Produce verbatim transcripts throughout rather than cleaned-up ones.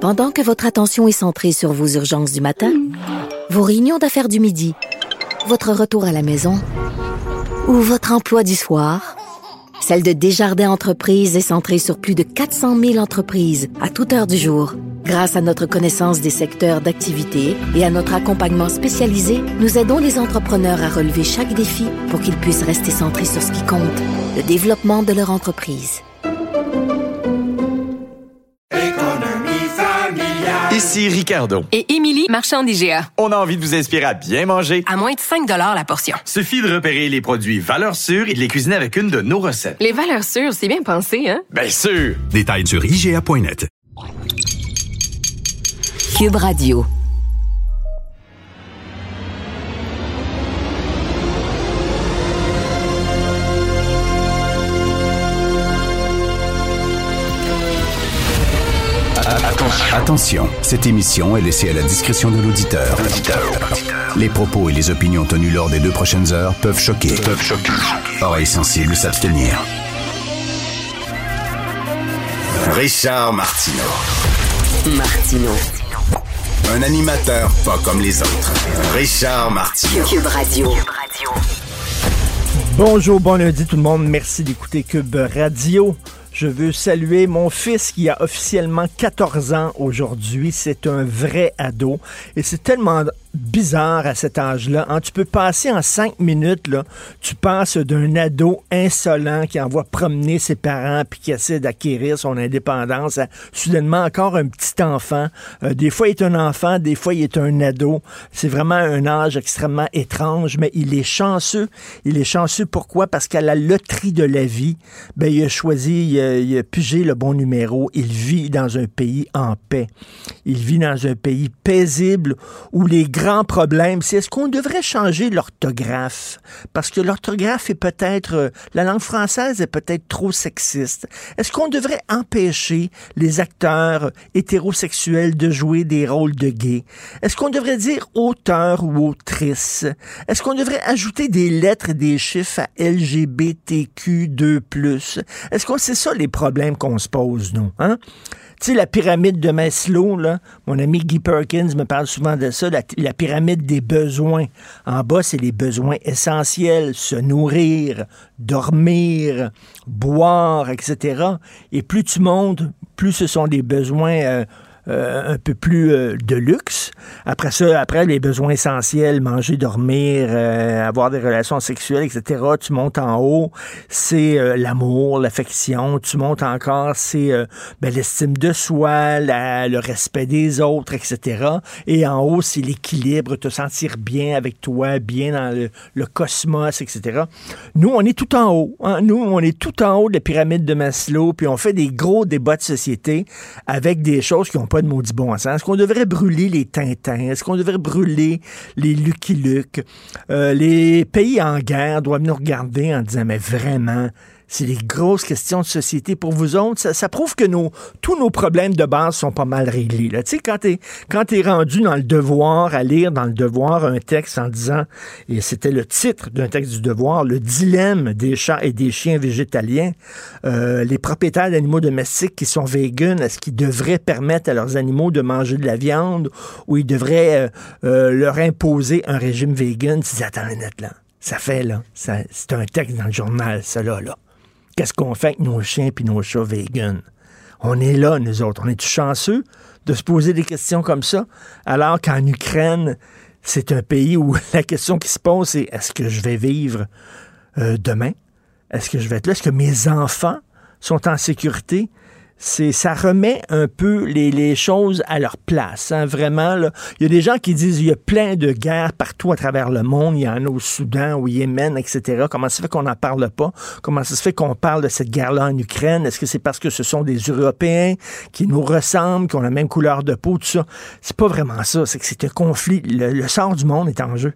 Pendant que votre attention est centrée sur vos urgences du matin, vos réunions d'affaires du midi, votre retour à la maison ou votre emploi du soir, celle de Desjardins Entreprises est centrée sur plus de quatre cent mille entreprises à toute heure du jour. Grâce à notre connaissance des secteurs d'activité et à notre accompagnement spécialisé, nous aidons les entrepreneurs à relever chaque défi pour qu'ils puissent rester centrés sur ce qui compte, le développement de leur entreprise. Ici Ricardo. Et Émilie, marchand d'I G A. On a envie de vous inspirer à bien manger. À moins de cinq dollars la portion. Suffit de repérer les produits valeurs sûres et de les cuisiner avec une de nos recettes. Les valeurs sûres, c'est bien pensé, hein? Bien sûr! Détails sur I G A point net. Cube Radio. Attention, cette émission est laissée à la discrétion de l'auditeur. Les propos et les opinions tenues lors des deux prochaines heures peuvent choquer. Peuvent choquer. Oreilles sensibles s'abstenir. Richard Martineau. Martineau. Un animateur pas comme les autres. Richard Martineau. Cube Radio. Bonjour, bon lundi tout le monde. Merci d'écouter Cube Radio. Je veux saluer mon fils qui a officiellement quatorze ans aujourd'hui. C'est un vrai ado. Et c'est tellement bizarre à cet âge-là. Hein? Tu peux passer en cinq minutes, là, tu passes d'un ado insolent qui envoie promener ses parents puis qui essaie d'acquérir son indépendance à soudainement encore un petit enfant. Euh, des fois, il est un enfant, des fois, il est un ado. C'est vraiment un âge extrêmement étrange, mais il est chanceux. Il est chanceux pourquoi? Parce qu'à la loterie de la vie, ben, il a choisi, il a, il a pigé le bon numéro. Il vit dans un pays en paix. Il vit dans un pays paisible où les grand problème, c'est est-ce qu'on devrait changer l'orthographe? Parce que l'orthographe est peut-être, euh, la langue française est peut-être trop sexiste. Est-ce qu'on devrait empêcher les acteurs hétérosexuels de jouer des rôles de gays? Est-ce qu'on devrait dire auteur ou autrice? Est-ce qu'on devrait ajouter des lettres et des chiffres à L G B T Q deux plus? Est-ce que c'est ça les problèmes qu'on se pose, nous? Hein? Tu sais, la pyramide de Maslow, là, mon ami Guy Perkins me parle souvent de ça, la, la pyramide des besoins. En bas, c'est les besoins essentiels, se nourrir, dormir, boire, et cetera. Et plus tu montes, plus ce sont des besoins euh, euh, un peu plus euh, de luxe. Après ça, après les besoins essentiels, manger, dormir, euh, avoir des relations sexuelles, et cetera. Tu montes en haut, c'est euh, l'amour, l'affection. Tu montes encore, c'est euh, ben, l'estime de soi, la, le respect des autres, et cetera. Et en haut, c'est l'équilibre, te sentir bien avec toi, bien dans le, le cosmos, et cetera. Nous, on est tout en haut. Hein? Nous, on est tout en haut de la pyramide de Maslow, puis on fait des gros débats de société avec des choses qui n'ont pas de maudit bon sens. Est-ce qu'on devrait brûler les Tintins? Est-ce qu'on devrait brûler les Lucky Luke? Euh, les pays en guerre doivent nous regarder en disant, mais vraiment, c'est des grosses questions de société pour vous autres. Ça, ça prouve que nos, tous nos problèmes de base sont pas mal réglés. Là. Tu sais, quand t'es, quand t'es rendu dans le Devoir, à lire dans le Devoir un texte en disant, et c'était le titre d'un texte du Devoir, le dilemme des chats et des chiens végétaliens, euh, les propriétaires d'animaux domestiques qui sont véganes, est-ce qu'ils devraient permettre à leurs animaux de manger de la viande ou ils devraient euh, euh, leur imposer un régime vegan? Tu dis, attends une minute, là. Ça fait, là, ça, c'est un texte dans le journal, ça, là, là. Qu'est-ce qu'on fait avec nos chiens et nos chats véganes? On est là, nous autres. On est-tu chanceux de se poser des questions comme ça? Alors qu'en Ukraine, c'est un pays où la question qui se pose, c'est est-ce que je vais vivre euh, demain? Est-ce que je vais être là? Est-ce que mes enfants sont en sécurité? C'est, ça remet un peu les, les choses à leur place. Hein, vraiment, là. Il y a des gens qui disent qu'il y a plein de guerres partout à travers le monde. Il y en a au Soudan, au Yémen, et cetera. Comment ça se fait qu'on n'en parle pas? Comment ça se fait qu'on parle de cette guerre-là en Ukraine? Est-ce que c'est parce que ce sont des Européens qui nous ressemblent, qui ont la même couleur de peau, tout ça? C'est pas vraiment ça. C'est que c'est un conflit. Le, le sort du monde est en jeu.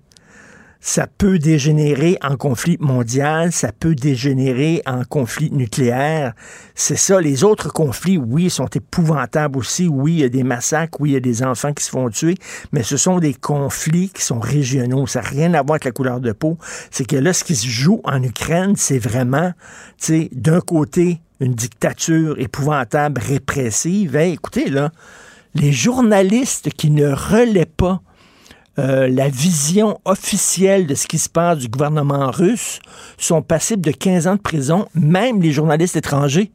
Ça peut dégénérer en conflit mondial, ça peut dégénérer en conflit nucléaire. C'est ça, les autres conflits, oui, sont épouvantables aussi. Oui, il y a des massacres, oui, il y a des enfants qui se font tuer, mais ce sont des conflits qui sont régionaux. Ça n'a rien à voir avec la couleur de peau. C'est que là, ce qui se joue en Ukraine, c'est vraiment, tu sais, d'un côté, une dictature épouvantable, répressive. Hey, écoutez, là, Les journalistes qui ne relaient pas euh, la vision officielle de ce qui se passe du gouvernement russe sont passibles de quinze ans de prison, même les journalistes étrangers.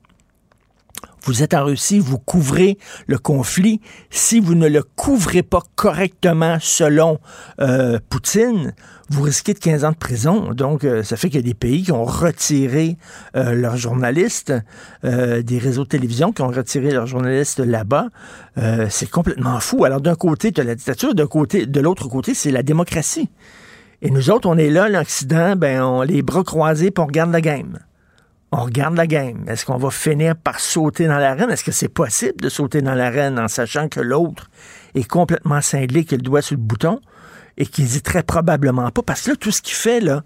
Vous êtes en Russie, vous couvrez le conflit. Si vous ne le couvrez pas correctement selon euh, Poutine, vous risquez de quinze ans de prison. Donc, euh, ça fait qu'il y a des pays qui ont retiré euh, leurs journalistes, euh, des réseaux de télévision qui ont retiré leurs journalistes là-bas. Euh, c'est complètement fou. Alors, d'un côté, tu as la dictature, d'un côté, de l'autre côté, c'est la démocratie. Et nous autres, on est là, l'Occident, ben, on les bras croisés, puis on regarde la game. On regarde la game. Est-ce qu'on va finir par sauter dans l'arène? Est-ce que c'est possible de sauter dans l'arène en sachant que l'autre est complètement cinglé, qu'il a le doigt sur le bouton et qu'il n'hésiterait probablement pas? Parce que là, tout ce qu'il fait, là,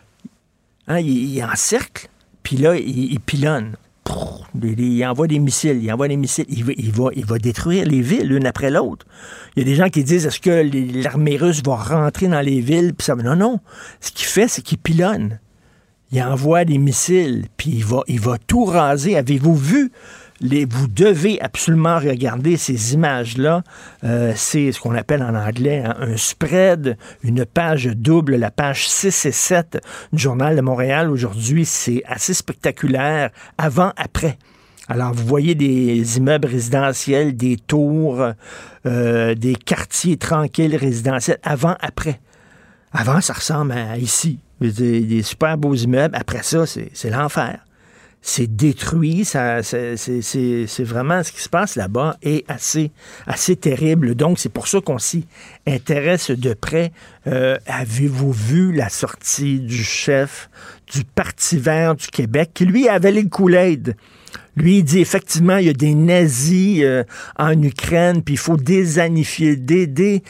hein, il, il encercle, puis là, il, il pilonne. Il, il envoie des missiles, il envoie des missiles. Il va, il va, il va détruire les villes l'une après l'autre. Il y a des gens qui disent, est-ce que les, l'armée russe va rentrer dans les villes? Puis ça, non, non. Ce qu'il fait, c'est qu'il pilonne. Il envoie des missiles, puis il va, il va tout raser. Avez-vous vu? Les, vous devez absolument regarder ces images-là. Euh, c'est ce qu'on appelle en anglais hein, un spread, une page double, la page six et sept du Journal de Montréal. Aujourd'hui, c'est assez spectaculaire, avant-après. Alors, vous voyez des immeubles résidentiels, des tours, euh, des quartiers tranquilles résidentiels, avant-après. Avant, ça ressemble à ici. Des, des super beaux immeubles. Après ça, c'est, c'est l'enfer. C'est détruit. Ça, c'est, c'est, c'est, c'est vraiment ce qui se passe là-bas est assez, assez terrible. Donc, c'est pour ça qu'on s'y intéresse de près. Euh, avez-vous vu la sortie du chef du Parti vert du Québec qui, lui, a avalé le Kool-Aid? Lui, il dit effectivement, il y a des nazis euh, en Ukraine, puis il faut désanifier, dé, dé,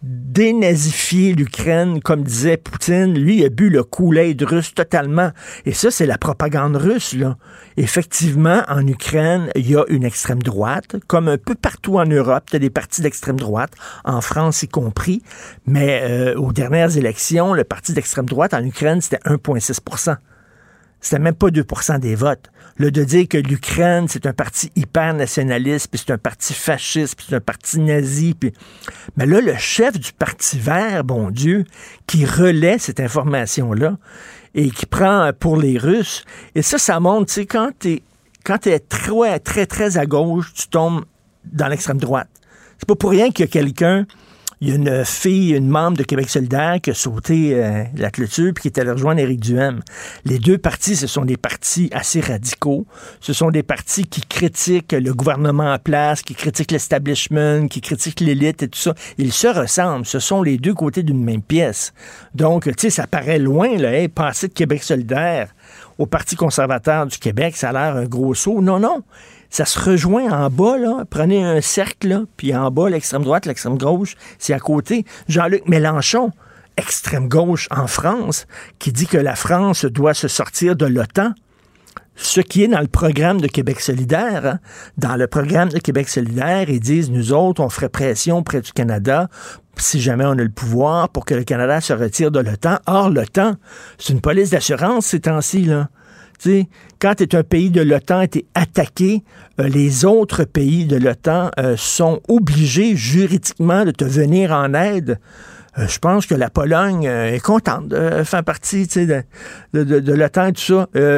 dénazifier l'Ukraine, comme disait Poutine. Lui, il a bu le Kool-Aid russe totalement. Et ça, c'est la propagande russe, là. Effectivement, en Ukraine, il y a une extrême droite, comme un peu partout en Europe, il y a des partis d'extrême droite, en France y compris, mais euh, aux dernières élections, le parti d'extrême droite en Ukraine, c'était un virgule six pour cent. C'était même pas deux pour cent des votes. Là, de dire que l'Ukraine, c'est un parti hyper nationaliste, puis c'est un parti fasciste, puis c'est un parti nazi. Puis... Mais là, le chef du Parti vert, bon Dieu, qui relaie cette information-là et qui prend pour les Russes. Et ça, ça montre, tu sais, quand t'es, quand t'es très, très, très à gauche, tu tombes dans l'extrême droite. C'est pas pour rien qu'il y a quelqu'un... Il y a une fille, une membre de Québec solidaire qui a sauté euh, la clôture puis qui est allée rejoindre Éric Duhem. Les deux partis, ce sont des partis assez radicaux. Ce sont des partis qui critiquent le gouvernement en place, qui critiquent l'establishment, qui critiquent l'élite et tout ça. Ils se ressemblent. Ce sont les deux côtés d'une même pièce. Donc, tu sais, ça paraît loin, là, hey, passer de Québec solidaire au Parti conservateur du Québec, ça a l'air un gros saut. Non, non. Ça se rejoint en bas, là. Prenez un cercle, là, puis en bas, l'extrême droite, l'extrême gauche, c'est à côté. Jean-Luc Mélenchon, extrême gauche en France, qui dit que la France doit se sortir de l'OTAN. Ce qui est dans le programme de Québec solidaire. Hein. Dans le programme de Québec solidaire, ils disent, nous autres, on ferait pression près du Canada si jamais on a le pouvoir pour que le Canada se retire de l'OTAN. Or, l'OTAN, c'est une police d'assurance ces temps-ci, là. Tu sais, quand tu es un pays de l'OTAN et tu es attaqué, euh, les autres pays de l'OTAN euh, sont obligés juridiquement de te venir en aide. Euh, je pense que la Pologne euh, est contente de faire partie de, de, de, de l'OTAN et tout ça. Euh,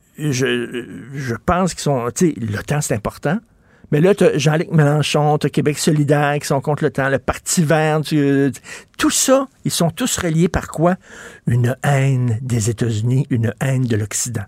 je, je pense qu'ils sont... Tu sais, l'OTAN, c'est important. Mais là, tu as Jean-Luc Mélenchon, tu as Québec solidaire qui sont contre l'OTAN, le Parti vert, tu, tout ça, ils sont tous reliés par quoi? Une haine des États-Unis, une haine de l'Occident.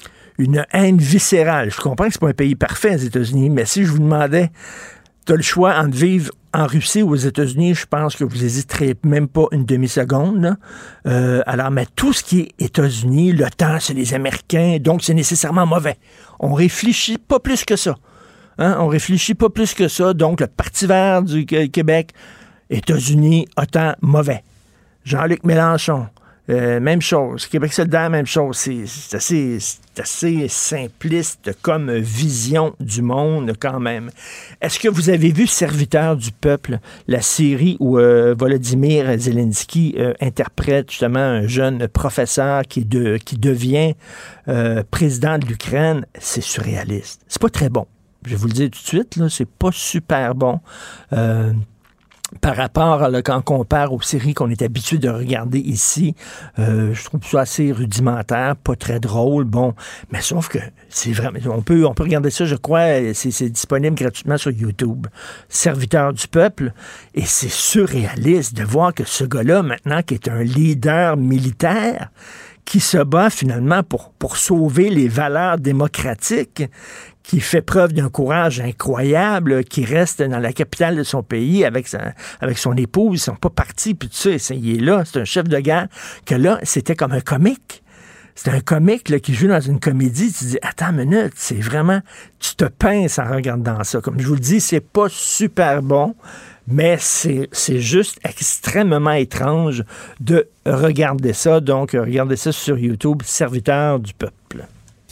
Une haine viscérale. Je comprends que c'est pas un pays parfait, les États-Unis, mais si je vous demandais, tu as le choix entre vivre en Russie ou aux États-Unis, je pense que vous hésiterez même pas une demi-seconde. Là. Euh, alors, mais tout ce qui est États-Unis, l'OTAN, c'est les Américains, donc c'est nécessairement mauvais. On réfléchit pas plus que ça. Hein? On réfléchit pas plus que ça. Donc, le Parti vert du Québec, États-Unis, OTAN, mauvais. Jean-Luc Mélenchon, euh, même chose. Québec solidaire, même chose. C'est, c'est, assez, c'est assez simpliste comme vision du monde, quand même. Est-ce que vous avez vu Serviteur du peuple, la série où euh, Volodymyr Zelensky euh, interprète justement un jeune professeur qui, de, qui devient euh, président de l'Ukraine? C'est surréaliste. C'est pas très bon. je vais vous le dire tout de suite, là, c'est pas super bon. Euh, Par rapport, là, quand on compare aux séries qu'on est habitué de regarder ici, euh, je trouve ça assez rudimentaire, pas très drôle, bon, mais sauf que c'est vraiment, on peut, on peut regarder ça, je crois, c'est, c'est disponible gratuitement sur YouTube. Serviteur du peuple, et c'est surréaliste de voir que ce gars-là, maintenant, qui est un leader militaire, qui se bat finalement pour, pour sauver les valeurs démocratiques, qui fait preuve d'un courage incroyable, qui reste dans la capitale de son pays avec, sa, avec son épouse, ils sont pas partis, puis tout ça, il est là, c'est un chef de guerre, que là, c'était comme un comique. C'était un comique là, qui joue dans une comédie, tu dis, attends une minute, c'est vraiment, tu te pinces en regardant ça. Comme je vous le dis, c'est pas super bon, mais c'est, c'est juste extrêmement étrange de regarder ça. Donc, regardez ça sur YouTube, Serviteur du peuple.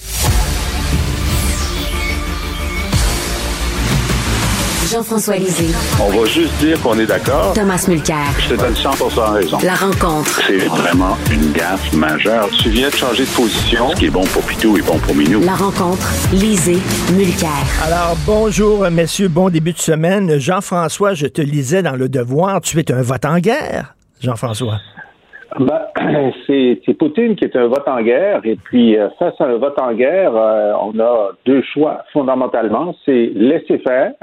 Jean-François Lisée. On va juste dire qu'on est d'accord. Thomas Mulcair. Je te donne cent pour cent raison. La rencontre. C'est vraiment une gaffe majeure. Tu viens de changer de position. Ce qui est bon pour Pitou est bon pour Minou. La rencontre. Lisée. Mulcair. Alors, bonjour, messieurs. Bon début de semaine. Jean-François, je te lisais dans Le Devoir. Tu es un vote en guerre, Jean-François. Ben, c'est, c'est Poutine qui est un vote en guerre. Et puis, euh, face à un vote en guerre, euh, on a deux choix fondamentalement. C'est laisser faire.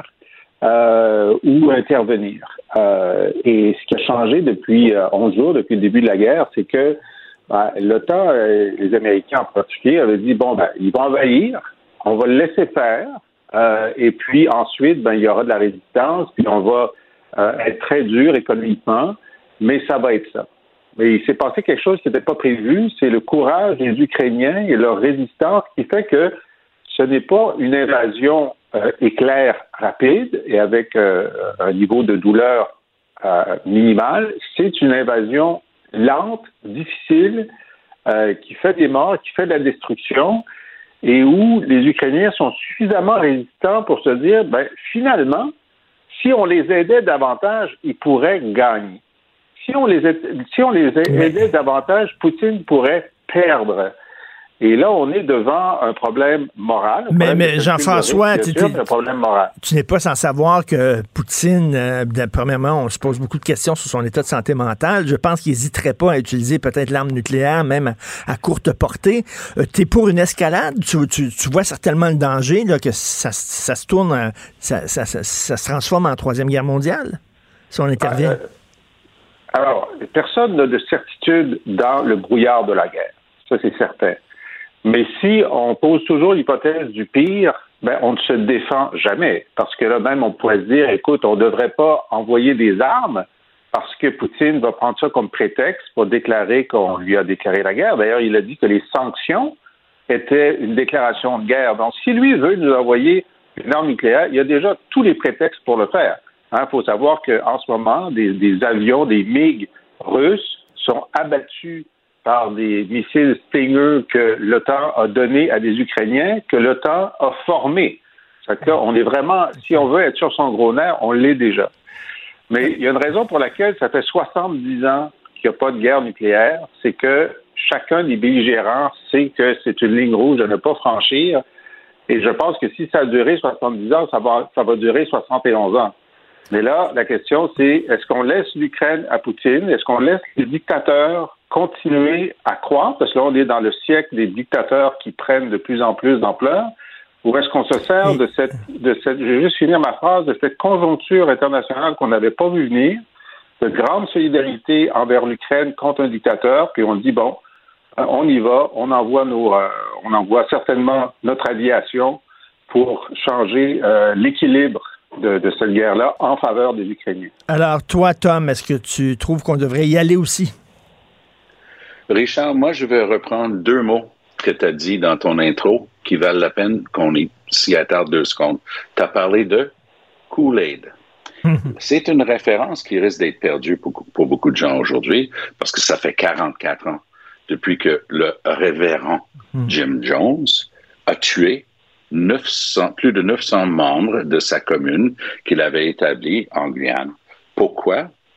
Euh, ou intervenir. Euh, et ce qui a changé depuis euh, onze jours, depuis le début de la guerre, c'est que ben, l'OTAN, euh, les Américains en particulier, avaient dit, bon, ben, ils vont envahir, on va le laisser faire, euh, et puis ensuite, ben, il y aura de la résistance, puis on va euh, être très dur économiquement, mais ça va être ça. Mais il s'est passé quelque chose qui n'était pas prévu, c'est le courage des Ukrainiens et leur résistance qui fait que ce n'est pas une invasion Euh, éclair rapide et avec euh, un niveau de douleur euh, minimal, c'est une invasion lente, difficile, euh, qui fait des morts, qui fait de la destruction et où les Ukrainiens sont suffisamment résistants pour se dire, ben finalement, si on les aidait davantage, ils pourraient gagner. Si on les aidait, si on les aidait davantage, Poutine pourrait perdre. Et là, on est devant un problème moral. Un mais problème mais Jean-François, tu, sûr, un problème moral. tu n'es pas sans savoir que Poutine, euh, premièrement, on se pose beaucoup de questions sur son état de santé mentale. Je pense qu'il n'hésiterait pas à utiliser peut-être l'arme nucléaire, même à, à courte portée. Euh, tu es pour une escalade? Tu, tu, tu vois certainement le danger là, que ça, ça se tourne, euh, ça, ça, ça, ça se transforme en Troisième Guerre mondiale, si on intervient? Euh, alors, personne n'a de certitude dans le brouillard de la guerre. Ça, c'est certain. Mais si on pose toujours l'hypothèse du pire, ben on ne se défend jamais. Parce que là même, on pourrait se dire, écoute, on ne devrait pas envoyer des armes parce que Poutine va prendre ça comme prétexte pour déclarer qu'on lui a déclaré la guerre. D'ailleurs, il a dit que les sanctions étaient une déclaration de guerre. Donc, si lui veut nous envoyer une arme nucléaire, il y a déjà tous les prétextes pour le faire. Il hein, faut savoir qu'en ce moment, des, des avions, des MiG russes sont abattus par des missiles Stinger que l'OTAN a donnés à des Ukrainiens, que l'OTAN a formés. C'est-à-dire qu'on est vraiment, si on veut être sur son gros nerf, on l'est déjà. Mais il y a une raison pour laquelle ça fait soixante-dix ans qu'il n'y a pas de guerre nucléaire, c'est que chacun des belligérants sait que c'est une ligne rouge à ne pas franchir. Et je pense que si ça a duré soixante-dix ans, ça va, ça va durer soixante et onze ans. Mais là, la question, c'est est-ce qu'on laisse l'Ukraine à Poutine? Est-ce qu'on laisse les dictateurs continuer à croître? Parce que là, on est dans le siècle des dictateurs qui prennent de plus en plus d'ampleur. Ou est-ce qu'on se sert de cette, de cette, je vais juste finir ma phrase, de cette conjoncture internationale qu'on n'avait pas vu venir, de grande solidarité envers l'Ukraine contre un dictateur, puis on dit, bon, on y va, on envoie nos, euh, on envoie certainement notre aviation pour changer euh, l'équilibre De, de cette guerre-là en faveur des Ukrainiens. Alors, toi, Tom, est-ce que tu trouves qu'on devrait y aller aussi? Richard, moi, je vais reprendre deux mots que tu as dit dans ton intro qui valent la peine qu'on y, s'y attarde deux secondes. Tu as parlé de Kool-Aid. C'est une référence qui risque d'être perdue pour, pour beaucoup de gens aujourd'hui parce que ça fait quarante-quatre ans depuis que le révérend Jim Jones a tué neuf cents, plus de neuf cents membres de sa commune qu'il avait établie en Guyane. Pourquoi?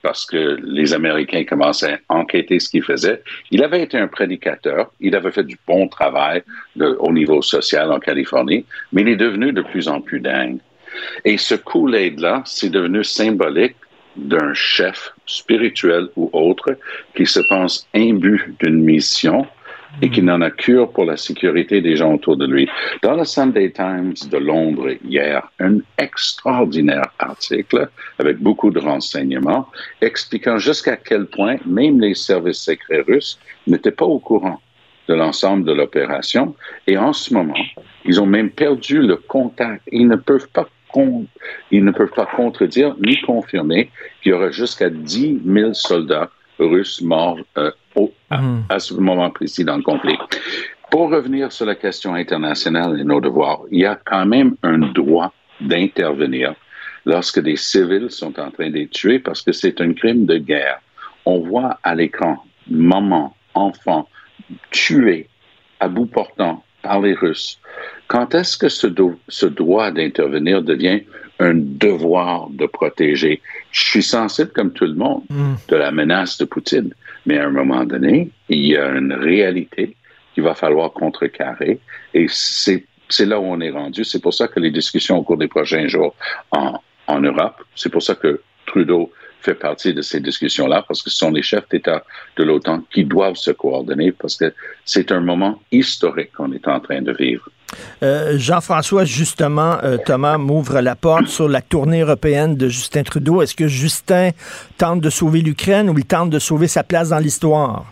parce que les Américains commençaient à enquêter ce qu'il faisait. Il avait été un prédicateur, il avait fait du bon travail de, au niveau social en Californie, mais il est devenu de plus en plus dingue. Et ce Kool-Aid-là, c'est devenu symbolique d'un chef spirituel ou autre qui se pense imbu d'une mission et qui n'en a cure pour la sécurité des gens autour de lui. Dans le Sunday Times de Londres hier, un extraordinaire article avec beaucoup de renseignements expliquant jusqu'à quel point même les services secrets russes n'étaient pas au courant de l'ensemble de l'opération. Et en ce moment, ils ont même perdu le contact. Ils ne peuvent pas con- ils ne peuvent pas contredire ni confirmer qu'il y aura jusqu'à dix mille soldats russes morts euh, au, à, à ce moment précis dans le conflit. Pour revenir sur la question internationale et nos devoirs, il y a quand même un droit d'intervenir lorsque des civils sont en train d'être tués parce que c'est un crime de guerre. On voit à l'écran maman, enfant tués à bout portant par les Russes. Quand est-ce que ce, do- ce droit d'intervenir devient un devoir de protéger? Je suis sensible, comme tout le monde, mm. de la menace de Poutine. Mais à un moment donné, il y a une réalité qu'il va falloir contrecarrer. Et c'est, c'est là où on est rendu. C'est pour ça que les discussions au cours des prochains jours en, en Europe, c'est pour ça que Trudeau fait partie de ces discussions-là, parce que ce sont les chefs d'État de l'OTAN qui doivent se coordonner, parce que c'est un moment historique qu'on est en train de vivre. Euh, Jean-François, justement, euh, Thomas m'ouvre la porte sur la tournée européenne de Justin Trudeau. Est-ce que Justin tente de sauver l'Ukraine ou il tente de sauver sa place dans l'histoire?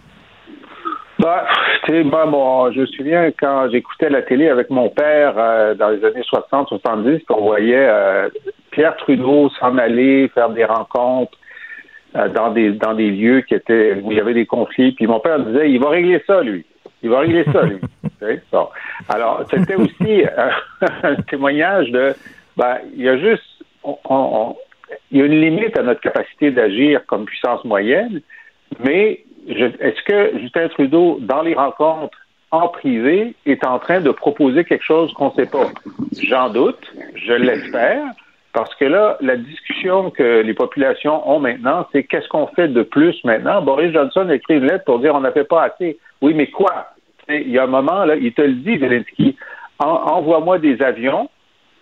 Ben, tu sais, ben, bon, je me souviens quand j'écoutais la télé avec mon père euh, dans les années soixante soixante-dix, qu'on voyait euh, Pierre Trudeau s'en aller faire des rencontres euh, dans des dans des lieux qui étaient où il y avait des conflits. Puis mon père disait, il va régler ça, lui. Il va régler ça, lui. Bon. Alors, c'était aussi euh, un témoignage de, ben, il y a juste, on, on, il y a une limite à notre capacité d'agir comme puissance moyenne, mais je, est-ce que Justin Trudeau, dans les rencontres en privé, est en train de proposer quelque chose qu'on ne sait pas? J'en doute, je l'espère, parce que là, la discussion que les populations ont maintenant, c'est qu'est-ce qu'on fait de plus maintenant? Boris Johnson a écrit une lettre pour dire on n'a fait pas assez. Oui, mais quoi? Il y a un moment, là, il te le dit, Zelensky, en, envoie-moi des avions,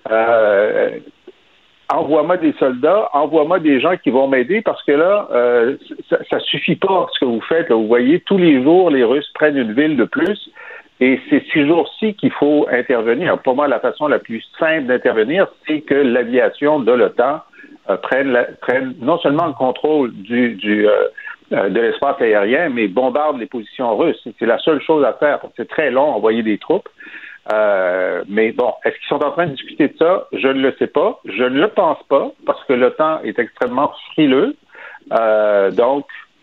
euh, envoie-moi des soldats, envoie-moi des gens qui vont m'aider, parce que là, euh, ça, ça suffit pas ce que vous faites. Là. Vous voyez, tous les jours, les Russes prennent une ville de plus, et c'est ces jours-ci qu'il faut intervenir. Pour moi, la façon la plus simple d'intervenir, c'est que l'aviation de l'OTAN euh, prenne, la, prenne non seulement le contrôle du... du euh, de l'espace aérien, mais bombarde les positions russes. C'est la seule chose à faire. C'est très long, envoyer des troupes. Euh, mais bon, est-ce qu'ils sont en train de discuter de ça? Je ne le sais pas. Je ne le pense pas, parce que l'OTAN est extrêmement frileux. Euh, donc,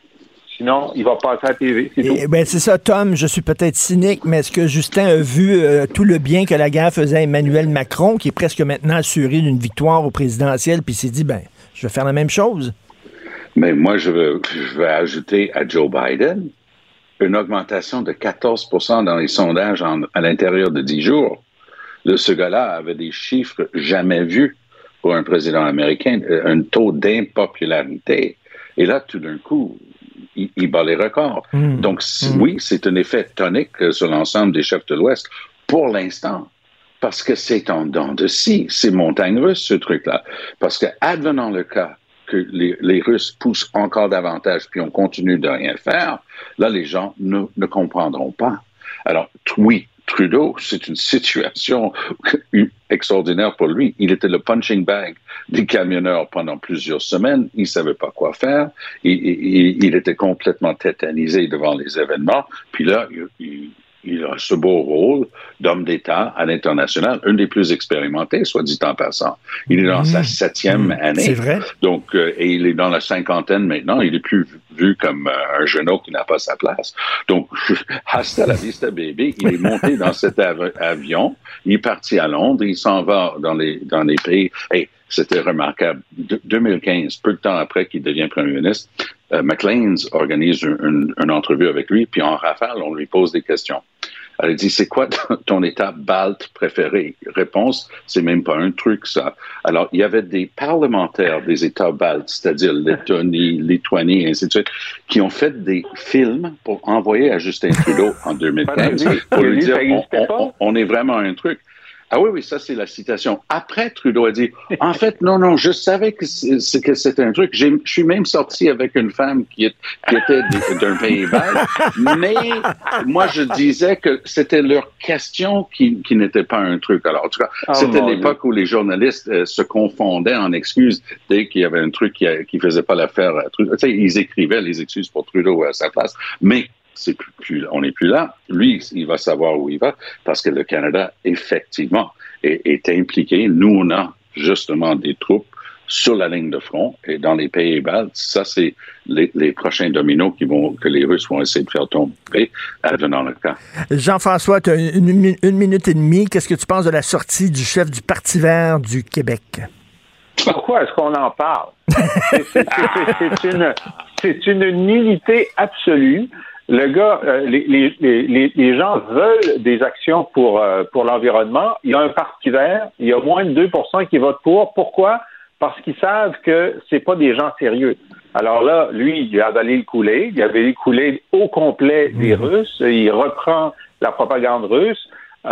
sinon, il va passer à la T V. C'est, Et, ben, c'est ça, Tom. Je suis peut-être cynique, mais est-ce que Justin a vu euh, tout le bien que la guerre faisait à Emmanuel Macron, qui est presque maintenant assuré d'une victoire au présidentiel, puis il s'est dit, ben, je vais faire la même chose? Mais moi, je veux, je veux ajouter à Joe Biden une augmentation de quatorze pour cent dans les sondages en, à l'intérieur de dix jours. Le, ce gars-là avait des chiffres jamais vus pour un président américain, un taux d'impopularité. Et là, tout d'un coup, il, il bat les records. Mmh. Donc, mmh. oui, c'est un effet tonique sur l'ensemble des chefs de l'Ouest pour l'instant. Parce que c'est en dents de scie. C'est montagne russe, ce truc-là. Parce que, advenant le cas que les, les Russes poussent encore davantage, puis on continue de rien faire, là, les gens ne, ne comprendront pas. Alors, oui, Trudeau, c'est une situation extraordinaire pour lui. Il était le punching bag des camionneurs pendant plusieurs semaines. Il ne savait pas quoi faire. Il, il, il était complètement tétanisé devant les événements. Puis là, il, il Il a ce beau rôle d'homme d'État à l'international, un des plus expérimentés, soit dit en passant. Il est dans mmh. sa septième mmh. année. C'est vrai. Donc, euh, et il est dans la cinquantaine maintenant. Il est plus vu comme euh, un genou qui n'a pas sa place. Donc, hasta la vista baby. Il est monté dans cet av- avion. Il est parti à Londres. Il s'en va dans les dans les pays. Hey, c'était remarquable. De- deux mille quinze, peu de temps après qu'il devient premier ministre, euh, Maclean's organise une, une, une entrevue avec lui. Puis en rafale, on lui pose des questions. Elle a dit, c'est quoi ton, ton État balte préféré? Réponse, c'est même pas un truc, ça. Alors, il y avait des parlementaires des États baltes, c'est-à-dire Lettonie, Lituanie, et ainsi de suite, qui ont fait des films pour envoyer à Justin Trudeau en deux mille quinze pour lui dire, on, on, on est vraiment un truc. Ah oui, oui, ça, c'est la citation. Après, Trudeau a dit, en fait, non, non, je savais que, c'est, que c'était un truc. J'ai, je suis même sorti avec une femme qui, est, qui était d'un pays balte, mais moi, je disais que c'était leur question qui, qui n'était pas un truc. Alors, en tout cas, oh, c'était l'époque Dieu. Où les journalistes euh, se confondaient en excuses dès qu'il y avait un truc qui ne faisait pas l'affaire à Trudeau. Tu sais, ils écrivaient les excuses pour Trudeau à sa place, mais c'est plus, plus, on n'est plus là. Lui, il va savoir où il va parce que le Canada, effectivement, est, est impliqué. Nous, on a justement des troupes sur la ligne de front et dans les pays baltes. Ça, c'est les, les prochains dominos qui vont, que les Russes vont essayer de faire tomber, advenant le cas. Jean-François, tu as une, une minute et demie. Qu'est-ce que tu penses de la sortie du chef du Parti vert du Québec? Pourquoi est-ce qu'on en parle? c'est, c'est, c'est, c'est, une, c'est une nullité absolue. Le gars, euh, les, les, les, les gens veulent des actions pour, euh, pour l'environnement. Il y a un parti vert, il y a moins de deux pour cent qui votent pour. Pourquoi? Parce qu'ils savent que c'est pas des gens sérieux. Alors là, lui, il a avalé le Kool-Aid, il a avalé le Kool-Aid au complet des Russes, il reprend la propagande russe.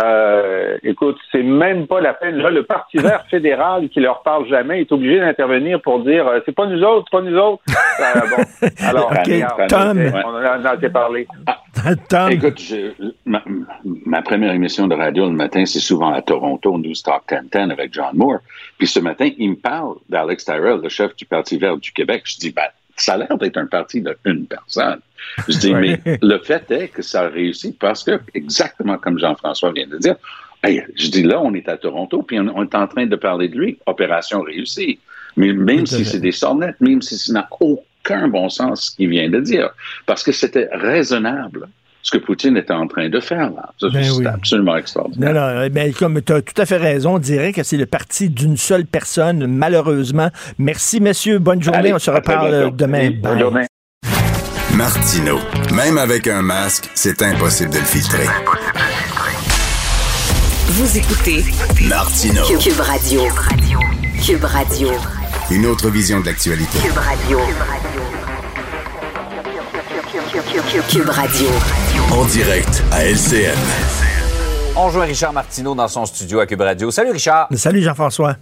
Euh, écoute, c'est même pas la peine. Là, le Parti vert fédéral qui leur parle jamais est obligé d'intervenir pour dire euh, c'est pas nous autres, c'est pas nous autres. Euh, bon. Alors, okay, regarde, Tom. on en a parlé. Ah, Tom. Écoute, je, ma, ma première émission de radio le matin, c'est souvent à Toronto, News Talk dix dix avec John Moore. Puis ce matin, il me parle d'Alex Tyrrell, le chef du Parti vert du Québec. Je dis, ben, ça a l'air d'être un parti d'une personne. Je dis, mais le fait est que ça a réussi parce que, exactement comme Jean-François vient de dire, hey, je dis là, on est à Toronto, puis on, on est en train de parler de lui, opération réussie. Mais même si c'est des sornettes, même si ça n'a aucun bon sens ce qu'il vient de dire, parce que c'était raisonnable ce que Poutine était en train de faire là. Ça, ben c'est oui. absolument extraordinaire. Non, non, ben, comme tu as tout à fait raison, on dirait que c'est le parti d'une seule personne, malheureusement. Merci, messieurs. Bonne journée. Allez, on se reparle demain. Oui, bonne journée. Martineau. Même avec un masque, c'est impossible de le filtrer. Vous écoutez Martineau. Cube Radio. Cube Radio. Une autre vision de l'actualité. Cube Radio. Cube Radio. En direct à L C N. On rejoint Richard Martineau dans son studio à Cube Radio. Salut Richard. Salut Jean-François.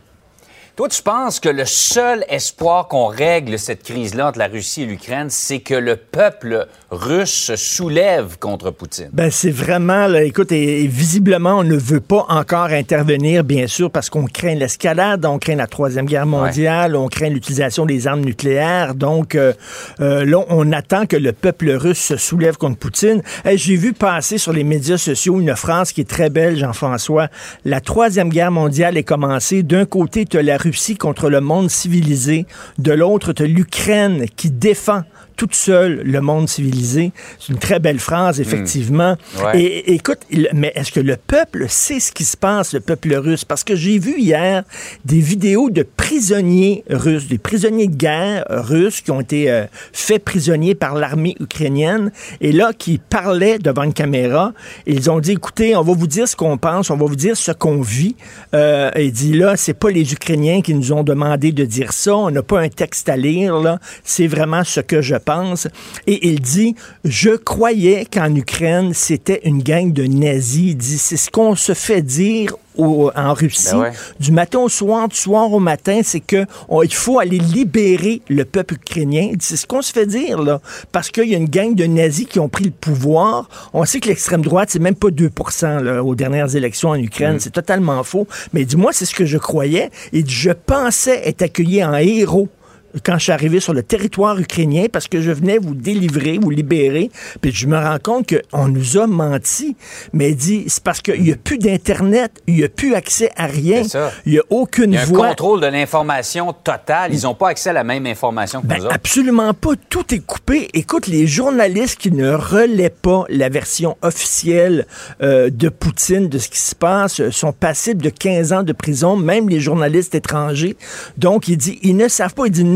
Toi, tu penses que le seul espoir qu'on règle cette crise-là entre la Russie et l'Ukraine, c'est que le peuple russe se soulève contre Poutine? Ben c'est vraiment, là, écoute, et, et visiblement, on ne veut pas encore intervenir, bien sûr, parce qu'on craint l'escalade, on craint la Troisième Guerre mondiale, ouais. on craint l'utilisation des armes nucléaires. Donc, euh, euh, là, on attend que le peuple russe se soulève contre Poutine. Hey, j'ai vu passer sur les médias sociaux une phrase qui est très belle, Jean-François. La Troisième Guerre mondiale est commencée. D'un côté, tu as la Russie contre le monde civilisé. De l'autre, tu as l'Ukraine qui défend toute seule le monde civilisé. C'est une très belle phrase, effectivement. Mmh. Ouais. Et, et écoute, mais est-ce que le peuple sait ce qui se passe, le peuple russe? Parce que j'ai vu hier des vidéos de prisonniers russes, des prisonniers de guerre russes qui ont été euh, faits prisonniers par l'armée ukrainienne et là, qui parlaient devant une caméra. Et ils ont dit, écoutez, on va vous dire ce qu'on pense, on va vous dire ce qu'on vit. Euh, il dit, là, c'est pas les Ukrainiens qui nous ont demandé de dire ça, on n'a pas un texte à lire, là. C'est vraiment ce que je pense. Et il dit, je croyais qu'en Ukraine, c'était une gang de nazis. Il dit, c'est ce qu'on se fait dire au, en Russie, ben ouais. du matin au soir, du soir au matin, c'est que on, il faut aller libérer le peuple ukrainien. Il dit, c'est ce qu'on se fait dire, là, parce qu'il y a une gang de nazis qui ont pris le pouvoir. On sait que l'extrême droite, c'est même pas deux pour cent là, aux dernières élections en Ukraine. Mm. C'est totalement faux. Mais dis-moi, c'est ce que je croyais. Et je pensais être accueilli en héros quand je suis arrivé sur le territoire ukrainien parce que je venais vous délivrer, vous libérer. Puis je me rends compte qu'on nous a menti. Mais il dit, c'est parce qu'il n'y a plus d'Internet, il n'y a plus accès à rien. Il n'y a aucune voix. Il y a un contrôle de l'information totale. Ils n'ont pas accès à la même information que ben, nous autres. Absolument pas. Tout est coupé. Écoute, les journalistes qui ne relaient pas la version officielle euh, de Poutine, de ce qui se passe, sont passibles de quinze ans de prison, même les journalistes étrangers. Donc, il dit, ils ne savent pas. Il dit,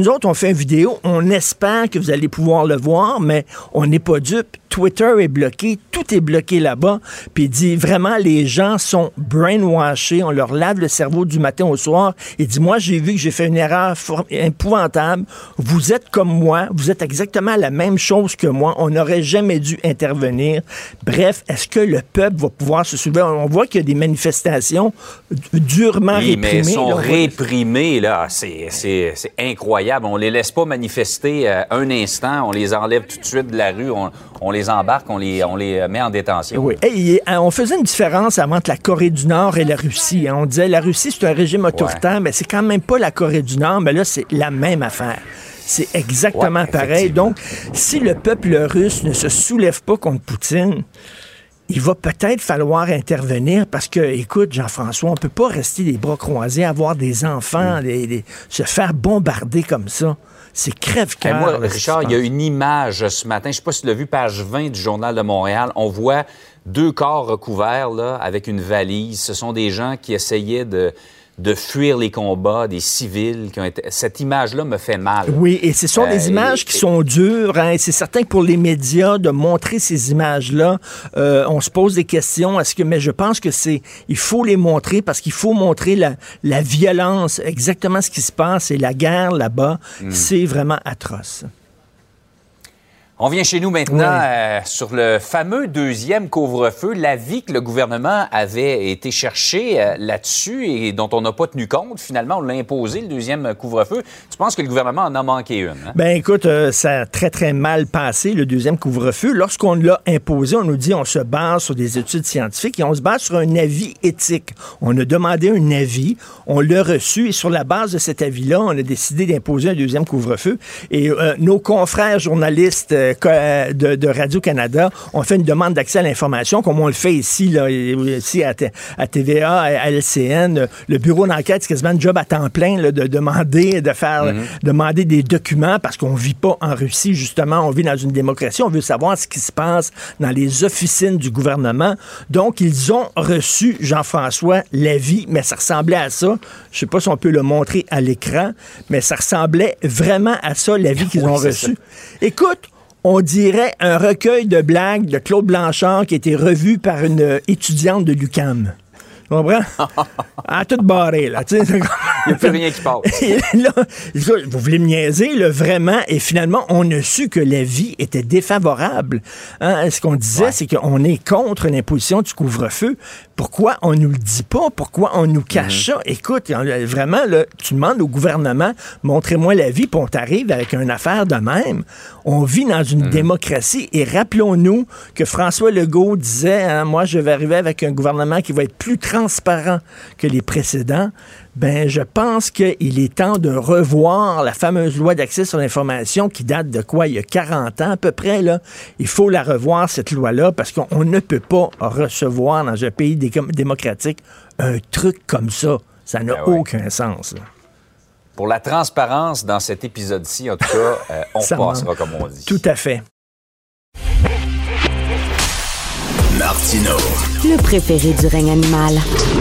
nous autres, on fait une vidéo, on espère que vous allez pouvoir le voir, mais on n'est pas dupes. Twitter est bloqué, tout est bloqué là-bas. Puis il dit vraiment, les gens sont brainwashés, on leur lave le cerveau du matin au soir. Il dit, moi, j'ai vu que j'ai fait une erreur for- épouvantable. Vous êtes comme moi, vous êtes exactement la même chose que moi. On n'aurait jamais dû intervenir. Bref, est-ce que le peuple va pouvoir se soulever? On voit qu'il y a des manifestations durement oui, réprimées. mais ils sont là. réprimés, là. C'est, c'est, c'est incroyable. On les laisse pas manifester euh, un instant. On les enlève tout de suite de la rue. On, on les embarque, on les, on les met en détention. Oui. Hey, on faisait une différence entre la Corée du Nord et la Russie. On disait la Russie, c'est un régime autoritaire, ouais. mais c'est quand même pas la Corée du Nord. Mais là, c'est la même affaire. C'est exactement ouais, pareil. Donc, si le peuple russe ne se soulève pas contre Poutine, il va peut-être falloir intervenir parce que, écoute, Jean-François, on ne peut pas rester les bras croisés, avoir des enfants, mm. les, les, se faire bombarder comme ça. C'est crève-cœur. Hey, moi, Richard, il y a une image ce matin, je ne sais pas si tu l'as vu, page vingt du Journal de Montréal. On voit deux corps recouverts là, avec une valise. Ce sont des gens qui essayaient de... de fuir les combats, des civils qui ont été... Cette image-là me fait mal. Oui, et ce sont euh, des images et... qui sont dures. Hein, et c'est certain que pour les médias, de montrer ces images-là, euh, on se pose des questions. Est-ce que... Mais je pense que c'est... Il faut les montrer parce qu'il faut montrer la, la violence, exactement ce qui se passe. Et la guerre là-bas, mm. c'est vraiment atroce. On vient chez nous maintenant oui. euh, sur le fameux deuxième couvre-feu, l'avis que le gouvernement avait été chercher euh, là-dessus et dont on n'a pas tenu compte. Finalement, on l'a imposé, le deuxième couvre-feu. Tu penses que le gouvernement en a manqué une? Hein? Ben écoute, euh, ça a très, très mal passé, le deuxième couvre-feu. Lorsqu'on l'a imposé, on nous dit on se base sur des études scientifiques et on se base sur un avis éthique. On a demandé un avis, on l'a reçu et sur la base de cet avis-là, on a décidé d'imposer un deuxième couvre-feu. Et euh, nos confrères journalistes euh, De, de Radio-Canada, on fait une demande d'accès à l'information, comme on le fait ici, là, ici à, à T V A, à L C N. Le bureau d'enquête, c'est quasiment un job à temps plein là, de demander, de faire, mm-hmm. demander des documents parce qu'on vit pas en Russie, justement. On vit dans une démocratie. On veut savoir ce qui se passe dans les officines du gouvernement. Donc, ils ont reçu, Jean-François, l'avis, mais ça ressemblait à ça. Je sais pas si on peut le montrer à l'écran, mais ça ressemblait vraiment à ça, l'avis qu'ils oui, ont reçu. Ça. Écoute, on dirait un recueil de blagues de Claude Blanchard qui a été revu par une étudiante de l'U Q A M. Tu comprends? À tout barré, là. Il n'y a plus rien qui passe. Et là, vous voulez me niaiser, là, vraiment? Et finalement, on a su que l'avis était défavorable. Hein? Ce qu'on disait, ouais. c'est qu'on est contre l'imposition du couvre-feu. Pourquoi on nous le dit pas? Pourquoi on nous cache mm-hmm. ça? Écoute, vraiment, là, tu demandes au gouvernement, montrez-moi l'avis, puis on t'arrive avec une affaire de même. On vit dans une mm-hmm. démocratie. Et rappelons-nous que François Legault disait, hein, moi, je vais arriver avec un gouvernement qui va être plus transparent que les précédents. Ben, je pense qu'il est temps de revoir la fameuse loi d'accès sur l'information qui date de quoi? Il y a quarante ans à peu près, là. Il faut la revoir, cette loi-là, parce qu'on ne peut pas recevoir dans un pays dé- démocratique un truc comme ça. Ça n'a ben ouais. aucun sens, là. Pour la transparence dans cet épisode-ci, en tout cas, euh, on ça passera, manque. Comme on dit. Tout à fait. Martineau. Le préféré du règne animal.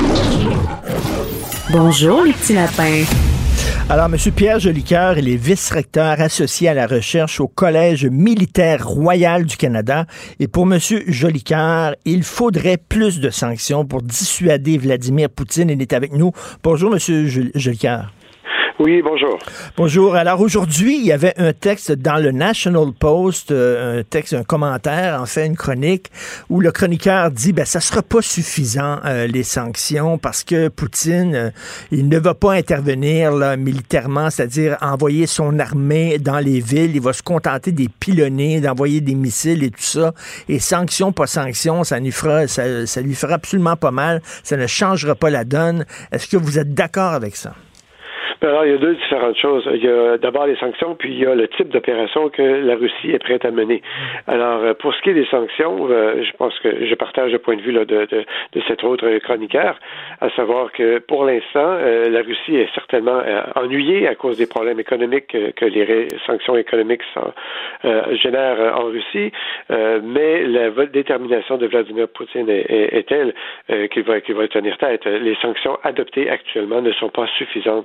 Bonjour, les petits lapins. Alors, M. Pierre Jolicoeur, il est vice-recteur associé à la recherche au Collège militaire royal du Canada. Et pour M. Jolicoeur, il faudrait plus de sanctions pour dissuader Vladimir Poutine. Il est avec nous. Bonjour, M. Jolicoeur. Oui, bonjour. Bonjour. Alors aujourd'hui, il y avait un texte dans le National Post, euh, un texte, un commentaire, en fait, une chronique, où le chroniqueur dit, ben, ça sera pas suffisant, euh, les sanctions, parce que Poutine, euh, il ne va pas intervenir là, militairement, c'est-à-dire envoyer son armée dans les villes. Il va se contenter des pilonner, d'envoyer des missiles et tout ça. Et sanctions, pas sanctions, ça lui fera, ça, ça lui fera absolument pas mal. Ça ne changera pas la donne. Est-ce que vous êtes d'accord avec ça? Alors, il y a deux différentes choses. Il y a d'abord les sanctions, puis il y a le type d'opération que la Russie est prête à mener. Alors, pour ce qui est des sanctions, je pense que je partage le point de vue là, de, de, de cet autre chroniqueur, à savoir que pour l'instant, la Russie est certainement ennuyée à cause des problèmes économiques que les sanctions économiques sont, euh, génèrent en Russie, euh, mais la détermination de Vladimir Poutine est, est, est telle euh, qu'il va, qu'il va tenir tête. Les sanctions adoptées actuellement ne sont pas suffisantes pour le faire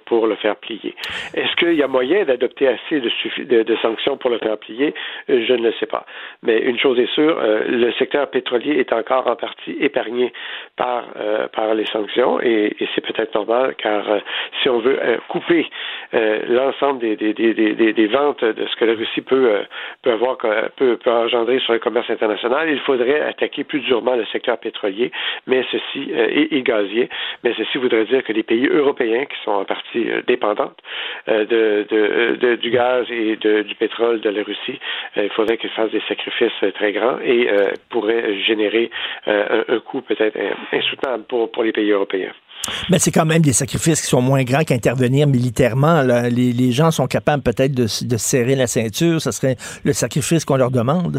faire plier. Est-ce qu'il y a moyen d'adopter assez de, suffi- de, de sanctions pour le faire plier? Je ne le sais pas. Mais une chose est sûre, euh, le secteur pétrolier est encore en partie épargné par, euh, par les sanctions et, et c'est peut-être normal car euh, si on veut euh, couper euh, l'ensemble des, des, des, des, des ventes de ce que la Russie peut, euh, peut avoir, peut, peut engendrer sur le commerce international, il faudrait attaquer plus durement le secteur pétrolier, mais ceci euh, et, et gazier, mais ceci voudrait dire que les pays européens qui sont en partie euh, dépendantes euh, de, de, de, du gaz et de, du pétrole de la Russie, euh, il faudrait qu'ils fassent des sacrifices euh, très grands et euh, pourraient générer euh, un, un coût peut-être insoutenable pour, pour les pays européens. Mais c'est quand même des sacrifices qui sont moins grands qu'intervenir militairement. Là. Les, les gens sont capables peut-être de, de serrer la ceinture. Ce serait le sacrifice qu'on leur demande.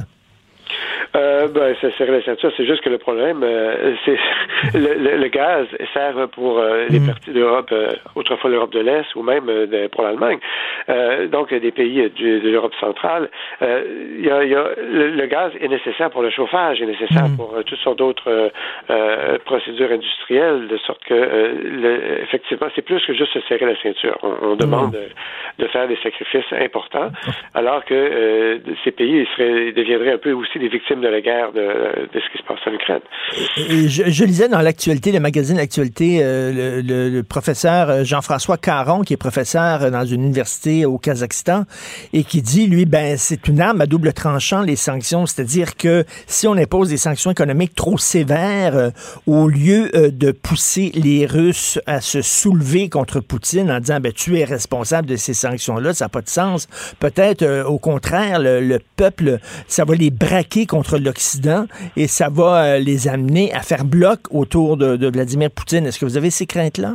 Euh, ben, ça serait la ceinture. C'est juste que le problème, euh, c'est le, le, le gaz sert pour euh, les mmh. parties d'Europe, euh, autrefois l'Europe de l'Est, ou même euh, de, pour l'Allemagne. Euh, donc, des pays du, de l'Europe centrale. Euh, y a, y a, le, le gaz est nécessaire pour le chauffage, est nécessaire mmh. pour euh, toutes sortes d'autres euh, procédures industrielles, de sorte que, euh, le, effectivement, c'est plus que juste se serrer la ceinture. On, on demande mmh. de, de faire des sacrifices importants, alors que euh, ces pays seraient, deviendraient un peu aussi des victimes de la guerre de, de ce qui se passe en Ukraine. Et je, je lisais dans l'actualité, le magazine L'actualité, euh, le, le, le professeur Jean-François Caron, qui est professeur dans une université au Kazakhstan, et qui dit, lui, ben c'est une arme à double tranchant, les sanctions, c'est-à-dire que si on impose des sanctions économiques trop sévères, euh, au lieu euh, de pousser les Russes à se soulever contre Poutine en disant, ben tu es responsable de ces sanctions-là, ça n'a pas de sens. Peut-être, euh, au contraire, le, le peuple, ça va les braquer contre l'Occident et ça va euh, les amener à faire bloc autour de, de Vladimir Poutine. Est-ce que vous avez ces craintes-là?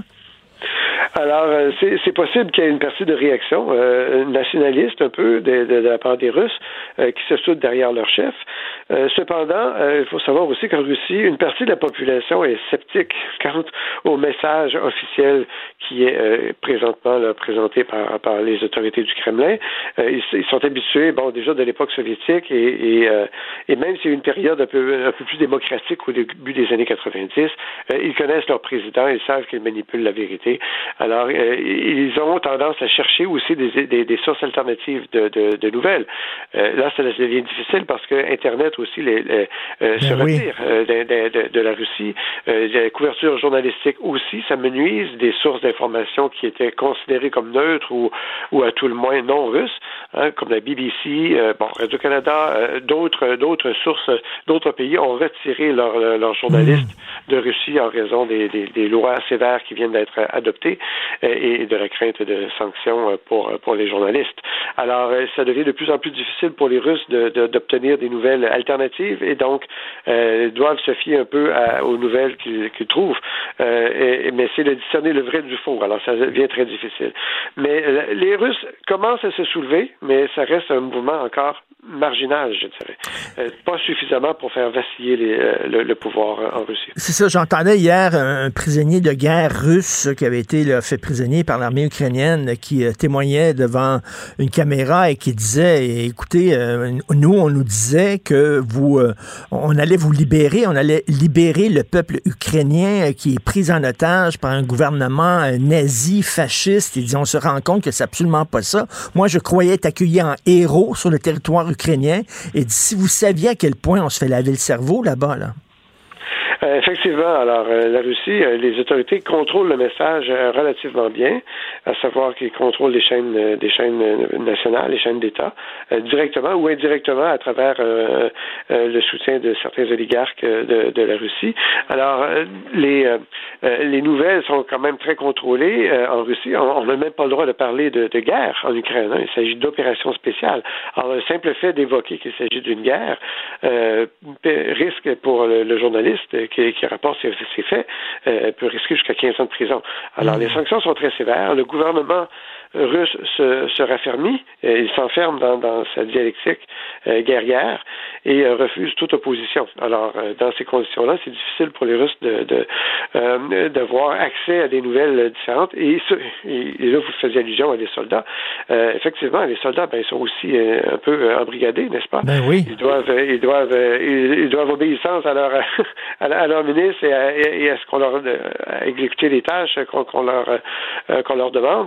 Alors, euh, c'est, c'est possible qu'il y ait une partie de réaction euh, nationaliste un peu de, de, de la part des Russes euh, qui se soudent derrière leur chef. Euh, cependant, euh, il faut savoir aussi qu'en Russie, une partie de la population est sceptique quant au message officiel qui est euh, présentement là, présenté par, par les autorités du Kremlin. Euh, ils, ils sont habitués, bon, déjà de l'époque soviétique et, et, euh, et même s'il y a une période un peu, un peu plus démocratique au début des années quatre-vingt-dix, euh, ils connaissent leur président, ils savent qu'ils manipulent la vérité. Alors, euh, ils ont tendance à chercher aussi des, des, des sources alternatives de, de, de nouvelles. Euh, là, ça devient difficile parce que Internet aussi les, les, euh, se oui. retire euh, de, de, de, de la Russie. Euh, la couverture journalistique aussi, ça menuise des sources d'informations qui étaient considérées comme neutres ou, ou à tout le moins non russes, hein, comme la B B C, euh, bon, Radio-Canada, euh, d'autres, d'autres sources, d'autres pays ont retiré leurs leur journalistes mmh. de Russie en raison des, des, des lois sévères qui viennent d'être adoptées et de la crainte de sanctions pour, pour les journalistes. Alors, ça devient de plus en plus difficile pour les Russes de, de, d'obtenir des nouvelles alternatives et donc euh, doivent se fier un peu à, aux nouvelles qu'ils, qu'ils trouvent. Euh, et, mais c'est de discerner le vrai du faux. Alors, ça devient très difficile. Mais euh, les Russes commencent à se soulever, mais ça reste un mouvement encore marginal, je dirais. Euh, pas suffisamment pour faire vaciller les, euh, le, le pouvoir en Russie. C'est ça, j'entendais hier un prisonnier de guerre russe qui avait été là, fait prisonnier par l'armée ukrainienne qui euh, témoignait devant une caméra et qui disait, écoutez, euh, nous, on nous disait que vous, euh, on allait vous libérer, on allait libérer le peuple ukrainien euh, qui est pris en otage par un gouvernement euh, nazi, fasciste. Il dit, on se rend compte que c'est absolument pas ça. Moi, je croyais être accueilli en héros sur le territoire ukrainien. Et si vous saviez à quel point on se fait laver le cerveau là-bas, là. Euh, effectivement, alors euh, la Russie, euh, les autorités contrôlent le message euh, relativement bien, à savoir qu'ils contrôlent les chaînes, euh, des chaînes euh, nationales, les chaînes d'État, euh, directement ou indirectement à travers euh, euh, le soutien de certains oligarques euh, de, de la Russie. Alors euh, les euh, les nouvelles sont quand même très contrôlées euh, en Russie. On n'a même pas le droit de parler de, de guerre en Ukraine. Hein. Il s'agit d'opérations spéciales. Alors le simple fait d'évoquer qu'il s'agit d'une guerre euh, risque pour le, le journaliste Qui, qui rapporte ces, ces faits, euh, peut risquer jusqu'à quinze ans de prison. Alors, les sanctions sont très sévères. Le gouvernement russe se, se raffermit, euh, il s'enferme dans, dans sa dialectique euh, guerrière et euh, refuse toute opposition. Alors, euh, dans ces conditions-là, c'est difficile pour les Russes de, de, euh, d'avoir accès à des nouvelles différentes. Et, et, et là, vous faisiez allusion à des soldats. Euh, effectivement, les soldats, ben, ils sont aussi euh, un peu euh, embrigadés, n'est-ce pas? Ben oui. Ils doivent, ils doivent, ils, ils doivent obéissance à leur, à leur ministre et à, et à ce qu'on leur, à exécuter les tâches qu'on, qu'on leur, euh, qu'on leur demande.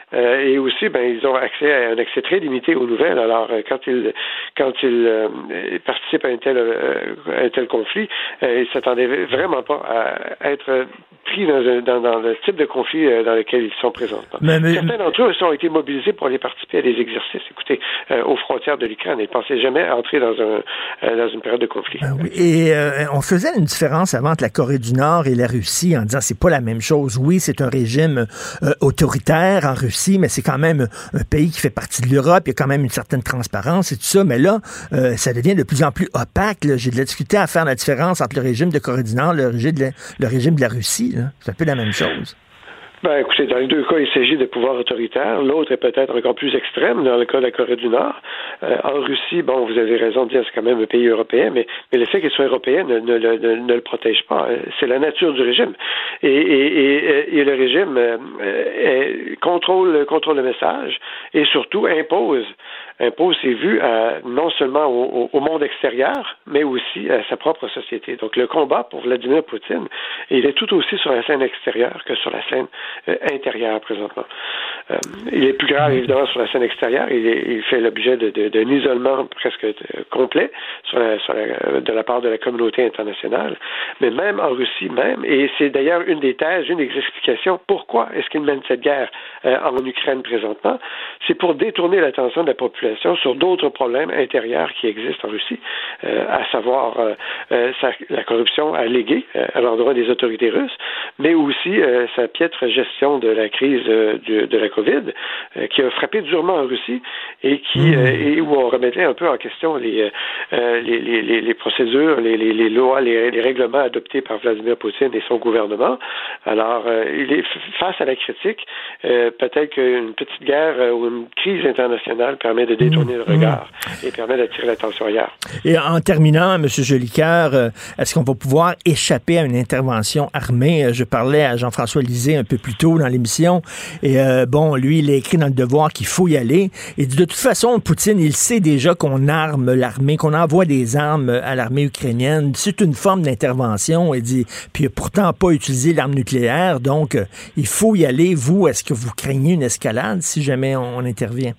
Euh, et aussi, ben, ils ont accès à un accès très limité aux nouvelles. Alors, euh, quand ils quand ils euh, participent à un tel euh, à un tel conflit, euh, ils s'attendaient vraiment pas à être pris dans, un, dans, dans le type de conflit euh, dans lequel ils sont présents. Mais, mais, Certains d'entre eux ont été mobilisés pour aller participer à des exercices, écoutez, euh, aux frontières de l'Ukraine. Ils ne pensaient jamais entrer dans un euh, dans une période de conflit. Ben oui. Et euh, on faisait une différence avant entre la Corée du Nord et la Russie en disant c'est pas la même chose. Oui, c'est un régime euh, autoritaire en Russie, mais c'est quand même un pays qui fait partie de l'Europe. Il y a quand même une certaine transparence et tout ça. Mais là, euh, ça devient de plus en plus opaque. Là. J'ai de la difficulté à faire la différence entre le régime de Corée du Nord et le régime de la, le régime de la Russie. Là. C'est un peu la même chose. Ben, écoutez, dans les deux cas, il s'agit de pouvoirs autoritaires. L'autre est peut-être encore plus extrême dans le cas de la Corée du Nord. Euh, en Russie, bon, vous avez raison de dire que c'est quand même un pays européen, mais, mais le fait qu'il soit européen ne, ne, ne, ne le protège pas. C'est la nature du régime. Et, et, et, et le régime euh, euh, contrôle, contrôle le message et surtout impose impose ses vues à, non seulement au, au monde extérieur, mais aussi à sa propre société. Donc, le combat pour Vladimir Poutine, il est tout aussi sur la scène extérieure que sur la scène euh, intérieure présentement. Euh, il est plus grave, évidemment, sur la scène extérieure. Il, est, il fait l'objet de, de, d'un isolement presque de, complet sur la, sur la, de la part de la communauté internationale. Mais même en Russie même, et c'est d'ailleurs une des thèses, une des explications, pourquoi est-ce qu'il mène cette guerre euh, en Ukraine présentement, c'est pour détourner l'attention de la population sur d'autres problèmes intérieurs qui existent en Russie, euh, à savoir euh, euh, sa, la corruption alléguée euh, à l'endroit des autorités russes, mais aussi euh, sa piètre gestion de la crise euh, du, de la COVID, euh, qui a frappé durement en Russie et qui euh, et où on remettait un peu en question les euh, les, les, les, les procédures, les, les, les lois, les, les règlements adoptés par Vladimir Poutine et son gouvernement. Alors, euh, il est face à la critique. Euh, peut-être qu'une petite guerre euh, ou une crise internationale permet de détourner le regard et permet d'attirer l'attention ailleurs. Et en terminant, M. Jolicoeur, euh, est-ce qu'on va pouvoir échapper à une intervention armée? Je parlais à Jean-François Lisée un peu plus tôt dans l'émission, et euh, bon, lui, il a écrit dans Le Devoir qu'il faut y aller. Et de toute façon, Poutine, il sait déjà qu'on arme l'armée, qu'on envoie des armes à l'armée ukrainienne. C'est une forme d'intervention, il dit. Puis il n'a pourtant pas utilisé l'arme nucléaire, donc euh, il faut y aller. Vous, est-ce que vous craignez une escalade si jamais on, on intervient?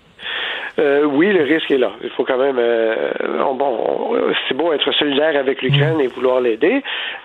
Euh, oui, le risque est là. Il faut quand même... Euh, bon, c'est beau être solidaire avec l'Ukraine et vouloir l'aider.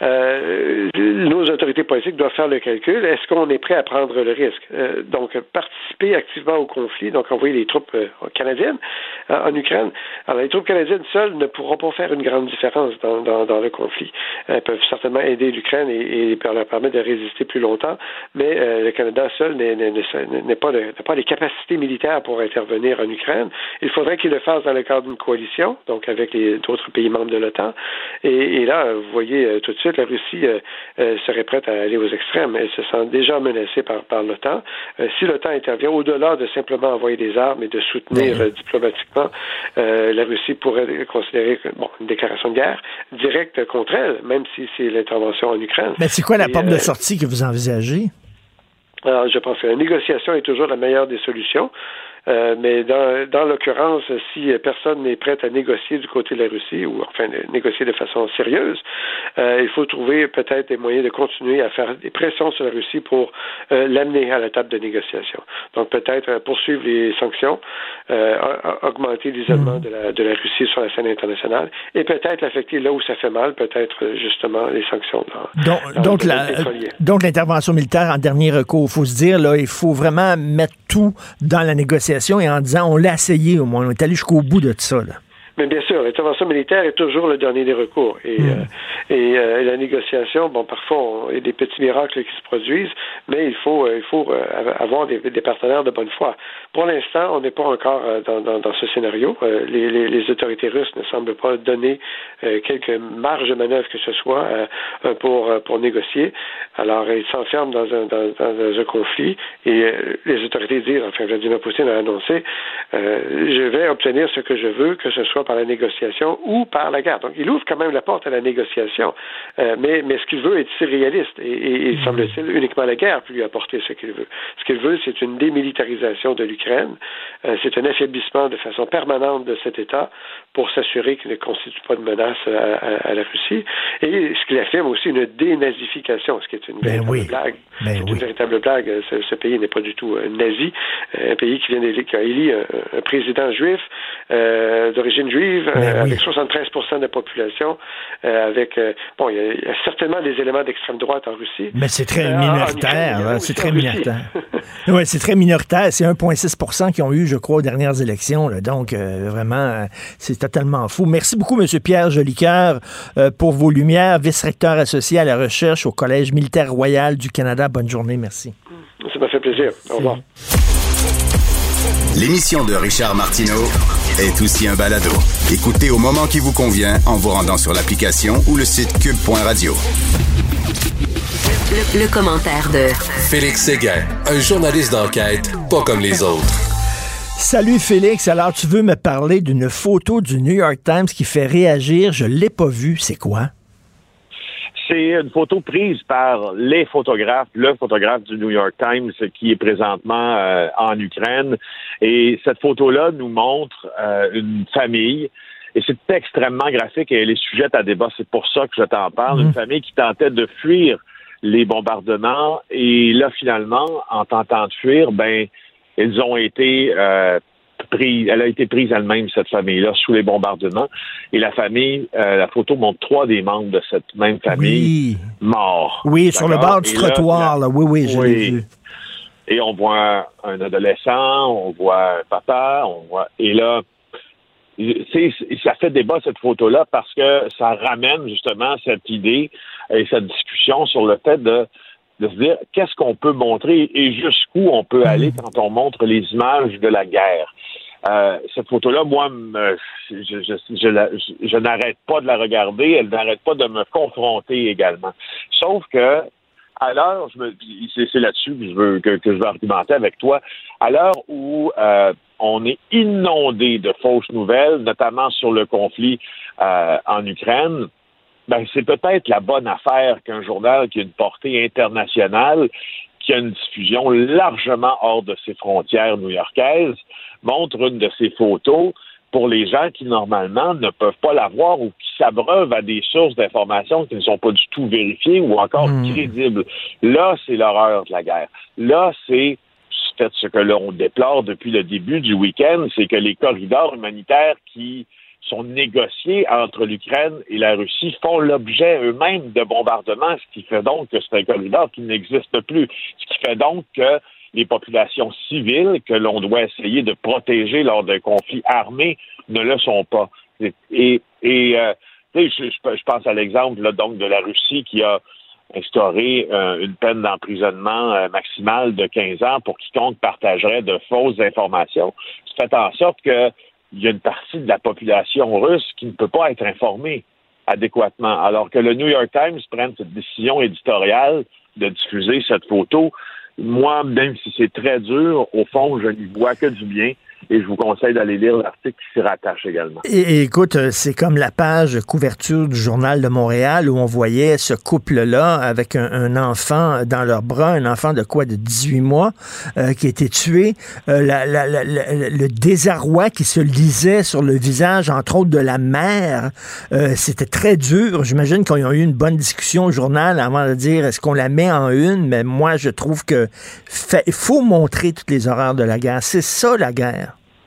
Euh, nos autorités politiques doivent faire le calcul. Est-ce qu'on est prêt à prendre le risque? Euh, donc, participer activement au conflit, donc envoyer des troupes euh, canadiennes euh, en Ukraine. Alors, les troupes canadiennes seules ne pourront pas faire une grande différence dans, dans, dans le conflit. Elles peuvent certainement aider l'Ukraine et, et leur permettre de résister plus longtemps, mais euh, le Canada seul n'est, n'est, n'est, pas de, n'a pas les capacités militaires pour intervenir en Ukraine. Il faudrait qu'il le fasse dans le cadre d'une coalition, donc avec les d'autres pays membres de l'OTAN. Et, et là, vous voyez euh, tout de suite, la Russie euh, euh, serait prête à aller aux extrêmes. Elle se sent déjà menacée par, par l'OTAN. Euh, si l'OTAN intervient, au-delà de simplement envoyer des armes et de soutenir euh, diplomatiquement, euh, la Russie pourrait considérer bon, une déclaration de guerre directe contre elle, même si c'est l'intervention en Ukraine. Mais c'est quoi la et, porte euh, de sortie que vous envisagez? Alors, je pense que la négociation est toujours la meilleure des solutions. Euh, mais dans, dans l'occurrence, si personne n'est prêt à négocier du côté de la Russie, ou enfin négocier de façon sérieuse, euh, il faut trouver peut-être des moyens de continuer à faire des pressions sur la Russie pour euh, l'amener à la table de négociation. Donc peut-être euh, poursuivre les sanctions, euh, augmenter l'isolement de la, de la Russie sur la scène internationale, et peut-être l'affecter là où ça fait mal, peut-être justement les sanctions. Dans, donc, dans donc, la, donc l'intervention militaire en dernier recours, il faut se dire, là, il faut vraiment mettre tout dans la négociation et en disant on l'a essayé au moins, on est allé jusqu'au bout de ça, là. Mais bien sûr, l'intervention militaire est toujours le dernier des recours. Et, mmh. euh, et, euh, et la négociation, bon, parfois, il y a des petits miracles qui se produisent, mais il faut, euh, il faut euh, avoir des, des partenaires de bonne foi. Pour l'instant, on n'est pas encore euh, dans, dans, dans ce scénario. Euh, les, les, les autorités russes ne semblent pas donner euh, quelque marge de manœuvre que ce soit euh, pour, euh, pour négocier. Alors, ils s'enferment dans un, dans, dans un conflit et euh, les autorités disent, enfin, Vladimir Poutine a annoncé, euh, je vais obtenir ce que je veux, que ce soit par la négociation ou par la guerre. Donc, il ouvre quand même la porte à la négociation, euh, mais, mais ce qu'il veut est si réaliste et, et, et semble-t-il, uniquement la guerre peut lui apporter ce qu'il veut. Ce qu'il veut, c'est une démilitarisation de l'Ukraine, euh, c'est un affaiblissement de façon permanente de cet État pour s'assurer qu'il ne constitue pas de menace à, à, à la Russie. Et ce qu'il affirme aussi, une dénazification, ce qui est une ben véritable oui. blague. Ben c'est oui. une véritable blague. Ce, ce pays n'est pas du tout euh, nazi. Un pays qui vient d'élire, qui a élu un, un président juif euh, d'origine juive, ben euh, oui. avec soixante-treize pour cent de la population, euh, avec euh, bon, il y, a, il y a certainement des éléments d'extrême droite en Russie. Mais c'est très euh, minoritaire. Ukraine, C'est très en minoritaire. Oui, c'est très minoritaire. C'est un virgule six pour cent qui ont eu, je crois, aux dernières élections. Là. Donc, euh, vraiment, euh, c'est totalement fou. Merci beaucoup, M. Pierre Jolicoeur, euh, pour vos lumières, vice-recteur associé à la recherche au Collège militaire royal du Canada. Bonne journée. Merci. Ça m'a fait plaisir. Au revoir. L'émission de Richard Martineau est aussi un balado. Écoutez au moment qui vous convient en vous rendant sur l'application ou le site cube point radio. Le, le commentaire de Félix Séguin, un journaliste d'enquête pas comme les autres. Salut Félix, alors tu veux me parler d'une photo du New York Times qui fait réagir, je l'ai pas vue, c'est quoi? C'est une photo prise par les photographes, le photographe du New York Times qui est présentement euh, en Ukraine. Et cette photo-là nous montre euh, une famille. Et c'est extrêmement graphique et elle est sujette à débat. C'est pour ça que je t'en parle. Mmh. Une famille qui tentait de fuir les bombardements. Et là, finalement, en tentant de fuir, ben, ils ont été euh, pris. Elle a été prise elle-même, cette famille-là, sous les bombardements. Et la famille, euh, la photo montre trois des membres de cette même famille oui. morts. Oui, D'accord? Sur le bord du et trottoir, là, là. Oui, oui, je oui. l'ai vu. Et on voit un adolescent, on voit un papa, on voit. Et là, c'est, ça fait débat, cette photo-là, parce que ça ramène justement cette idée et cette discussion sur le fait de, de se dire qu'est-ce qu'on peut montrer et jusqu'où on peut aller quand on montre les images de la guerre. Euh, cette photo-là, moi, me, je, je, je, la, je, je n'arrête pas de la regarder, elle n'arrête pas de me confronter également. Sauf que, à l'heure, je me, c'est, c'est là-dessus que je veux que, que je veux argumenter avec toi, à l'heure où euh, on est inondé de fausses nouvelles, notamment sur le conflit euh, en Ukraine, ben c'est peut-être la bonne affaire qu'un journal qui a une portée internationale, qui a une diffusion largement hors de ses frontières new-yorkaises, montre une de ses photos pour les gens qui, normalement, ne peuvent pas la voir ou qui s'abreuvent à des sources d'informations qui ne sont pas du tout vérifiées ou encore mmh. crédibles. Là, c'est l'horreur de la guerre. Là, c'est peut-être ce que l'on déplore depuis le début du week-end, c'est que les corridors humanitaires qui sont négociés entre l'Ukraine et la Russie font l'objet eux-mêmes de bombardements, ce qui fait donc que c'est un corridor qui n'existe plus. Ce qui fait donc que les populations civiles que l'on doit essayer de protéger lors d'un conflit armé ne le sont pas. Et, et, et euh, je, je pense à l'exemple là, donc de la Russie qui a instauré euh, une peine d'emprisonnement euh, maximale de quinze ans pour quiconque partagerait de fausses informations. Ça fait en sorte que il y a une partie de la population russe qui ne peut pas être informée adéquatement. Alors que le New York Times prenne cette décision éditoriale de diffuser cette photo, moi, même si c'est très dur, au fond, je n'y vois que du bien. Et je vous conseille d'aller lire l'article qui s'y rattache également. Et, et écoute, c'est comme la page couverture du Journal de Montréal où on voyait ce couple-là avec un, un enfant dans leurs bras, un enfant de quoi, de dix-huit mois, euh, qui a été tué. Euh, la, la, la, la, le désarroi qui se lisait sur le visage, entre autres, de la mère. Euh, c'était très dur. J'imagine qu'ils ont eu une bonne discussion au journal avant de dire est-ce qu'on la met en une, mais moi, je trouve que fait, il faut montrer toutes les horreurs de la guerre. C'est ça, la guerre.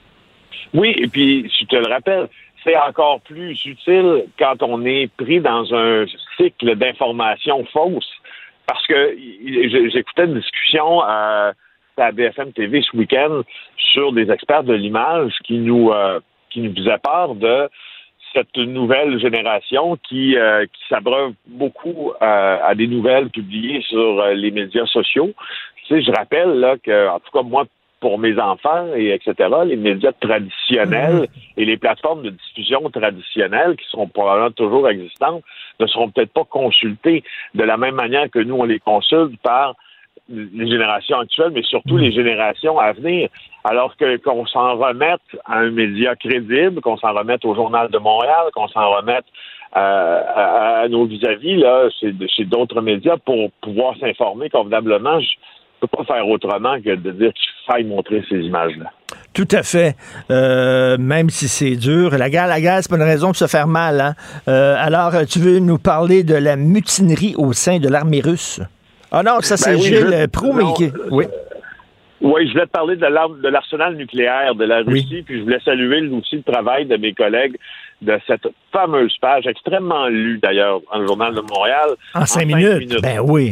Oui, et puis, je te le rappelle, c'est encore plus utile quand on est pris dans un cycle d'informations fausses. Parce que j'écoutais une discussion à, à B F M T V ce week-end sur des experts de l'image qui nous, euh, qui nous faisaient part de cette nouvelle génération qui, euh, qui s'abreuve beaucoup euh, à des nouvelles publiées sur euh, les médias sociaux. Tu sais, je rappelle là que, en tout cas, moi, pour mes enfants, et et cetera, les médias traditionnels mmh. et les plateformes de diffusion traditionnelles qui seront probablement toujours existantes ne seront peut-être pas consultées de la même manière que nous, on les consulte par les générations actuelles, mais surtout mmh. les générations à venir. Alors que qu'on s'en remette à un média crédible, qu'on s'en remette au Journal de Montréal, qu'on s'en remette euh, à, à nos vis-à-vis là, chez, chez d'autres médias pour pouvoir s'informer convenablement. Je, ne peut pas faire autrement que de dire qu'il faille montrer ces images-là. Tout à fait. Euh, même si c'est dur. La guerre, la guerre, c'est pas une raison de se faire mal. Hein? Euh, alors, tu veux nous parler de la mutinerie au sein de l'armée russe? Ah non, ça, c'est ben oui, Gilles je... Proulx, mais qui... Oui. Oui, je voulais te parler de, l'ar- de l'arsenal nucléaire de la Russie, oui. Puis je voulais saluer aussi le travail de mes collègues de cette fameuse page, extrêmement lue d'ailleurs, dans le Journal de Montréal. En, en cinq, cinq minutes. minutes. Ben oui.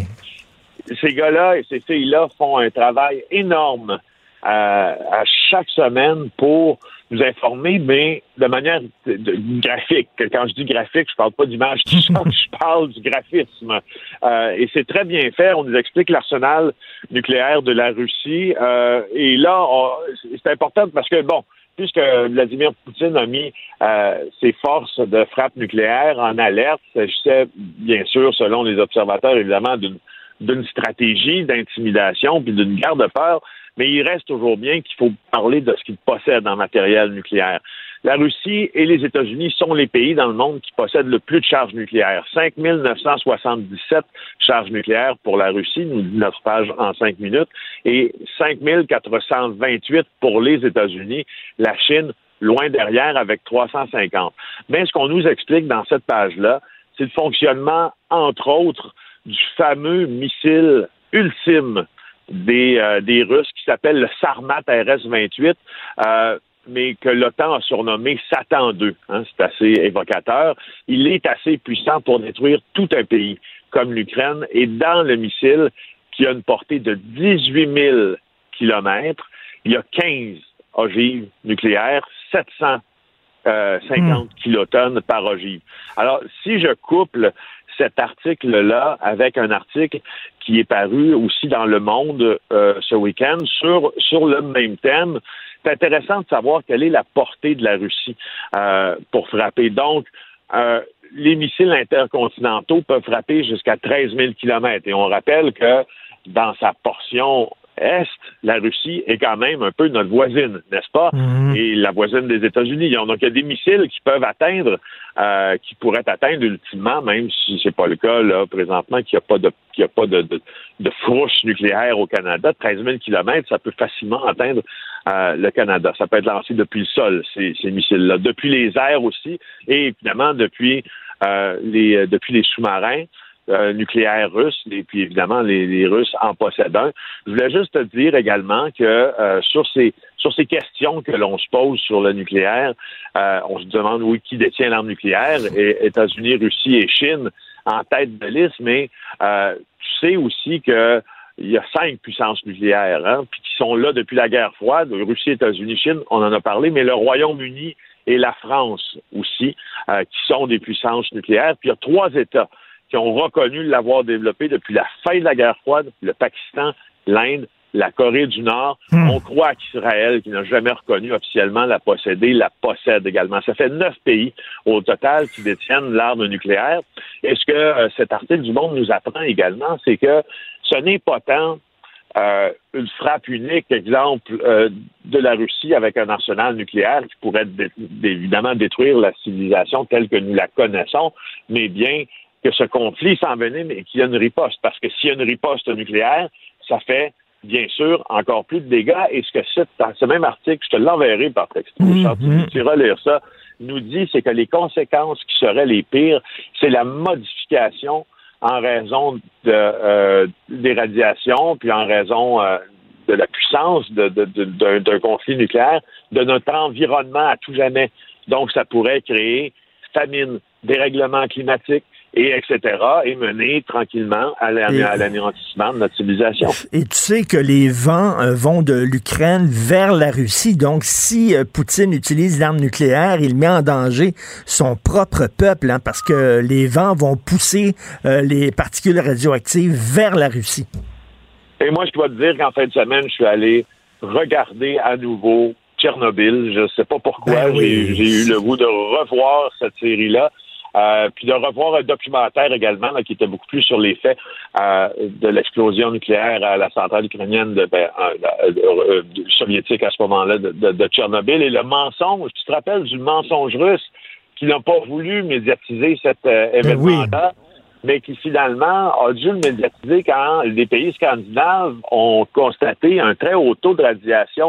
Ces gars-là et ces filles-là font un travail énorme à, à chaque semaine pour nous informer, mais de manière de, de, graphique. Quand je dis graphique, je parle pas d'image qui chante, je parle du graphisme. Euh, et c'est très bien fait. On nous explique l'arsenal nucléaire de la Russie. Euh, et là, on, c'est important parce que, bon, puisque Vladimir Poutine a mis euh, ses forces de frappe nucléaire en alerte, il s'agissait, bien sûr, selon les observateurs, évidemment, d'une, d'une stratégie d'intimidation puis d'une guerre de peur. Mais il reste toujours bien qu'il faut parler de ce qu'ils possèdent en matériel nucléaire. La Russie et les États-Unis sont les pays dans le monde qui possèdent le plus de charges nucléaires. cinq mille neuf cent soixante-dix-sept charges nucléaires pour la Russie, nous dit notre page en cinq minutes, et cinq mille quatre cent vingt-huit pour les États-Unis. La Chine, loin derrière, avec trois cent cinquante. Mais ce qu'on nous explique dans cette page-là, c'est le fonctionnement, entre autres, du fameux missile ultime des, euh, des Russes qui s'appelle le Sarmat R S vingt-huit, euh, mais que l'OTAN a surnommé Satan deux. Hein, c'est assez évocateur. Il est assez puissant pour détruire tout un pays, comme l'Ukraine, et dans le missile, qui a une portée de dix-huit mille kilomètres, il y a quinze ogives nucléaires, sept cent cinquante mmh. kilotonnes par ogive. Alors, si je couple cet article-là avec un article qui est paru aussi dans Le Monde euh, ce week-end sur, sur le même thème, c'est intéressant de savoir quelle est la portée de la Russie euh, pour frapper. Donc, euh, les missiles intercontinentaux peuvent frapper jusqu'à treize mille kilomètres. Et on rappelle que dans sa portion Est, la Russie est quand même un peu notre voisine, n'est-ce pas? Mmh. Et la voisine des États-Unis. Donc, il y a des missiles qui peuvent atteindre, euh, qui pourraient atteindre ultimement, même si c'est pas le cas, là, présentement, qu'il n'y a pas de, qu'il y a pas de, de, de frousse nucléaire au Canada. treize mille kilomètres, ça peut facilement atteindre euh, le Canada. Ça peut être lancé depuis le sol, ces, ces missiles-là. Depuis les airs aussi, et évidemment, depuis, euh, les, depuis les sous-marins. Euh, nucléaire russe, et puis évidemment les, les Russes en possèdent un. Je voulais juste te dire également que euh, sur ces sur ces questions que l'on se pose sur le nucléaire, euh, on se demande oui qui détient l'arme nucléaire, et États-Unis, Russie et Chine en tête de liste, mais euh, tu sais aussi que il y a cinq puissances nucléaires, hein, puis qui sont là depuis la guerre froide, Russie, États-Unis, Chine, on en a parlé, mais le Royaume-Uni et la France aussi, euh, qui sont des puissances nucléaires. Puis il y a trois États qui ont reconnu l'avoir développé depuis la fin de la guerre froide, le Pakistan, l'Inde, la Corée du Nord. Mmh. On croit qu'Israël, qui n'a jamais reconnu officiellement la posséder, la possède également. Ça fait neuf pays au total qui détiennent l'arme nucléaire. Et ce que euh, cet article du Monde nous apprend également, c'est que ce n'est pas tant euh, une frappe unique, exemple, euh, de la Russie avec un arsenal nucléaire qui pourrait dé- évidemment détruire la civilisation telle que nous la connaissons, mais bien que ce conflit s'envenime et qu'il y a une riposte. Parce que s'il y a une riposte nucléaire, ça fait, bien sûr, encore plus de dégâts. Et ce que c'est dans ce même article, je te l'enverrai par texte, mm-hmm. tu iras lire ça, nous dit, c'est que les conséquences qui seraient les pires, c'est la modification en raison de, euh, des radiations, puis en raison euh, de la puissance de, de, de, d'un, d'un conflit nucléaire, de notre environnement à tout jamais. Donc, ça pourrait créer famine, dérèglement climatique, et et cetera, et mener tranquillement à, l'an- et, à l'anéantissement de notre civilisation. Et tu sais que les vents euh, vont de l'Ukraine vers la Russie, donc si euh, Poutine utilise l'arme nucléaire, il met en danger son propre peuple, hein, parce que les vents vont pousser euh, les particules radioactives vers la Russie. Et moi, je dois te dire qu'en fin de semaine, je suis allé regarder à nouveau Tchernobyl. Je ne sais pas pourquoi, ben oui. j'ai, j'ai eu le goût de revoir cette série-là. Euh, puis de revoir un documentaire également là, qui était beaucoup plus sur les faits euh, de l'explosion nucléaire à la centrale ukrainienne de, ben, euh, euh, de, soviétique à ce moment-là de, de, de Tchernobyl, et le mensonge, tu te rappelles du mensonge russe qui n'a pas voulu médiatiser cet euh, événement-là, oui. mais qui finalement a dû le médiatiser quand les pays scandinaves ont constaté un très haut taux de radiation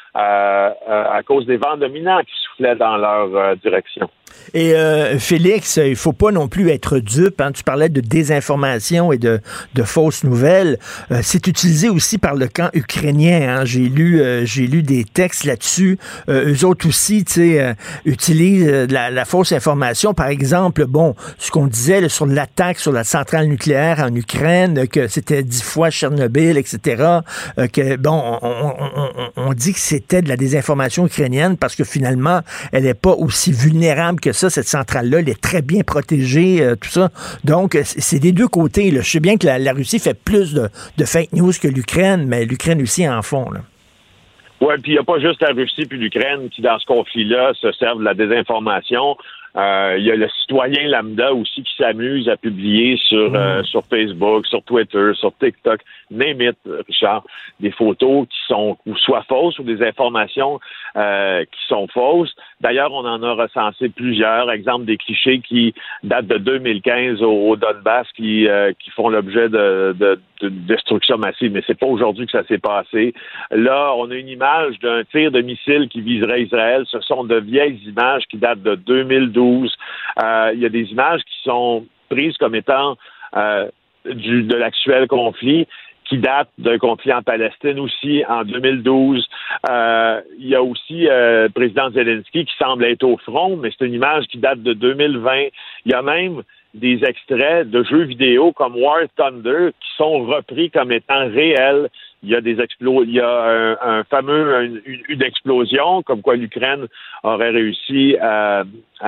euh, euh, à cause des vents dominants qui soufflaient dans leur euh, direction. Et euh, Félix, il faut pas non plus être dupe. Hein. Tu parlais de désinformation et de, de fausses nouvelles. Euh, c'est utilisé aussi par le camp ukrainien. Hein. J'ai lu, euh, j'ai lu des textes là-dessus. Euh, eux autres aussi, tu sais, euh, utilisent la, la fausse information. Par exemple, bon, ce qu'on disait là, sur l'attaque sur la centrale nucléaire en Ukraine, que c'était dix fois Tchernobyl, et cetera. Euh, que bon, on, on, on, on dit que c'était de la désinformation ukrainienne parce que finalement, elle n'est pas aussi vulnérable que ça, cette centrale-là, elle est très bien protégée, euh, tout ça. Donc, c'est des deux côtés. Là. Je sais bien que la, la Russie fait plus de, de fake news que l'Ukraine, mais l'Ukraine aussi en font. Oui, puis il n'y a pas juste la Russie puis l'Ukraine qui, dans ce conflit-là, se servent de la désinformation. Il euh, y a le citoyen lambda aussi qui s'amuse à publier sur, euh, sur Facebook, sur Twitter, sur TikTok, name it, Richard, des photos qui sont ou soit fausses ou des informations euh, qui sont fausses. D'ailleurs, on en a recensé plusieurs, exemple des clichés qui datent de deux mille quinze au, au Donbass qui, euh, qui font l'objet de, de, de destruction massive, mais c'est pas aujourd'hui que ça s'est passé. Là, on a une image d'un tir de missile qui viserait Israël. Ce sont de vieilles images qui datent de deux mille douze. Euh, il y a des images qui sont prises comme étant euh, du, de l'actuel conflit, qui date d'un conflit en Palestine aussi, en deux mille douze. Euh, il y a aussi euh, le président Zelensky qui semble être au front, mais c'est une image qui date de deux mille vingt. Il y a même des extraits de jeux vidéo comme War Thunder qui sont repris comme étant réels. Il y a des explos- il y a un, un fameux une, une explosion comme quoi l'Ukraine aurait réussi à,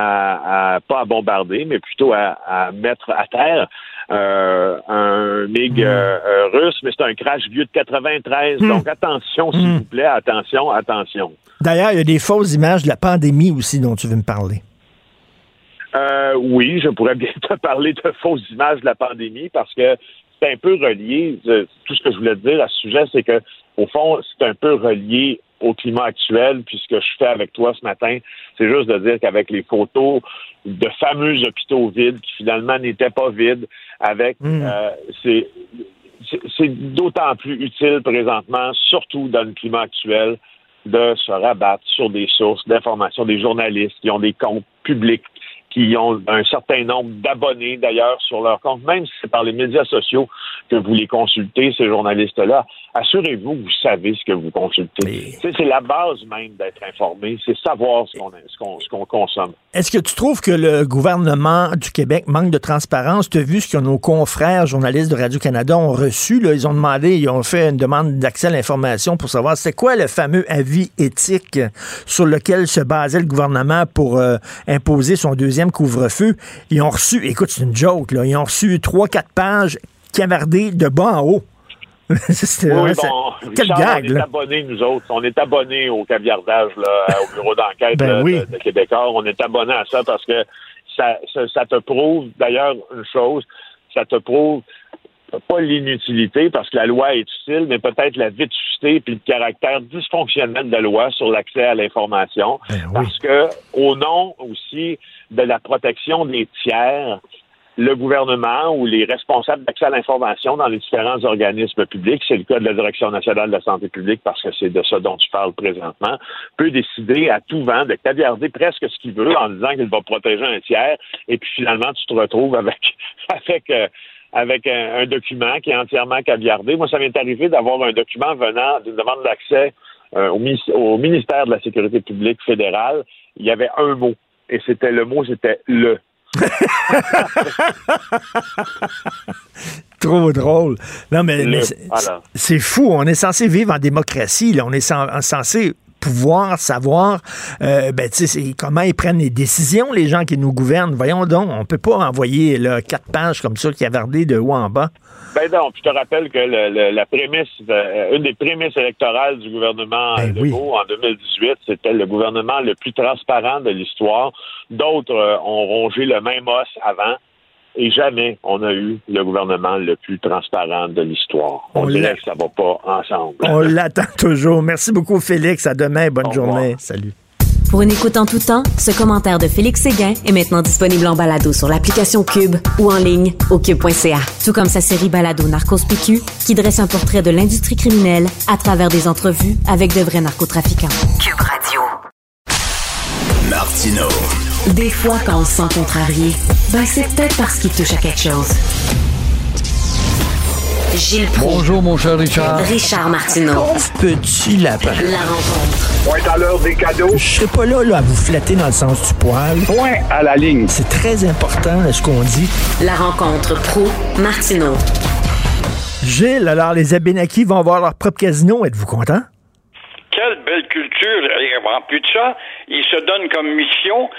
à, à pas à bombarder, mais plutôt à, à mettre à terre euh, un MiG euh, euh, russe, mais c'est un crash vieux de quatre-vingt-treize. Mm. Donc attention, s'il mm. vous plaît, attention, attention. D'ailleurs, il y a des fausses images de la pandémie aussi dont tu veux me parler. Euh, oui, je pourrais bien te parler de fausses images de la pandémie parce que c'est un peu relié. Tout ce que je voulais te dire à ce sujet, c'est que au fond, c'est un peu relié au climat actuel. Puis ce que je fais avec toi ce matin, c'est juste de dire qu'avec les photos de fameux hôpitaux vides qui finalement n'étaient pas vides, avec mmh. euh, c'est, c'est, c'est d'autant plus utile présentement, surtout dans le climat actuel, de se rabattre sur des sources d'information, des journalistes qui ont des comptes publics, qui ont un certain nombre d'abonnés, d'ailleurs, sur leur compte, même si c'est par les médias sociaux que vous les consultez, ces journalistes-là. Assurez-vous que vous savez ce que vous consultez. Mais... C'est, c'est la base même d'être informé, c'est savoir ce qu'on, ce qu'on, ce qu'on consomme. Est-ce que tu trouves que le gouvernement du Québec manque de transparence? Tu as vu ce que nos confrères journalistes de Radio-Canada ont reçu. Là, ils ont demandé, ils ont fait une demande d'accès à l'information pour savoir c'est quoi le fameux avis éthique sur lequel se basait le gouvernement pour euh, imposer son deuxième couvre-feu. Ils ont reçu, écoute, c'est une joke, là, ils ont reçu trois quatre pages cavardées de bas en haut. C'était, oui, ça, bon, quel Richard, gag, on est là. abonnés, nous autres. On est abonnés au caviardage là, au bureau d'enquête ben là, oui. de, de Québécois. On est abonnés à ça parce que ça, ça, ça te prouve, d'ailleurs, une chose, ça te prouve pas l'inutilité, parce que la loi est utile, mais peut-être la vétusté puis le caractère dysfonctionnel de la loi sur l'accès à l'information. Ben oui. Parce que, au nom aussi de la protection des tiers, le gouvernement ou les responsables d'accès à l'information dans les différents organismes publics, c'est le cas de la Direction nationale de la santé publique parce que c'est de ça dont tu parles présentement, peut décider à tout vent de caviarder presque ce qu'il veut en disant qu'il va protéger un tiers et puis finalement tu te retrouves avec avec euh, avec un, un document qui est entièrement caviardé. Moi, ça m'est arrivé d'avoir un document venant d'une demande d'accès euh, au, au ministère de la Sécurité publique fédérale. Il y avait un mot et c'était le mot, c'était le. Trop drôle. Non, mais, Le, mais c'est, c'est fou. On est censé vivre en démocratie. Là. On est sans, censé pouvoir savoir euh, ben, c'est, comment ils prennent les décisions, les gens qui nous gouvernent. Voyons donc, on peut pas envoyer là, quatre pages comme ça cavardées de haut en bas. Ben non, je te rappelle que le, le, la prémisse, euh, une des prémisses électorales du gouvernement ben Legault oui. en deux mille dix-huit, c'était le gouvernement le plus transparent de l'histoire. D'autres euh, ont rongé le même os avant. Et jamais on a eu le gouvernement le plus transparent de l'histoire. On, on dirait que ça va pas ensemble. On l'attend toujours. Merci beaucoup, Félix. À demain. Bonne Au journée. revoir. Salut. Pour une écoute en tout temps, ce commentaire de Félix Séguin est maintenant disponible en balado sur l'application Cube ou en ligne au cube point c a. Tout comme sa série balado Narcos P Q, qui dresse un portrait de l'industrie criminelle à travers des entrevues avec de vrais narcotrafiquants. Cube Radio. Martino. Des fois, quand on se sent contrarié, ben c'est peut-être parce qu'il touche à quelque chose. Gilles Proulx. Bonjour, mon cher Richard. Richard Martineau. Pauvre petit lapin. La rencontre. Point à l'heure des cadeaux. Je serai pas là, là à vous flatter dans le sens du poil. Point à la ligne. C'est très important, là, ce qu'on dit. La rencontre Proulx-Martineau. Gilles, alors les Abénakis vont avoir leur propre casino. Êtes-vous content? Quelle belle culture. Et en plus de ça, ils se donnent comme mission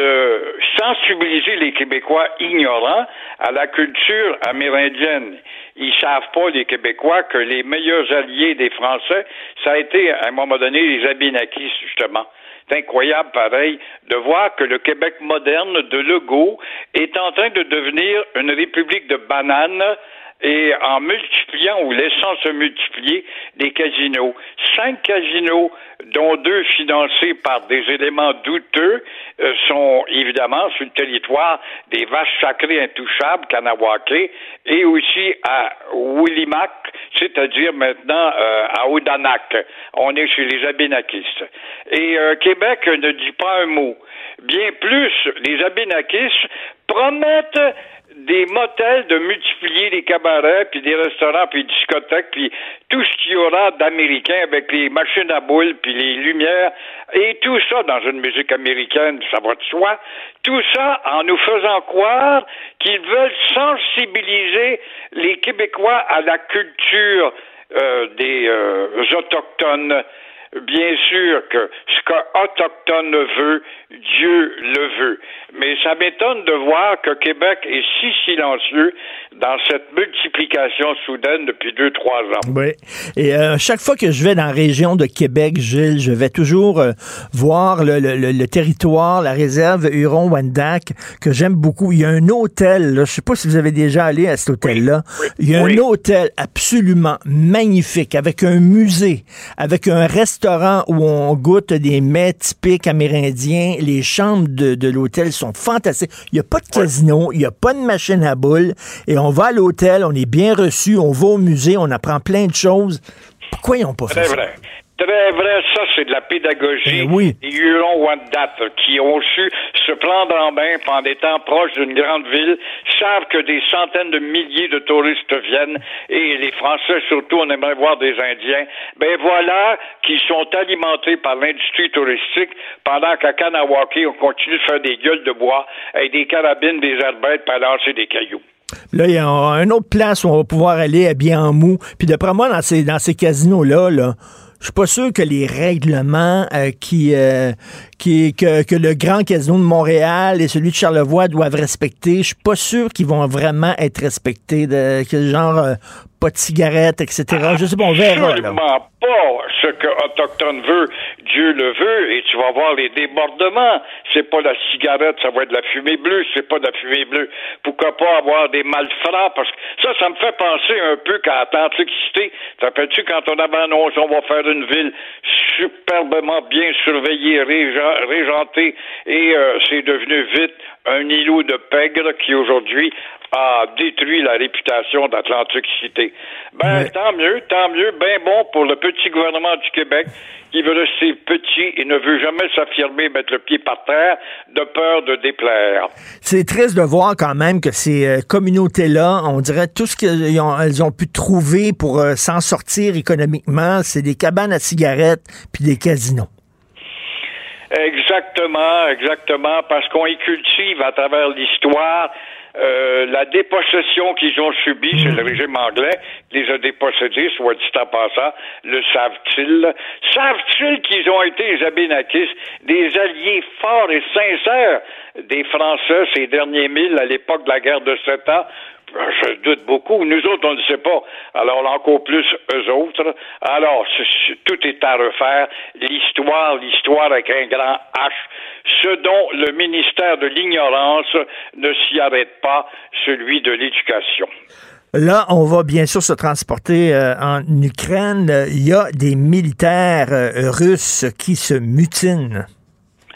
de sensibiliser les Québécois ignorants à la culture amérindienne. Ils savent pas, les Québécois, que les meilleurs alliés des Français, ça a été, à un moment donné, les Abénakis, justement. C'est incroyable, pareil, de voir que le Québec moderne de Legault est en train de devenir une république de bananes et en multipliant ou laissant se multiplier des casinos. Cinq casinos, dont deux financés par des éléments douteux, euh, sont évidemment sur le territoire des vaches sacrées intouchables, Kanawake, et aussi à Willimac, c'est-à-dire maintenant euh, à Odanak. On est chez les Abénakistes. Et euh, Québec ne dit pas un mot. Bien plus, les Abénakistes promettent des motels de multiplier les cabarets, puis des restaurants, puis des discothèques, puis tout ce qu'il y aura d'américain avec les machines à boules, puis les lumières, et tout ça dans une musique américaine, ça va de soi, tout ça en nous faisant croire qu'ils veulent sensibiliser les Québécois à la culture euh, des euh, Autochtones. Bien sûr que ce qu'Autochtone veut, Dieu le veut. Mais ça m'étonne de voir que Québec est si silencieux dans cette multiplication soudaine depuis deux, trois ans. Oui. Et euh, chaque fois que je vais dans la région de Québec, Gilles, je vais toujours euh, voir le, le, le, le territoire, la réserve Huron-Wendat, que j'aime beaucoup. Il y a un hôtel, là, je ne sais pas si vous avez déjà allé à cet hôtel-là. Oui, oui, il y a oui. un hôtel absolument magnifique, avec un musée, avec un restaurant où on goûte des mets typiques amérindiens. Les chambres de, de l'hôtel sont fantastiques. Il n'y a pas de casino, il n'y a pas de machine à boules. Et on va à l'hôtel, on est bien reçu, on va au musée, on apprend plein de choses. Pourquoi ils n'ont pas fait Très ça? Vrai. Très vrai, ça c'est de la pédagogie. Eh oui. Les Huron-Wendat qui ont su se prendre en main en étant proches d'une grande ville, savent que des centaines de milliers de touristes viennent et les Français surtout, on aimerait voir des Indiens. Ben voilà qui sont alimentés par l'industrie touristique pendant qu'à Kanawake on continue de faire des gueules de bois avec des carabines, des arbalètes pour lancer des cailloux. Là, il y a une autre place où on va pouvoir aller habillé en mou. Puis d'après moi, dans ces, dans ces casinos-là, là, je suis pas sûr que les règlements euh, qui, euh, qui que, que le Grand Casino de Montréal et celui de Charlevoix doivent respecter, je suis pas sûr qu'ils vont vraiment être respectés. De, que genre euh, pas de cigarettes, et cetera. Je sais pas, on verra. Absolument pas ce que Autochtone veut, Dieu le veut, et tu vas voir les débordements. C'est pas la cigarette, ça va être de la fumée bleue, c'est pas de la fumée bleue. Pourquoi pas avoir des malfrats? Parce que ça, ça me fait penser un peu qu'à Atlantic City, te rappelles-tu quand on avait annoncé on va faire une ville superbement bien surveillée, rég- régentée, et euh, c'est devenu vite un îlot de pègre qui aujourd'hui a détruit la réputation d'Atlantic City. Ben, oui. tant mieux, tant mieux, ben bon pour le petit gouvernement du Québec qui veut rester petit et ne veut jamais s'affirmer, mettre le pied par terre, de peur de déplaire. C'est triste de voir quand même que ces euh, communautés-là, on dirait tout ce qu'elles ont, elles ont pu trouver pour euh, s'en sortir économiquement, c'est des cabanes à cigarettes puis des casinos. Exactement, exactement, parce qu'on y cultive à travers l'histoire euh, la dépossession qu'ils ont subie, c'est le régime anglais qui les a dépossédés, soit dit en passant, le savent-ils? Savent-ils qu'ils ont été, les Abénakis, des alliés forts et sincères des Français ces derniers milles à l'époque de la guerre de Sept Ans? Je doute beaucoup. Nous autres, on ne sait pas. Alors, encore plus eux autres. Alors, c- c- tout est à refaire. L'histoire, l'histoire avec un grand H. Ce dont le ministère de l'Ignorance ne s'y arrête pas, celui de l'Éducation. Là, on va bien sûr se transporter euh, en Ukraine. Il y a des militaires euh, russes qui se mutinent.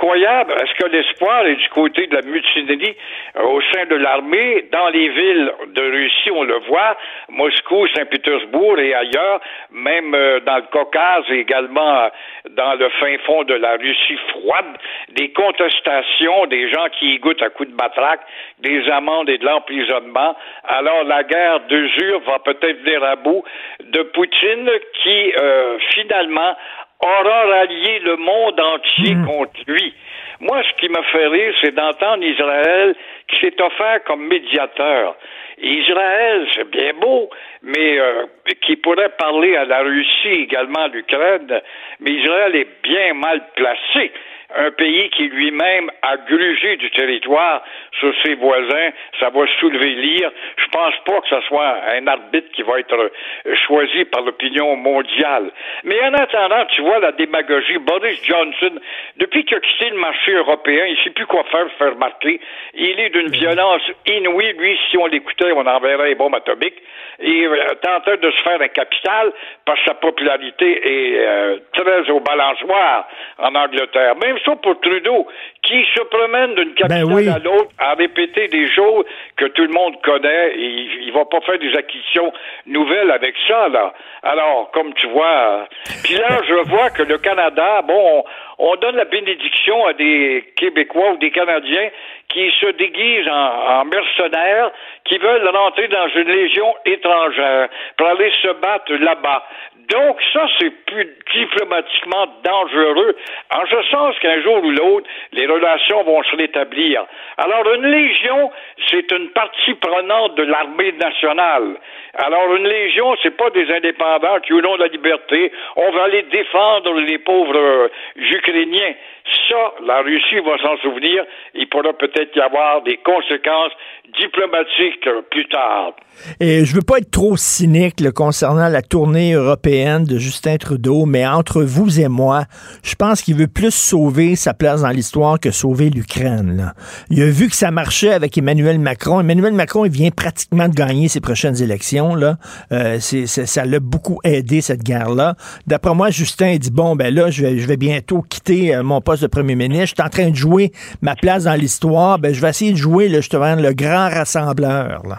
incroyable. Est-ce que l'espoir est du côté de la mutinerie euh, au sein de l'armée? Dans les villes de Russie, on le voit, Moscou, Saint-Pétersbourg et ailleurs, même euh, dans le Caucase et également euh, dans le fin fond de la Russie froide, des contestations, des gens qui y goûtent à coups de matraque, des amendes et de l'emprisonnement. Alors la guerre d'usure va peut-être venir à bout de Poutine qui, euh, finalement, aura rallié le monde entier mmh. contre lui. Moi, ce qui me fait rire, c'est d'entendre Israël qui s'est offert comme médiateur. Israël, c'est bien beau, mais euh, qui pourrait parler à la Russie, également à l'Ukraine, mais Israël est bien mal placé. Un pays qui lui-même a grugé du territoire sur ses voisins, ça va soulever l'ire. Je pense pas que ce soit un arbitre qui va être choisi par l'opinion mondiale. Mais en attendant, tu vois la démagogie. Boris Johnson, depuis qu'il a quitté le marché européen, il sait plus quoi faire pour faire remarquer. Il est d'une violence inouïe. Lui, si on l'écoutait, on enverrait les bombes atomiques. Et euh, tentait de se faire un capital parce que sa popularité est euh, très au balançoire en Angleterre. Même ça pour Trudeau, qui se promène d'une capitale ben oui. à l'autre à répéter des choses que tout le monde connaît. Et il, il va pas faire des acquisitions nouvelles avec ça, là. Alors, comme tu vois... Puis là, je vois que le Canada, bon, on, on donne la bénédiction à des Québécois ou des Canadiens qui se déguisent en, en mercenaires, qui veulent rentrer dans une légion étrangère pour aller se battre là-bas. Donc, ça, c'est plus diplomatiquement dangereux, en ce sens qu'un jour ou l'autre, les relations vont se rétablir. Alors, une légion, c'est une partie prenante de l'armée nationale. Alors, une légion, c'est pas des indépendants qui, au nom de la liberté, on va aller défendre les pauvres euh, Ukrainiens. Ça, la Russie va s'en souvenir. Il pourra peut-être y avoir des conséquences diplomatiques euh, plus tard. Et je veux pas être trop cynique là, concernant la tournée européenne de Justin Trudeau, mais entre vous et moi, je pense qu'il veut plus sauver sa place dans l'histoire que sauver l'Ukraine. Là. Il a vu que ça marchait avec Emmanuel Macron. Emmanuel Macron, il vient pratiquement de gagner ses prochaines élections. Là. Euh, c'est, c'est, ça l'a beaucoup aidé, cette guerre-là. D'après moi, Justin il dit, bon, ben là, je vais, je vais bientôt quitter euh, mon poste de premier ministre. Je suis en train de jouer ma place dans l'histoire. Ben, je vais essayer de jouer, là, justement, le grand rassembleur, là.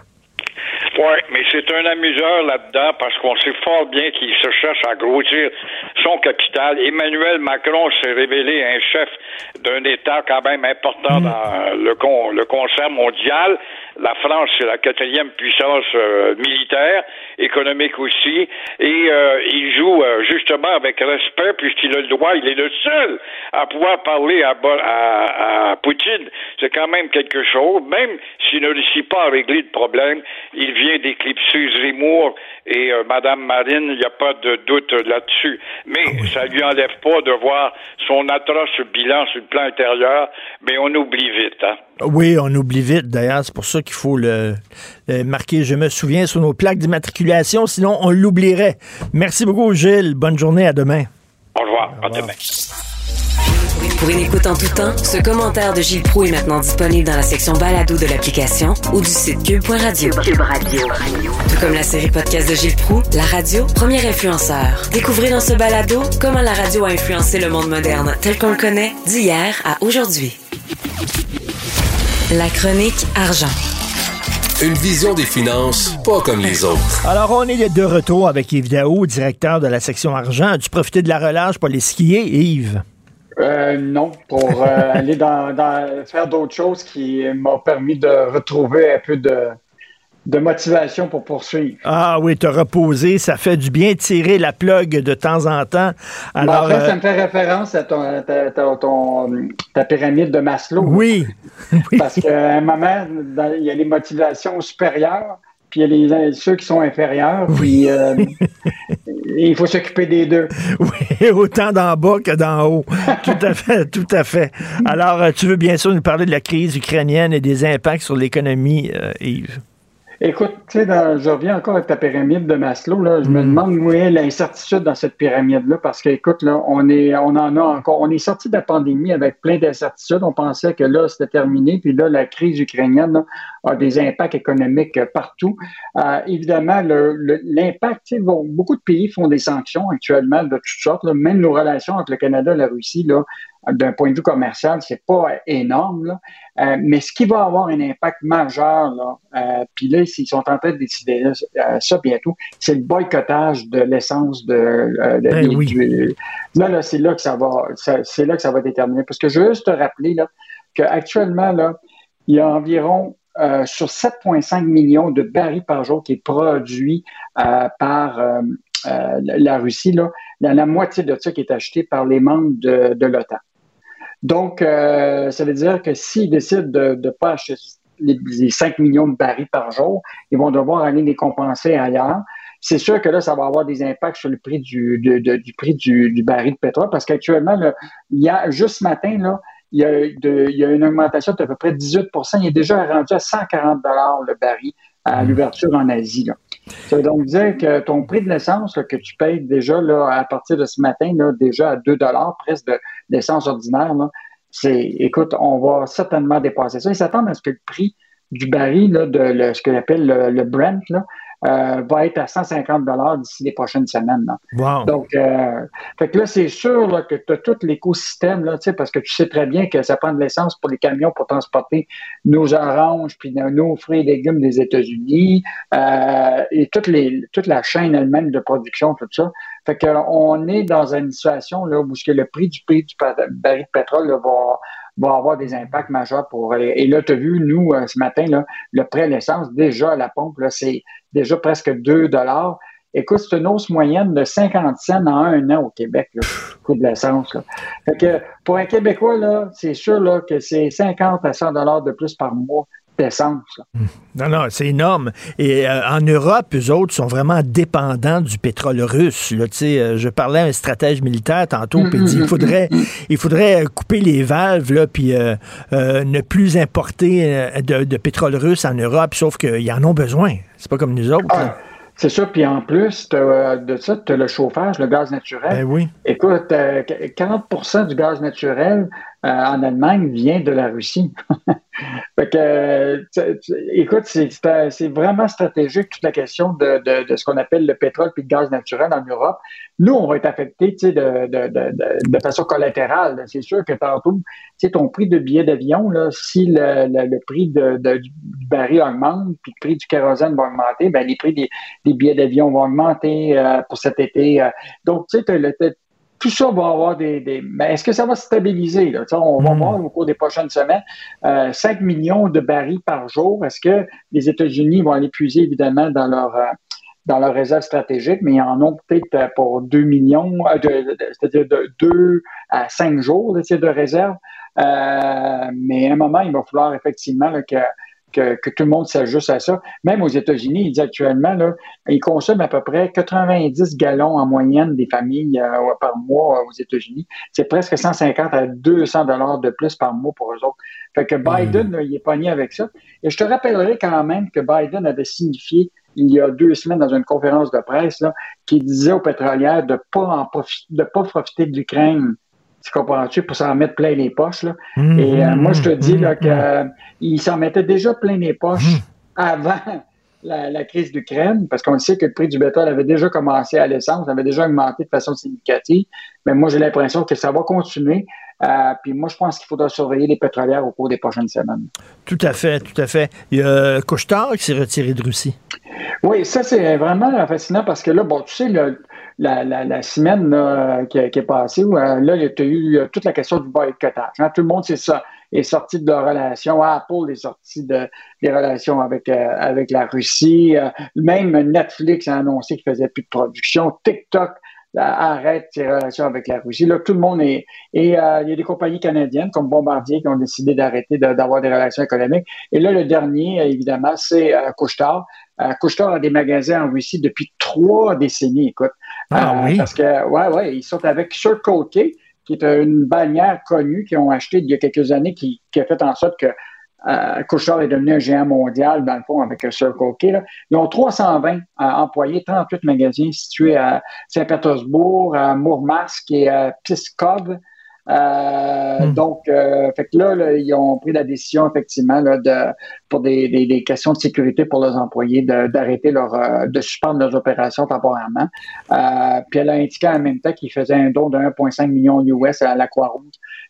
Oui, mais c'est un amuseur là-dedans parce qu'on sait fort bien qu'il se cherche à grossir son capital. Emmanuel Macron s'est révélé un chef d'un État quand même important dans le, con, le concert mondial. La France, c'est la quatrième puissance euh, militaire, économique aussi, et euh, il joue euh, justement avec respect puisqu'il a le droit, il est le seul à pouvoir parler à, à, à Poutine. C'est quand même quelque chose, même s'il ne réussit pas à régler le problème, il vient d'éclipser Zemmour et euh, Madame Marine, il n'y a pas de doute là-dessus. Mais oui. ça lui enlève pas de voir son atroce bilan sur le plan intérieur, mais on oublie vite, hein. Oui, on oublie vite, d'ailleurs, c'est pour ça qu'il faut le, le marquer, je me souviens, sur nos plaques d'immatriculation, sinon on l'oublierait. Merci beaucoup, Gilles. Bonne journée, à demain. Au revoir, à demain. Pour une écoute en tout temps, ce commentaire de Gilles Proulx est maintenant disponible dans la section balado de l'application ou du site cube point radio. Cube Radio. Tout comme la série podcast de Gilles Proulx, la radio, premier influenceur. Découvrez dans ce balado comment la radio a influencé le monde moderne tel qu'on le connaît d'hier à aujourd'hui. La chronique argent. Une vision des finances pas comme les autres. Alors, on est de retour avec Yves Daou, directeur de la section argent. As-tu profité de la relâche pour aller skier, Yves? Euh, non, pour euh, aller dans, dans faire d'autres choses qui m'ont permis de retrouver un peu de, de motivation pour poursuivre. Ah oui, te reposer, ça fait du bien, tirer la plug de temps en temps. Alors, en fait, euh... ça me fait référence à ton, ta, ta, ton, ta pyramide de Maslow. Oui. oui. Parce qu'à un moment, dans, il y a les motivations supérieures, puis il y a les, ceux qui sont inférieurs, oui. puis euh, il faut s'occuper des deux. Oui, autant d'en bas que d'en haut. Tout à fait, tout à fait. Alors, tu veux bien sûr nous parler de la crise ukrainienne et des impacts sur l'économie, euh, Yves? Écoute, tu sais, je reviens encore avec ta pyramide de Maslow, là, je mm. me demande où est l'incertitude dans cette pyramide-là, parce que, écoute, là, on est, on en a encore, on est sorti de la pandémie avec plein d'incertitudes, on pensait que là, c'était terminé, puis là, la crise ukrainienne là, a des impacts économiques partout. Euh, évidemment, le, le, l'impact, tu sais, bon, beaucoup de pays font des sanctions actuellement de toutes sortes, là, même nos relations entre le Canada et la Russie, là, d'un point de vue commercial, c'est pas énorme, là. Euh, mais ce qui va avoir un impact majeur, là, euh, puis là, ils sont en train de décider là, euh, ça bientôt, c'est le boycottage de l'essence de, euh, de ben du, oui. du, là, là, c'est là que ça va, ça, c'est là que ça va déterminer. Parce que je veux juste te rappeler là qu'actuellement, là, il y a environ euh, sur sept virgule cinq millions de barils par jour qui est produit euh, par euh, euh, la Russie. Là, il y en a la moitié de ça qui est acheté par les membres de, de l'OTAN. Donc, euh, ça veut dire que s'ils décident de ne pas acheter les, les cinq millions de barils par jour, ils vont devoir aller les compenser ailleurs. C'est sûr que là, ça va avoir des impacts sur le prix du, de, de, du prix du, du baril de pétrole parce qu'actuellement, là, il y a, juste ce matin, là, il y, a de, il y a une augmentation d'à peu près dix-huit pour cent. Il est déjà rendu à cent quarante dollars le baril à l'ouverture en Asie. Là. Ça veut donc dire que ton prix de l'essence là, que tu payes déjà là, à partir de ce matin, là, déjà à deux dollars presque de l'essence ordinaire, là, c'est, écoute, on va certainement dépasser ça. Ils s'attendent à ce que le prix du baril, là, de le, ce qu'on appelle le, le Brent, là, euh, va être à cent cinquante dollars d'ici les prochaines semaines. Là. Wow. Donc, euh, fait que là, c'est sûr là, que tu as tout l'écosystème, là, parce que tu sais très bien que ça prend de l'essence pour les camions pour transporter nos oranges, puis nos fruits et légumes des États-Unis, euh, et toutes les, toute la chaîne elle-même de production, tout ça. Fait qu'on est dans une situation là, où le prix du prix du baril de pétrole là, va va avoir des impacts majeurs pour... Et là, tu as vu, nous, ce matin, là, le prix à l'essence, déjà à la pompe, là, c'est déjà presque deux dollars. Écoute, c'est une hausse moyenne de cinquante cents en un an au Québec, là, le coût de l'essence. Là. Fait que pour un Québécois, là, c'est sûr là, que c'est cinquante à cent dollars de plus par mois d'essence. Là. Non, non, c'est énorme. Et euh, en Europe, eux autres sont vraiment dépendants du pétrole russe. Là, euh, je parlais à un stratège militaire tantôt, puis il dit il faudrait, il faudrait couper les valves, là, puis euh, euh, ne plus importer de, de pétrole russe en Europe, sauf qu'ils en ont besoin. C'est pas comme nous autres. Ah, là. C'est ça, puis en plus t'as, de ça, tu as le chauffage, le gaz naturel. Ben oui. Écoute, euh, quarante pour cent du gaz naturel euh, en Allemagne vient de la Russie. Fait que, euh, t- t- écoute, c'est, c'est, c'est vraiment stratégique toute la question de, de, de ce qu'on appelle le pétrole puis le gaz naturel en Europe. Nous, on va être affectés, tu sais, de, de, de, de, de façon collatérale. C'est sûr que tantôt, tu sais, ton prix de billet d'avion, là, si le, le, le prix de, de, du baril augmente puis le prix du kérosène va augmenter, ben les prix des, des billets d'avion vont augmenter euh, pour cet été. Euh. Donc, tu sais, t'as le, t'as, tout ça va avoir des... des... Mais est-ce que ça va se stabiliser? Là? On va mmh. voir au cours des prochaines semaines euh, cinq millions de barils par jour. Est-ce que les États-Unis vont aller puiser, évidemment, dans leur, euh, dans leur réserve stratégique, mais ils en ont peut-être pour deux millions, euh, de, de, c'est-à-dire de deux à cinq jours de, de réserve. Euh, mais à un moment, il va falloir effectivement là, que Que, que tout le monde s'ajuste à ça. Même aux États-Unis, ils disent actuellement, là, ils consomment à peu près quatre-vingt-dix gallons en moyenne des familles euh, par mois euh, aux États-Unis. C'est presque cent cinquante à deux cents dollars de plus par mois pour eux autres. Fait que Biden, là, il est pogné avec ça. Et je te rappellerai quand même que Biden avait signifié il y a deux semaines dans une conférence de presse là, qu'il disait aux pétrolières de pas en profiter, de pas profiter de l'Ukraine. Tu comprends-tu, pour s'en mettre plein les poches, là. Mmh, et euh, moi, je te dis, mmh, là, qu'il mmh. s'en mettait déjà plein les poches mmh. avant la, la crise d'Ukraine, parce qu'on sait que le prix du pétrole avait déjà commencé à l'essence, avait déjà augmenté de façon significative. Mais moi, j'ai l'impression que ça va continuer. Euh, puis moi, je pense qu'il faudra surveiller les pétrolières au cours des prochaines semaines. Tout à fait, tout à fait. Il y a Couche-Tard qui s'est retiré de Russie. Oui, ça, c'est vraiment fascinant parce que là, bon, tu sais, le, la, la, la semaine là, qui, qui est passée, où, là, il y a eu toute la question du boycottage. Hein. Tout le monde, c'est ça, est sorti de leur relation. Apple est sorti de, des relations avec, euh, avec la Russie. Euh, même Netflix a annoncé qu'il faisait plus de production. TikTok arrête ses relations avec la Russie. Là, tout le monde est... Et euh, il y a des compagnies canadiennes comme Bombardier qui ont décidé d'arrêter de, d'avoir des relations économiques. Et là, le dernier, évidemment, c'est euh, Couche-Tard. Euh, Couche-Tard a des magasins en Russie depuis trois décennies, écoute. Ah euh, oui? Parce que, ouais, ouais, ils sont avec Circle K, qui est une bannière connue qu'ils ont achetée il y a quelques années, qui, qui a fait en sorte que Euh, Couche-Tard est devenu un géant mondial, dans le fond, avec Circle K. Là. Ils ont trois cent vingt euh, employés, trente-huit magasins situés à Saint-Pétersbourg, à Mourmansk et à Pskov. Euh, mm. Donc, euh, fait que là, là, ils ont pris la décision, effectivement, là, de, pour des, des, des questions de sécurité pour leurs employés, de, d'arrêter leur, euh, de suspendre leurs opérations temporairement. Euh, puis elle a indiqué en même temps qu'ils faisaient un don de un virgule cinq million U S à la Croix-Rouge.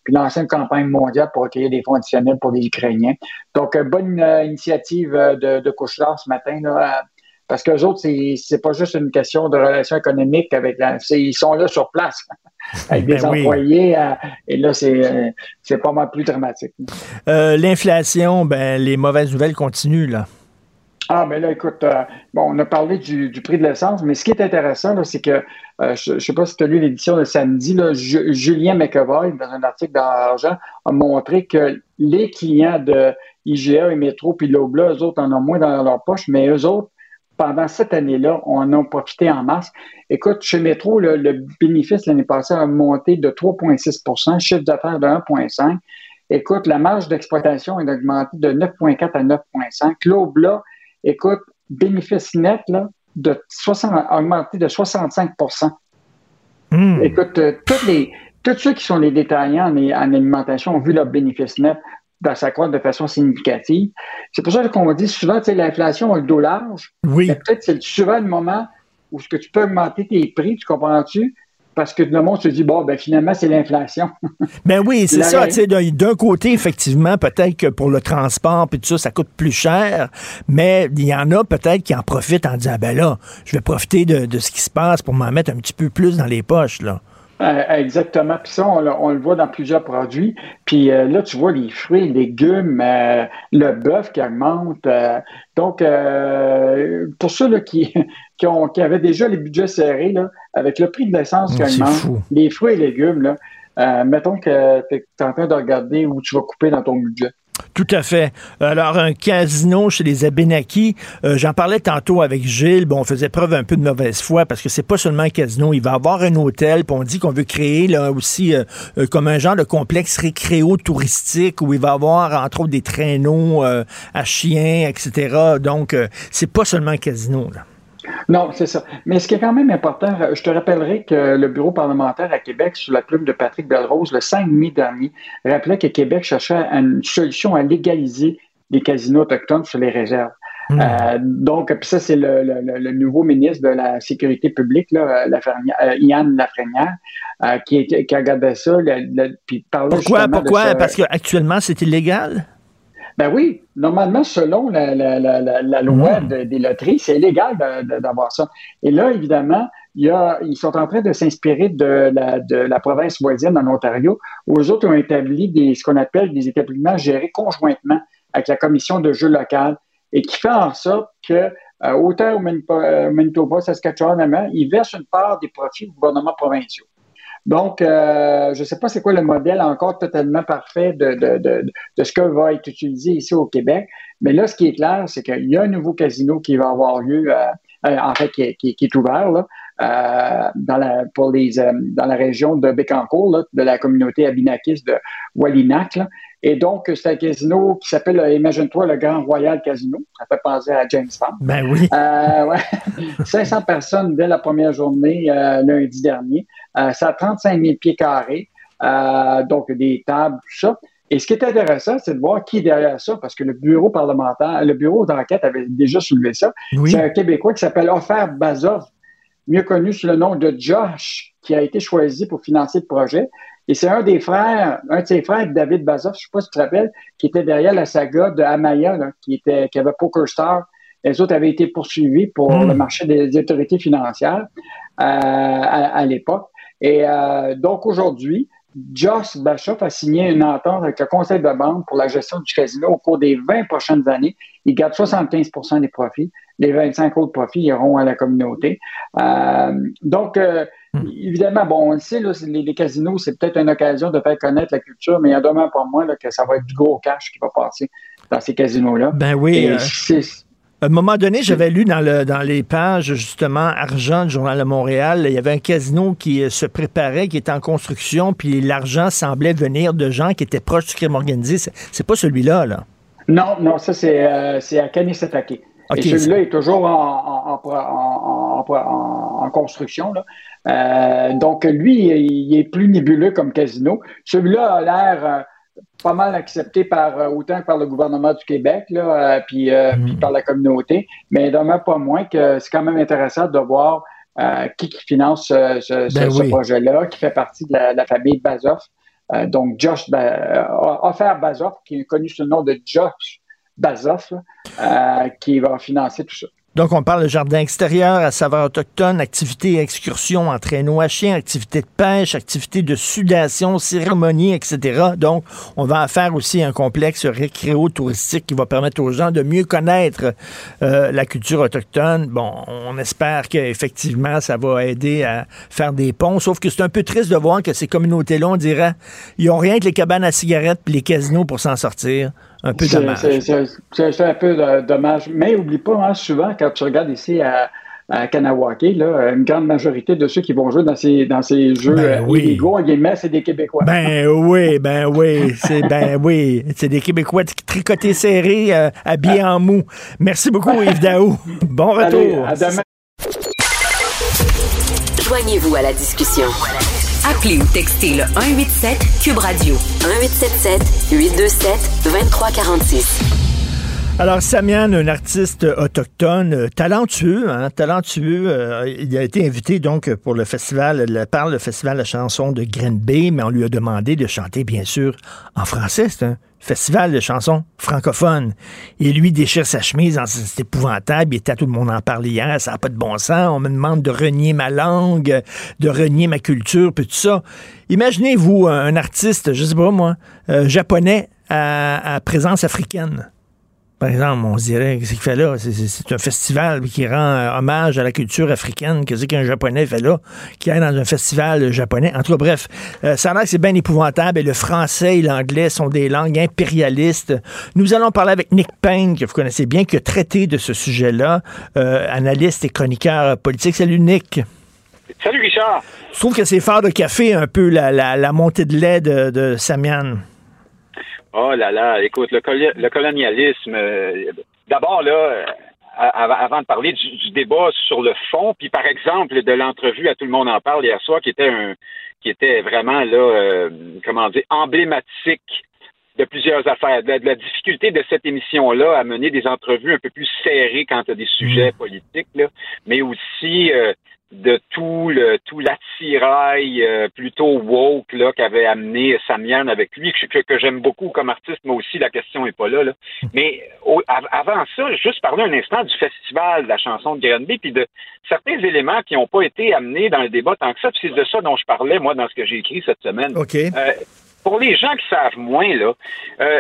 puis lancer une campagne mondiale pour accueillir des fonds additionnels pour les Ukrainiens. Donc, bonne euh, initiative de, de Couche-Tard ce matin, là, parce qu'eux autres, c'est, c'est pas juste une question de relations économiques avec la... C'est, ils sont là sur place, avec des ben employés, oui. euh, et là, c'est, euh, c'est pas mal plus dramatique. Euh, l'inflation, ben, les mauvaises nouvelles continuent, là. Ah, ben là, écoute, euh, bon, on a parlé du, du prix de l'essence, mais ce qui est intéressant, là, c'est que, euh, je ne sais pas si tu as lu l'édition de samedi, là, Ju- Julien McEvoy, dans un article dans Argent, a montré que les clients de I G A et Métro puis Loblaw, eux autres en ont moins dans leur poche, mais eux autres, pendant cette année-là, on en a profité en masse. Écoute, chez Métro, le, le bénéfice l'année passée a monté de trois virgule six pour cent, chiffre d'affaires de un virgule cinq. Écoute, la marge d'exploitation a augmenté de neuf virgule quatre à neuf virgule cinq. Loblaw, écoute, bénéfice net là, de soixante, a augmenté de soixante-cinq pour cent. Mmh. Écoute, euh, tous, les, tous ceux qui sont les détaillants en, en alimentation ont vu leur bénéfice net s'accroître de façon significative. C'est pour ça qu'on dit souvent, tu sais, l'inflation a le dos large. Oui. Mais peut-être c'est souvent le moment où ce que tu peux augmenter tes prix, tu comprends-tu? Parce que le monde se dit, bon, ben finalement, c'est l'inflation. Ben oui, c'est La... ça. Tu sais, d'un, d'un côté, effectivement, peut-être que pour le transport et tout ça, ça coûte plus cher, mais il y en a peut-être qui en profitent en disant, ben là, je vais profiter de, de ce qui se passe pour m'en mettre un petit peu plus dans les poches, là. Euh, exactement. Puis ça, on, on le voit dans plusieurs produits. Puis euh, là, tu vois les fruits, les légumes, euh, le bœuf qui augmente. Euh, donc, euh, pour ceux là, qui, qui, ont, qui avaient déjà les budgets serrés, là, avec le prix de l'essence qui augmente, les fruits et légumes, là, euh, mettons que tu es en train de regarder où tu vas couper dans ton budget. Tout à fait. Alors, un casino chez les Abénakis, euh, j'en parlais tantôt avec Gilles, bon, on faisait preuve un peu de mauvaise foi parce que c'est pas seulement un casino, il va y avoir un hôtel, puis on dit qu'on veut créer là aussi euh, euh, comme un genre de complexe récréo-touristique où il va y avoir entre autres des traîneaux euh, à chiens, et cetera. Donc, euh, c'est pas seulement un casino, là. Non, c'est ça. Mais ce qui est quand même important, je te rappellerai que le bureau parlementaire à Québec, sous la plume de Patrick Belrose, le cinq mai dernier, rappelait que Québec cherchait une solution à légaliser les casinos autochtones sur les réserves. Mmh. Euh, donc, puis ça, c'est le, le, le nouveau ministre de la Sécurité publique, là, Lafrenière, euh, Yann Lafrenière, euh, qui, qui regardait ça. Le, le, puis parlait Pourquoi? Pourquoi? ce... Parce qu'actuellement, c'est illégal? Ben oui, normalement, selon la, la, la, la loi de, des loteries, c'est illégal de, de, d'avoir ça. Et là, évidemment, il y a, ils sont en train de s'inspirer de la, de la province voisine en Ontario, où eux autres ont établi des, ce qu'on appelle des établissements gérés conjointement avec la commission de jeux locales et qui fait en sorte que euh, autant au Manitoba, Manitoba, Saskatchewan, ils versent une part des profits aux gouvernements provinciaux. Donc, euh, je ne sais pas c'est quoi le modèle encore totalement parfait de, de, de, de ce que va être utilisé ici au Québec, mais là, ce qui est clair, c'est qu'il y a un nouveau casino qui va avoir lieu, euh, euh, en fait, qui, qui, qui est ouvert là, euh, dans la, pour les, euh, dans la région de Bécancour, là, de la communauté abinakis de Wallinac. Là. Et donc, c'est un casino qui s'appelle, imagine-toi, le Grand Royal Casino. Ça fait penser à James Bond. Ben oui. Euh, ouais. cinq cents personnes dès la première journée, euh, lundi dernier. Euh, ça a trente-cinq mille pieds carrés. Euh, donc, des tables, tout ça. Et ce qui est intéressant, c'est de voir qui est derrière ça, parce que le bureau parlementaire, le bureau d'enquête avait déjà soulevé ça. Oui. C'est un Québécois qui s'appelle Ofer Bazov, mieux connu sous le nom de Josh, qui a été choisi pour financer le projet. Et c'est un des frères, un de ses frères, David Bazov, je ne sais pas si tu te rappelles, qui était derrière la saga de Amaya, là, qui était, qui avait Poker Star. Les autres avaient été poursuivis pour mmh. le marché des autorités financières euh, à, à l'époque. Et euh, donc aujourd'hui, Josh Bachoff a signé une entente avec le conseil de banque pour la gestion du casino au cours des vingt prochaines années. Il garde soixante-quinze pour cent des profits. Les vingt-cinq autres profits iront à la communauté. Euh, donc, euh, mmh. évidemment, bon, on le sait, là, les, les casinos, c'est peut-être une occasion de faire connaître la culture, mais il y a demain pour moi là, que ça va être du gros cash qui va passer dans ces casinos-là. Ben oui. Euh... À un moment donné, j'avais lu dans, le, dans les pages, justement, Argent du Journal de Montréal, il y avait un casino qui se préparait, qui était en construction, puis l'argent semblait venir de gens qui étaient proches du crime organisé. C'est, c'est pas celui-là, là. Non, non, ça, c'est, euh, c'est à Kanisatake. Okay, Et celui-là c'est... est toujours en, en, en, en, en, en construction, là. Euh, donc, lui, il est plus nébuleux comme casino. Celui-là a l'air... Euh, pas mal accepté par euh, autant que par le gouvernement du Québec, là, euh, puis, euh, mmh. puis par la communauté, mais demeure pas moins que c'est quand même intéressant de voir euh, qui, qui finance ce, ce, ben ce, oui. ce projet-là, qui fait partie de la, de la famille Bazov. Euh, donc, Josh ba- Ofer Bazoff, qui est connu sous le nom de Josh Bazoff, euh, qui va financer tout ça. Donc, on parle de jardin extérieur à saveur autochtone, activités et excursions en traîneau à chien, activités de pêche, activités de sudation, cérémonies, et cetera. Donc, on va en faire aussi un complexe récréo-touristique qui va permettre aux gens de mieux connaître euh, la culture autochtone. Bon, on espère qu'effectivement, ça va aider à faire des ponts, sauf que c'est un peu triste de voir que ces communautés-là, on dirait, ils n'ont rien que les cabanes à cigarettes et les casinos pour s'en sortir. Un peu c'est, dommage. C'est, c'est, c'est, c'est un peu de, dommage. Mais oublie pas, hein, souvent, quand tu regardes ici à, à Kanawake, là, une grande majorité de ceux qui vont jouer dans ces, dans ces jeux ben euh, oui. illégaux, en guillemets, c'est des Québécois. Ben oui, ben oui. C'est, ben oui. C'est des Québécois tricotés serrés, euh, habillés en mou. Merci beaucoup, Yves Daou. Bon retour. Allez, à demain. Joignez-vous à la discussion. Appelez ou textez le un huit sept Cube Radio. un huit sept sept huit deux sept deux trois quatre six. Alors, Samian, un artiste autochtone, euh, talentueux, hein, talentueux. Euh, il a été invité donc pour le festival, le, par le festival de la chanson de Granby, mais on lui a demandé de chanter, bien sûr, en français. C'est un festival de chansons francophones. Et lui déchire sa chemise, en, c'est épouvantable. Il était à tout le monde en parle hier, ça n'a pas de bon sens. On me demande de renier ma langue, de renier ma culture, puis tout ça. Imaginez-vous un artiste, je sais pas moi, euh, japonais à, à présence africaine. Par exemple, on se dirait, qu'est-ce qu'il fait là? C'est, c'est, c'est un festival qui rend euh, hommage à la culture africaine. Qu'est-ce qu'un Japonais fait là? Qui est dans un festival japonais. En tout cas, bref, euh, ça a l'air que c'est bien épouvantable. Et le français et l'anglais sont des langues impérialistes. Nous allons parler avec Nick Payne, que vous connaissez bien, qui a traité de ce sujet-là, euh, analyste et chroniqueur politique. Salut, Nick. Salut, Richard. Je trouve que c'est fort de café un peu la, la, la montée de lait de, de Samian. Oh là là, écoute, le, col- le colonialisme, euh, d'abord là, euh, avant de parler du, du débat sur le fond, puis par exemple de l'entrevue à Tout le monde en parle hier soir, qui était un, qui était vraiment là, euh, comment dire, emblématique de plusieurs affaires, de, de la difficulté de cette émission-là à mener des entrevues un peu plus serrées quant à des sujets politiques, là, mais aussi euh, de tout le tout l'attirail euh, plutôt woke là qu'avait amené Samian avec lui, que, que, que j'aime beaucoup comme artiste, moi aussi, la question est pas là. là. Mais au, avant ça, juste parler un instant du festival de la chanson de Granby, puis de certains éléments qui n'ont pas été amenés dans le débat tant que ça, puis c'est de ça dont je parlais, moi, dans ce que j'ai écrit cette semaine. OK. Euh, Pour les gens qui savent moins, là, euh,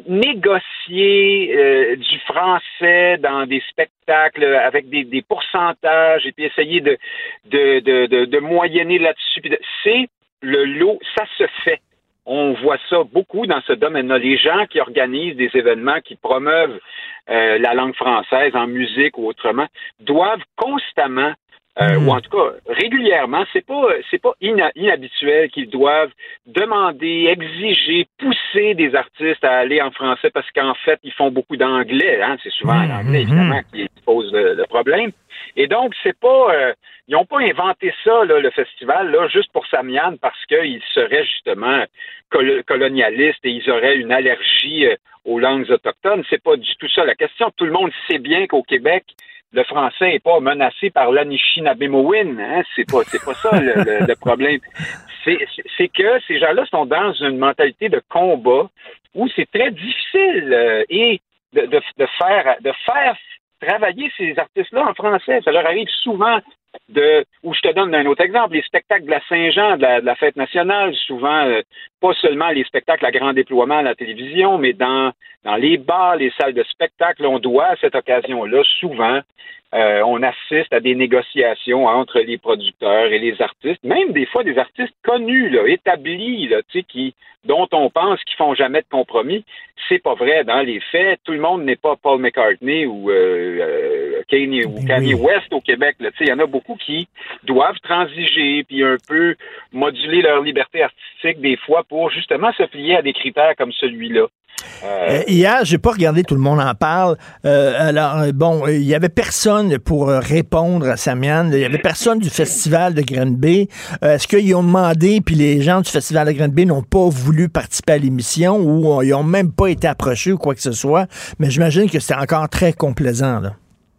négocier euh, du français dans des spectacles avec des, des pourcentages et puis essayer de, de, de, de, de moyenner là-dessus, c'est le lot, ça se fait. On voit ça beaucoup dans ce domaine-là. Les gens qui organisent des événements, qui promeuvent euh, la langue française en musique ou autrement, doivent constamment Euh, mmh. ou en tout cas régulièrement, c'est pas c'est pas ina- inhabituel qu'ils doivent demander, exiger, pousser des artistes à aller en français parce qu'en fait ils font beaucoup d'anglais, hein, c'est souvent mmh. l'anglais évidemment qui pose le, le problème. Et donc c'est pas euh, ils ont pas inventé ça là, le festival là juste pour Samian parce qu'ils seraient justement col- colonialistes et ils auraient une allergie euh, aux langues autochtones. C'est pas du tout ça la question. Tout le monde sait bien qu'au Québec le français n'est pas menacé par l'Anishinabemowin, hein? C'est pas, c'est pas ça le, le, le problème. C'est, c'est, c'est que ces gens-là sont dans une mentalité de combat où c'est très difficile euh, et de, de, de faire, de faire travailler ces artistes-là en français. Ça leur arrive souvent de, ou je te donne un autre exemple, les spectacles de la Saint-Jean, de la, de la fête nationale, souvent, euh, pas seulement les spectacles à grand déploiement à la télévision, mais dans, dans les bars, les salles de spectacle, on doit à cette occasion-là, souvent, euh, on assiste à des négociations entre les producteurs et les artistes, même des fois des artistes connus, là, établis, là, tu sais, qui, dont on pense qu'ils font jamais de compromis. C'est pas vrai. Dans les faits, tout le monde n'est pas Paul McCartney ou euh, euh, Kanye, ou Kanye West au Québec. Là, tu sais, il y en a beaucoup qui doivent transiger puis un peu moduler leur liberté artistique des fois pour justement se plier à des critères comme celui-là. Euh... Hier, j'ai pas regardé Tout le monde en parle. Euh, alors, bon, il y avait personne pour répondre à Samian. Il y avait personne du festival de Granby. Euh, est-ce qu'ils ont demandé, puis les gens du festival de Granby n'ont pas voulu participer à l'émission ou ils ont même pas été approchés ou quoi que ce soit? Mais j'imagine que c'était encore très complaisant, là.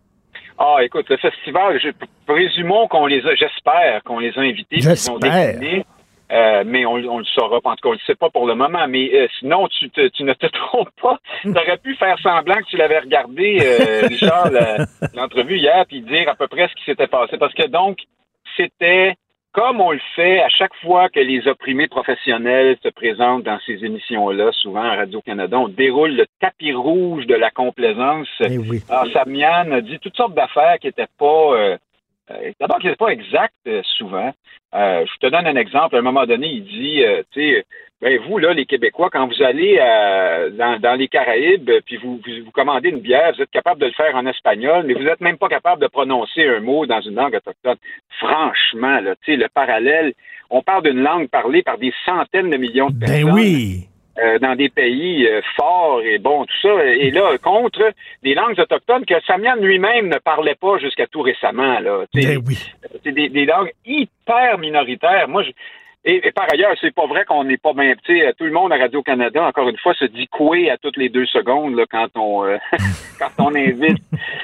Ah, écoute, le festival, je, présumons qu'on les a, j'espère qu'on les a invités. J'espère. Ils ont décliné. Euh, mais on, on le saura pas. En tout cas, on le sait pas pour le moment. Mais euh, sinon, tu, te, tu ne te trompes pas. Tu aurais pu faire semblant que tu l'avais regardé, euh, Richard, la, l'entrevue hier, puis dire à peu près ce qui s'était passé. Parce que donc, c'était comme on le fait à chaque fois que les opprimés professionnels se présentent dans ces émissions-là, souvent à Radio-Canada, on déroule le tapis rouge de la complaisance. Eh oui. Alors, Samian a dit toutes sortes d'affaires qui n'étaient pas... Euh, euh, d'abord, qui n'étaient pas exactes euh, souvent. Euh, je te donne un exemple. À un moment donné, il dit, euh, tu sais, ben vous, là, les Québécois, quand vous allez euh, dans, dans les Caraïbes, puis vous, vous, vous commandez une bière, vous êtes capable de le faire en espagnol, mais vous n'êtes même pas capable de prononcer un mot dans une langue autochtone. Franchement, là, tu sais, le parallèle, on parle d'une langue parlée par des centaines de millions de personnes. Ben oui! Euh, dans des pays euh, forts et bon, tout ça. Et là, contre des langues autochtones que Samian lui-même ne parlait pas jusqu'à tout récemment. Là. Ben oui. C'est des, des langues hyper minoritaires. Moi, je... et, et par ailleurs, c'est pas vrai qu'on n'est pas bien... Tu sais, tout le monde à Radio-Canada, encore une fois, se dit coué à toutes les deux secondes là, quand on euh, quand on invite...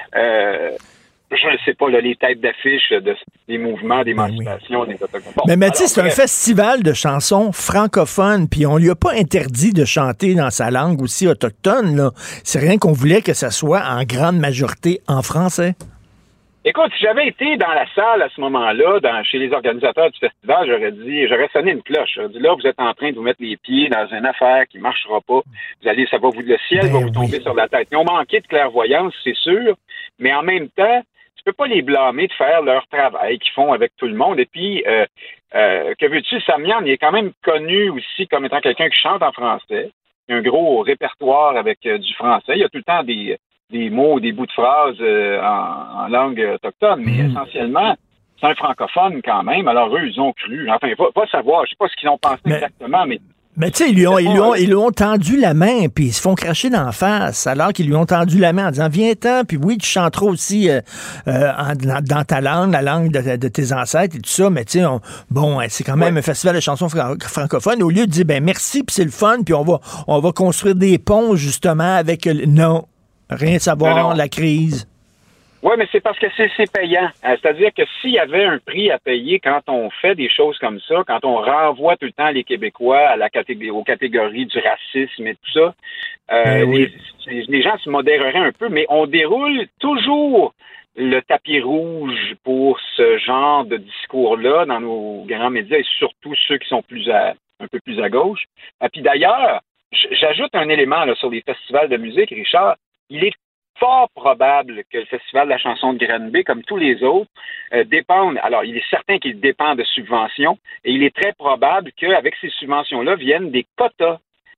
Euh, je ne sais pas, là, les têtes d'affiche de, des mouvements d'émancipation des Autochtones. Bon, mais mais tu sais, c'est bref. un festival de chansons francophones, puis on lui a pas interdit de chanter dans sa langue aussi autochtone, là. C'est rien qu'on voulait que ça soit en grande majorité en français. Écoute, si j'avais été dans la salle à ce moment-là, dans, chez les organisateurs du festival, j'aurais dit, j'aurais sonné une cloche. J'aurais dit, là, vous êtes en train de vous mettre les pieds dans une affaire qui marchera pas. Vous allez, ça va vous, le ciel Ben va vous oui. tomber sur la tête. Ils ont manqué de clairvoyance, c'est sûr, mais en même temps, tu peux pas les blâmer de faire leur travail qu'ils font avec tout le monde. Et puis, euh, euh, que veux-tu, Samian, il est quand même connu aussi comme étant quelqu'un qui chante en français. Il a un gros répertoire avec euh, du français. Il y a tout le temps des, des mots, des bouts de phrases euh, en, en langue autochtone, mais mmh. essentiellement, c'est un francophone quand même. Alors eux, ils ont cru. Enfin, va, va savoir. Je sais pas ce qu'ils ont pensé mais... exactement, mais... Mais tu sais, ils lui ont, ils lui ont, ils lui ont tendu la main, puis ils se font cracher d'en face, alors qu'ils lui ont tendu la main en disant « Viens-t'en, puis oui, tu chanteras aussi euh, euh, en, dans, dans ta langue, la langue de, de tes ancêtres et tout ça, mais tu sais, bon, c'est quand même ouais. un festival de chansons fran- francophones. Au lieu de dire « Ben merci, puis c'est le fun, puis on va, on va construire des ponts, justement, avec... Euh, » Non, rien savoir, non, non. La crise. Oui, mais c'est parce que c'est, c'est payant. C'est-à-dire que s'il y avait un prix à payer quand on fait des choses comme ça, quand on renvoie tout le temps les Québécois à la catég- aux catégories du racisme et tout ça, euh, oui. les, les gens se modéreraient un peu, mais on déroule toujours le tapis rouge pour ce genre de discours-là dans nos grands médias et surtout ceux qui sont plus à, un peu plus à gauche. Et puis d'ailleurs, j'ajoute un élément là, sur les festivals de musique, Richard. Il est fort probable que le Festival de la chanson de Granby, comme tous les autres, euh, dépendent. Alors, il est certain qu'il dépend de subventions et il est très probable qu'avec ces subventions-là viennent des quotas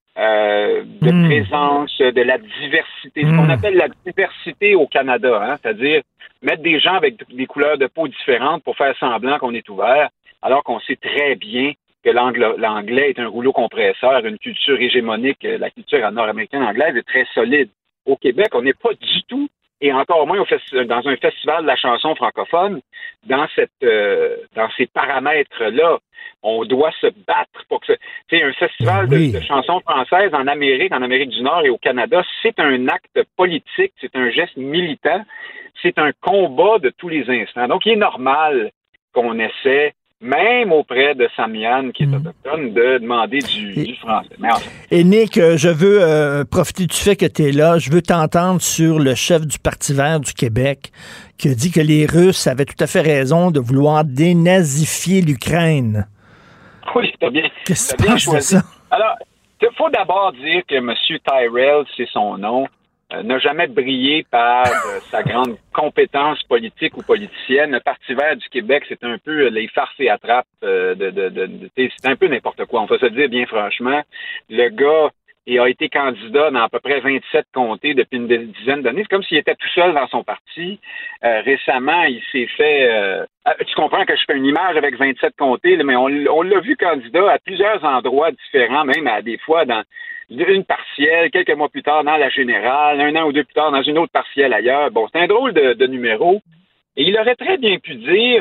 euh, de mmh. présence, de la diversité, mmh. ce qu'on appelle la diversité au Canada, hein, c'est-à-dire mettre des gens avec des couleurs de peau différentes pour faire semblant qu'on est ouvert, alors qu'on sait très bien que l'anglais, l'anglais est un rouleau compresseur, une culture hégémonique, la culture nord-américaine anglaise est très solide. Au Québec, on n'est pas du tout, et encore moins au festi- dans un festival de la chanson francophone, dans cette, euh, dans ces paramètres-là. On doit se battre pour que... Tu sais, un festival oui. de, de chansons françaises en Amérique, en Amérique du Nord et au Canada, c'est un acte politique, c'est un geste militant, c'est un combat de tous les instants. Donc, il est normal qu'on essaie, même auprès de Samian, qui est mmh. autochtone, de demander du, et, du français. Mais enfin. Et Nick, je veux euh, profiter du fait que tu es là. Je veux t'entendre sur le chef du Parti vert du Québec qui a dit que les Russes avaient tout à fait raison de vouloir dénazifier l'Ukraine. Oui, t'as bien, Qu'est-ce t'as bien choisi. Ça? Alors, il faut d'abord dire que M. Tyrell, c'est son nom, Euh, n'a jamais brillé par euh, sa grande compétence politique ou politicienne. Le Parti vert du Québec, c'est un peu les farces et attrapes euh, de, de, de, de, de c'est un peu n'importe quoi. On va se dire bien franchement. Le gars il a été candidat dans à peu près vingt-sept comtés depuis une dizaine d'années. C'est comme s'il était tout seul dans son parti. Euh, récemment, il s'est fait... Euh, tu comprends que je fais une image avec vingt-sept comtés, là, mais on, on l'a vu candidat à plusieurs endroits différents, même à des fois dans une partielle, quelques mois plus tard dans la générale, un an ou deux plus tard dans une autre partielle ailleurs. Bon, c'est un drôle de, de numéro. Et il aurait très bien pu dire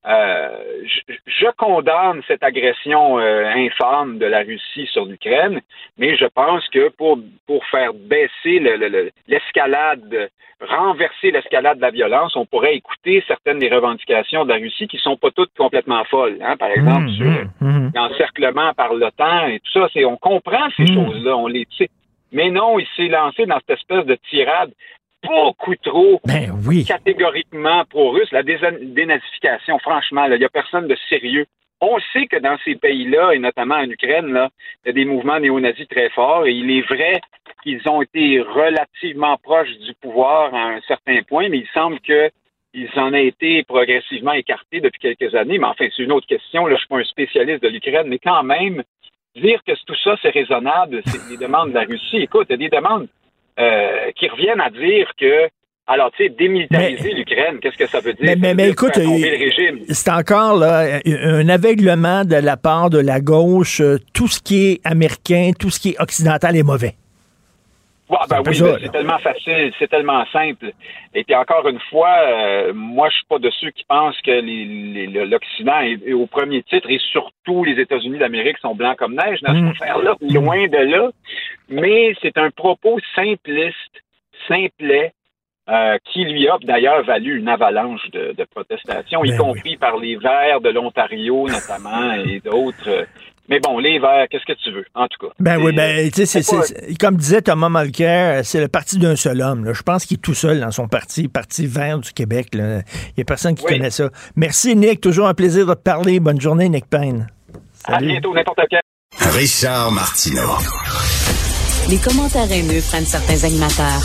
Euh, je, je condamne cette agression euh, infâme de la Russie sur l'Ukraine, mais je pense que pour pour faire baisser le, le, le, l'escalade, renverser l'escalade de la violence, on pourrait écouter certaines des revendications de la Russie qui sont pas toutes complètement folles. Hein, par exemple, mmh, sur mmh. l'encerclement par l'OTAN et tout ça, c'est on comprend ces mmh. choses-là, on les sait. Mais non, il s'est lancé dans cette espèce de tirade beaucoup trop ben oui. catégoriquement pro-russe. La dénazification, franchement, il n'y a personne de sérieux. On sait que dans ces pays-là, et notamment en Ukraine, là, il y a des mouvements néo-nazis très forts, et il est vrai qu'ils ont été relativement proches du pouvoir à un certain point, mais il semble qu'ils en aient été progressivement écartés depuis quelques années. Mais enfin, c'est une autre question. Là, je ne suis pas un spécialiste de l'Ukraine, mais quand même, dire que tout ça, c'est raisonnable, c'est des demandes de la Russie. Écoute, il y a des demandes Euh, qui reviennent à dire que, alors, tu sais, démilitariser mais, l'Ukraine, qu'est-ce que ça veut dire? Mais, mais, mais écoute, c'est encore là un aveuglement de la part de la gauche. Tout ce qui est américain, tout ce qui est occidental est mauvais. Ouais, ben oui, ça, ben, c'est tellement facile, c'est tellement simple. Et puis encore une fois, euh, moi, je suis pas de ceux qui pensent que les, les, l'Occident est, est au premier titre et surtout les États-Unis d'Amérique sont blancs comme neige dans cette affaire-là, loin de là. Mais c'est un propos simpliste, simplet, euh, qui lui a d'ailleurs valu une avalanche de, de protestations, ben y compris oui. par les Verts de l'Ontario notamment et d'autres. Mais bon, les Verts, qu'est-ce que tu veux, en tout cas. Ben oui, ben, tu sais, c'est, c'est, c'est, comme disait Thomas Mulcair, c'est le parti d'un seul homme. Là. Je pense qu'il est tout seul dans son parti, Parti Vert du Québec. Là. Il n'y a personne qui oui. connaît ça. Merci, Nick. Toujours un plaisir de te parler. Bonne journée, Nick Payne. Salut. À bientôt, n'importe quand. Richard Martineau. Les commentaires haineux prennent certains animateurs.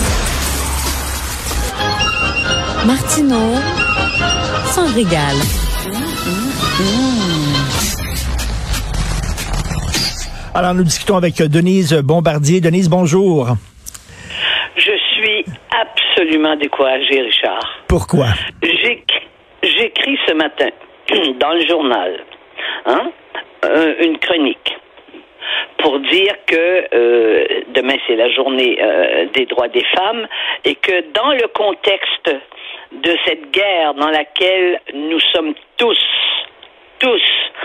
Martineau s'en régale. Mmh, mmh. Alors, nous discutons avec Denise Bombardier. Denise, bonjour. Je suis absolument découragée, Richard. Pourquoi? J'ai, j'écris ce matin dans le journal hein, euh, une chronique pour dire que euh, demain, c'est la journée euh, des droits des femmes et que dans le contexte de cette guerre dans laquelle nous sommes tous, tous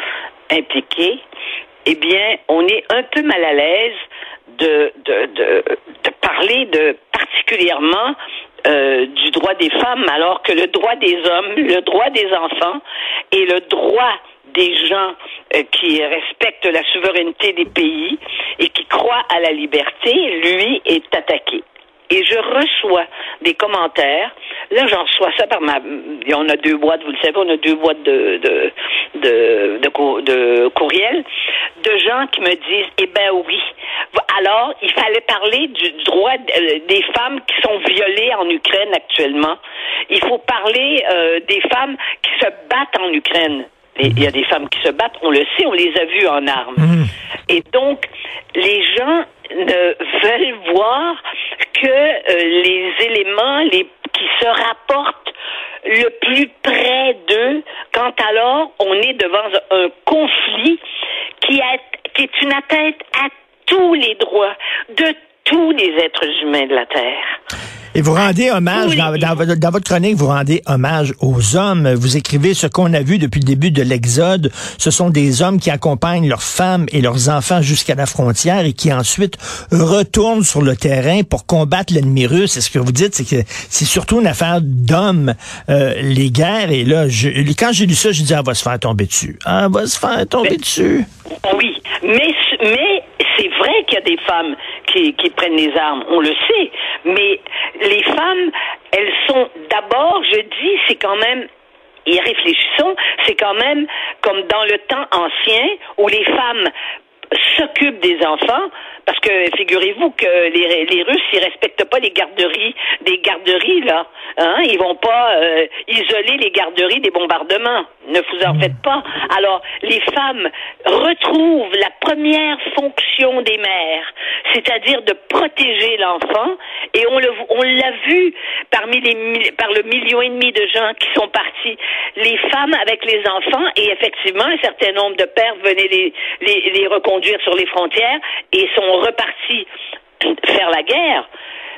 impliqués, eh bien, on est un peu mal à l'aise de, de, de, de parler de particulièrement euh, du droit des femmes, alors que le droit des hommes, le droit des enfants et le droit des gens euh, qui respectent la souveraineté des pays et qui croient à la liberté, lui, est attaqué. Et je reçois des commentaires. Là, j'en reçois ça par ma... On a deux boîtes, vous le savez, on a deux boîtes de de de, de, cour... de courriel de gens qui me disent, eh ben oui, alors, il fallait parler du droit des femmes qui sont violées en Ukraine actuellement. Il faut parler euh, des femmes qui se battent en Ukraine. Il y a des femmes qui se battent, on le sait, on les a vues en armes. Mmh. Et donc, les gens ne veulent voir que euh, les éléments les, qui se rapportent le plus près d'eux, quand alors on est devant un conflit qui, a, qui est une atteinte à tous les droits de tous les êtres humains de la Terre. Et vous rendez hommage, oui. dans, dans, dans votre chronique, vous rendez hommage aux hommes. Vous écrivez ce qu'on a vu depuis le début de l'Exode. Ce sont des hommes qui accompagnent leurs femmes et leurs enfants jusqu'à la frontière et qui ensuite retournent sur le terrain pour combattre l'ennemi russe. Et ce que vous dites, c'est que c'est surtout une affaire d'hommes, euh, les guerres. Et là, je, quand j'ai lu ça, j'ai dit, ah, elle va se faire tomber dessus. Ah, elle va se faire tomber mais, dessus. Oui, mais, mais c'est vrai qu'il y a des femmes qui, qui prennent les armes, on le sait, mais les femmes, elles sont d'abord, je dis, c'est quand même, et réfléchissons, c'est quand même comme dans le temps ancien où les femmes s'occupent des enfants, parce que figurez-vous que les, les Russes, ils respectent pas les garderies, des garderies là, hein, ils vont pas euh, isoler les garderies des bombardements. Ne vous en faites pas. Alors, les femmes retrouvent la première fonction des mères, c'est-à-dire de protéger l'enfant, et on le, on l'a vu parmi les, par le million et demi de gens qui sont partis, les femmes avec les enfants, et effectivement, un certain nombre de pères venaient les, les, les reconduire sur les frontières et sont repartis faire la guerre.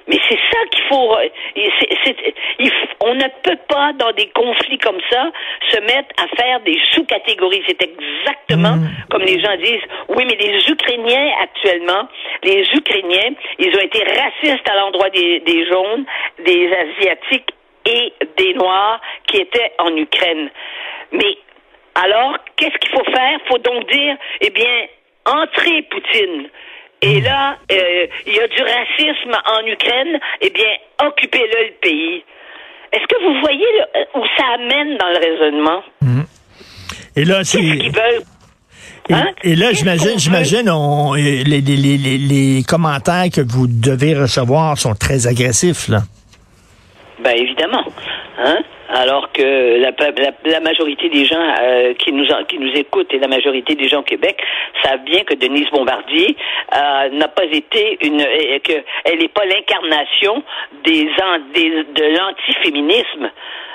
Mais c'est ça qu'il faut, c'est, c'est, il, on ne peut pas, dans des conflits comme ça, se mettre à faire des sous-catégories. C'est exactement mmh. comme les gens disent, oui, mais les Ukrainiens, actuellement, les Ukrainiens, ils ont été racistes à l'endroit des, des jaunes, des Asiatiques et des Noirs qui étaient en Ukraine. Mais, alors, qu'est-ce qu'il faut faire? Il faut donc dire, eh bien, entrez Poutine. Et là, euh, il y a du racisme en Ukraine, eh bien, occupez-le le pays. Est-ce que vous voyez le, où ça amène dans le raisonnement? Mmh. Et là, c'est... Qu'est-ce qu'ils veulent? Hein? Et, et là, Qu'est-ce j'imagine, j'imagine on, les, les, les, les, les commentaires que vous devez recevoir sont très agressifs, là. Ben, évidemment. Hein? Alors que la, la, la majorité des gens euh, qui nous qui nous écoutent et la majorité des gens au Québec savent bien que Denise Bombardier euh, n'a pas été une euh, que elle n'est pas l'incarnation des, des de l'antiféminisme.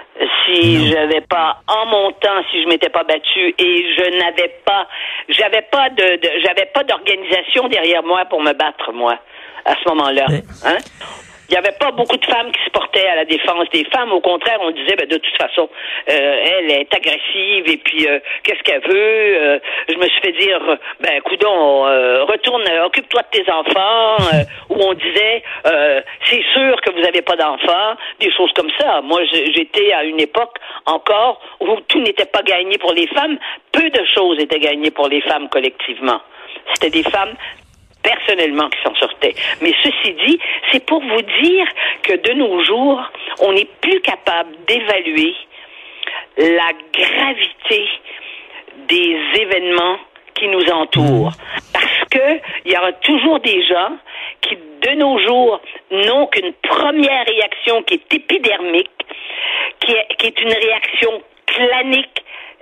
Si non. j'avais pas en mon temps, si je m'étais pas battue et je n'avais pas j'avais pas de, de j'avais pas d'organisation derrière moi pour me battre, moi, à ce moment-là. Oui. Hein? Il n'y avait pas beaucoup de femmes qui se portaient à la défense des femmes. Au contraire, on disait, ben, de toute façon, euh, elle est agressive et puis euh, qu'est-ce qu'elle veut? Euh, je me suis fait dire, ben, coudon, euh, retourne, euh, occupe-toi de tes enfants. Euh, où on disait, euh, c'est sûr que vous n'avez pas d'enfants, des choses comme ça. Moi, j'étais à une époque encore où tout n'était pas gagné pour les femmes. Peu de choses étaient gagnées pour les femmes collectivement. C'était des femmes personnellement qui s'en sortaient. Mais ceci dit, c'est pour vous dire que de nos jours, on n'est plus capable d'évaluer la gravité des événements qui nous entourent. Parce que il y aura toujours des gens qui, de nos jours, n'ont qu'une première réaction qui est épidermique, qui est, qui est une réaction clanique,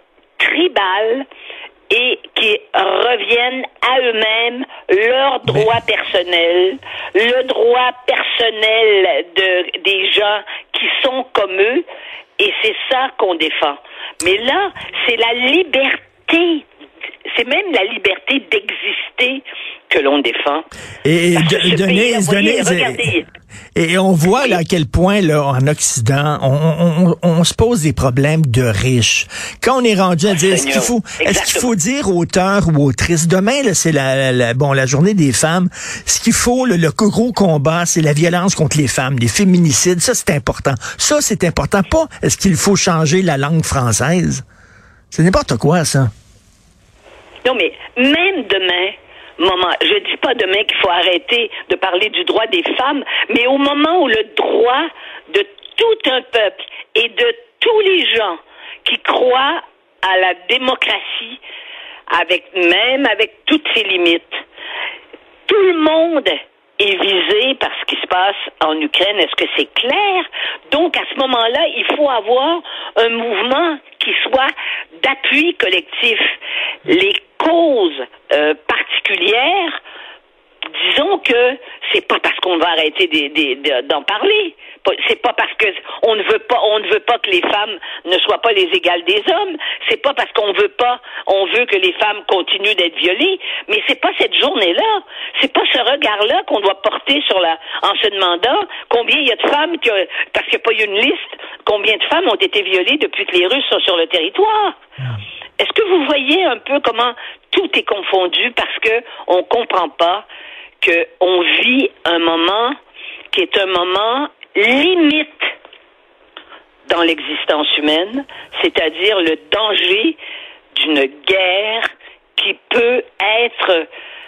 tribale, et qui reviennent à eux-mêmes leur droit Mais... personnel, le droit personnel de, des gens qui sont comme eux, et c'est ça qu'on défend. Mais là, c'est la liberté, c'est même la liberté d'exister que l'on défend. Et de, Denise, Denise, regardez. Et, et on voit là à quel point là en Occident, on, on, on, on se pose des problèmes de riches. Quand on est rendu à dire, est-ce qu'il faut, est-ce qu'il faut dire auteur ou autrice? Demain, là, c'est la, la, la, bon, la journée des femmes. Ce qu'il faut, le, le gros combat, c'est la violence contre les femmes, les féminicides. Ça, c'est important. Ça, c'est important. Pas, est-ce qu'il faut changer la langue française? C'est n'importe quoi, ça. Non, mais même demain, moment, je dis pas demain qu'il faut arrêter de parler du droit des femmes, mais au moment où le droit de tout un peuple et de tous les gens qui croient à la démocratie, avec même avec toutes ses limites, tout le monde est visé par ce qui se passe en Ukraine. Est-ce que c'est clair? Donc, à ce moment-là, il faut avoir un mouvement qui soit d'appui collectif. Les causes euh, particulières, disons que c'est pas parce qu'on va arrêter de, de, de, d'en parler. C'est pas parce que on ne veut pas, on ne veut pas que les femmes ne soient pas les égales des hommes. C'est pas parce qu'on veut pas, on veut que les femmes continuent d'être violées. Mais c'est pas cette journée-là, c'est pas ce regard-là qu'on doit porter sur la, en se demandant combien il y a de femmes qui, parce qu'il n'y a pas eu une liste, combien de femmes ont été violées depuis que les Russes sont sur le territoire. Est-ce que vous voyez un peu comment tout est confondu parce que on comprend pas que on vit un moment qui est un moment limite dans l'existence humaine, c'est-à-dire le danger d'une guerre qui peut être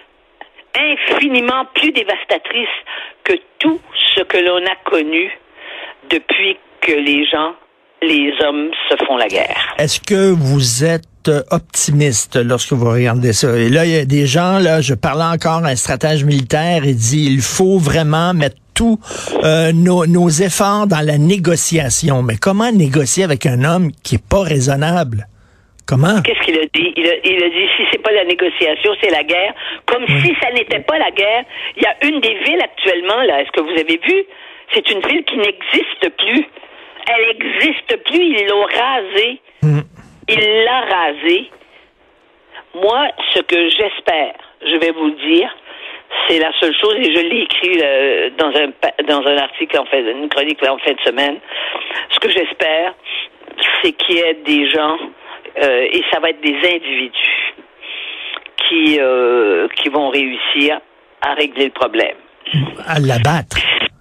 infiniment plus dévastatrice que tout ce que l'on a connu depuis que les gens, les hommes se font la guerre. Est-ce que vous êtes optimiste lorsque vous regardez ça? Et là, il y a des gens, là, je parlais encore à un stratège militaire, il dit il faut vraiment mettre tous euh, nos, nos efforts dans la négociation. Mais comment négocier avec un homme qui est pas raisonnable? Comment? Qu'est-ce qu'il a dit? Il a, il a dit, si c'est pas la négociation, c'est la guerre. Comme oui. si ça n'était pas la guerre. Il y a une des villes actuellement, là, est-ce que vous avez vu? C'est une ville qui n'existe plus. Elle n'existe plus, ils l'ont rasée. Mm. Il l'a rasée. Moi, ce que j'espère, je vais vous le dire, C'est la seule chose, et je l'ai écrit euh, dans un dans un article, en fait, une chronique en fin de semaine. Ce que j'espère, c'est qu'il y ait des gens, euh, et ça va être des individus, qui euh, qui vont réussir à régler le problème. À l'abattre.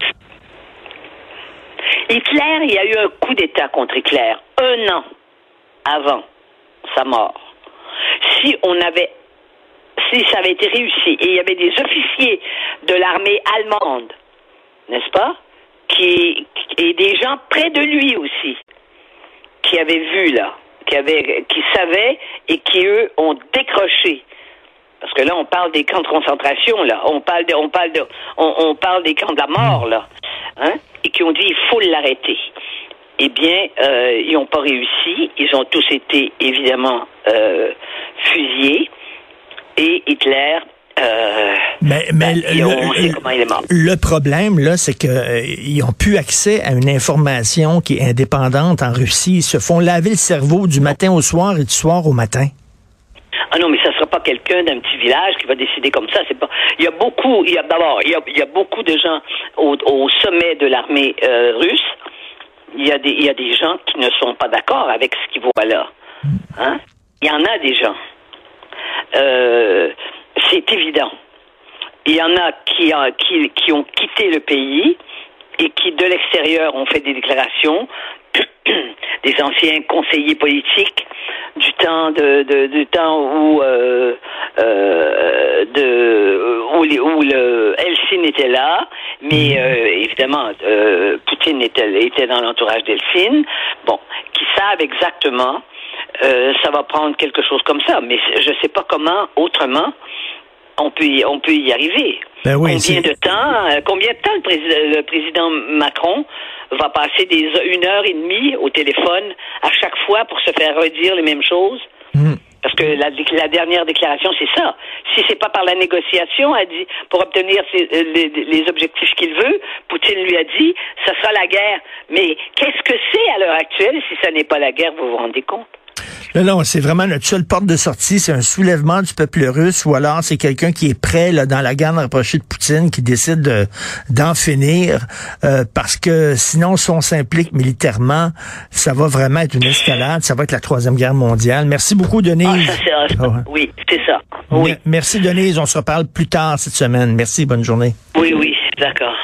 Hitler, il y a eu un coup d'État contre Hitler un an avant sa mort. Si on avait Si ça avait été réussi, et il y avait des officiers de l'armée allemande, n'est-ce pas, qui, et des gens près de lui aussi, qui avaient vu là, qui avaient, qui savaient et qui eux ont décroché. Parce que là, on parle des camps de concentration, là, on parle de, on parle de, on, on parle des camps de la mort, là, hein, et qui ont dit il faut l'arrêter. Eh bien, euh, ils n'ont pas réussi. Ils ont tous été évidemment euh, fusillés. Et Hitler, euh, mais, mais ben, le, on sait comment il est mort. Le problème, là, c'est qu'ils euh, ont plus accès à une information qui est indépendante en Russie. Ils se font laver le cerveau du matin au soir et du soir au matin. Ah non, mais ça sera pas quelqu'un d'un petit village qui va décider comme ça. C'est pas. Il y a beaucoup. Il y a d'abord, il y a, il y a beaucoup de gens au, au sommet de l'armée euh, russe. Il y a des, il y a des gens qui ne sont pas d'accord avec ce qu'ils voient là. Hein? Il y en a des gens. Euh, c'est évident. Il y en a qui, qui, qui ont quitté le pays et qui, de l'extérieur, ont fait des déclarations, des anciens conseillers politiques du temps de, de du temps où euh, euh, de où, les, où le Helsinki était là, mais euh, évidemment euh, Poutine était, était dans l'entourage d'Helsinki. Bon, qui savent exactement. Euh, ça va prendre quelque chose comme ça, mais je ne sais pas comment, autrement, on peut y, on peut y arriver. Ben oui, combien c'est... de temps, euh, combien de temps le, prés- le président Macron va passer des une heure et demie au téléphone à chaque fois pour se faire redire les mêmes choses? Mm. Parce que la, la dernière déclaration, c'est ça. Si c'est pas par la négociation, a dit, pour obtenir ses, les, les objectifs qu'il veut, Poutine lui a dit, ça sera la guerre. Mais qu'est-ce que c'est à l'heure actuelle si ça n'est pas la guerre, vous vous rendez compte? Non, non, c'est vraiment notre seule porte de sortie, c'est un soulèvement du peuple russe, ou alors c'est quelqu'un qui est prêt là, dans la garde rapprochée de Poutine, qui décide de, d'en finir, euh, parce que sinon, si on s'implique militairement, ça va vraiment être une escalade, ça va être la troisième guerre mondiale. Merci beaucoup, Denise. Ah, ça, c'est, oh, ouais. Oui, c'est ça. Oui. Merci, Denise. On se reparle plus tard cette semaine. Merci, bonne journée. Oui, oui, d'accord.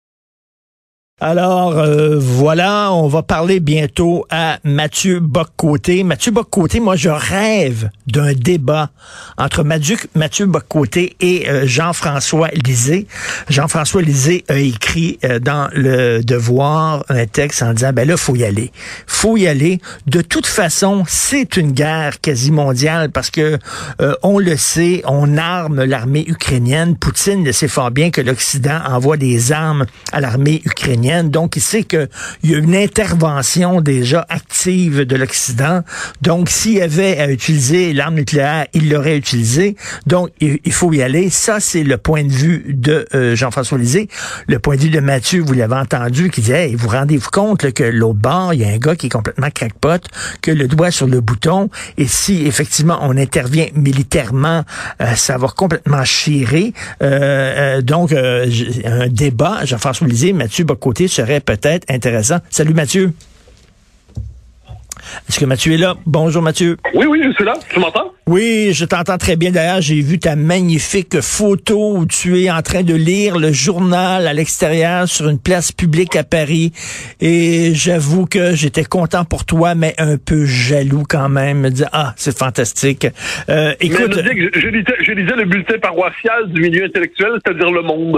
Alors, euh, voilà, on va parler bientôt à Mathieu Bock-Côté. Mathieu Bock-Côté, moi, je rêve d'un débat entre Mathieu, Mathieu Bock-Côté et euh, Jean-François Lisée. Jean-François Lisée a écrit euh, dans Le Devoir un texte en disant, ben là, faut y aller. Faut y aller. De toute façon, c'est une guerre quasi mondiale parce que, euh, on le sait, on arme l'armée ukrainienne. Poutine le sait fort bien que l'Occident envoie des armes à l'armée ukrainienne. Donc, il sait qu'il y a une intervention déjà active de l'Occident. Donc, s'il y avait à utiliser l'arme nucléaire, il l'aurait utilisée. Donc, il, il faut y aller. Ça, c'est le point de vue de euh, Jean-François Lisée. Le point de vue de Mathieu, vous l'avez entendu, qui disait, hey, vous rendez-vous compte là, que l'autre bord, il y a un gars qui est complètement crackpot, que le doigt sur le bouton, et si effectivement on intervient militairement, euh, ça va complètement chirer. Euh, euh, donc, euh, un débat, Jean-François Lisée, Mathieu Bock-Côté, serait peut-être intéressant. Salut Mathieu. Est-ce que Mathieu est là? Bonjour Mathieu. Oui, oui, je suis là. Tu m'entends? Oui, je t'entends très bien. D'ailleurs, j'ai vu ta magnifique photo où tu es en train de lire le journal à l'extérieur sur une place publique à Paris. Et j'avoue que j'étais content pour toi, mais un peu jaloux quand même. Me dire, ah, c'est fantastique. Euh, écoute, mais je, je, lisais, je lisais le bulletin paroissial du milieu intellectuel, c'est-à-dire Le Monde.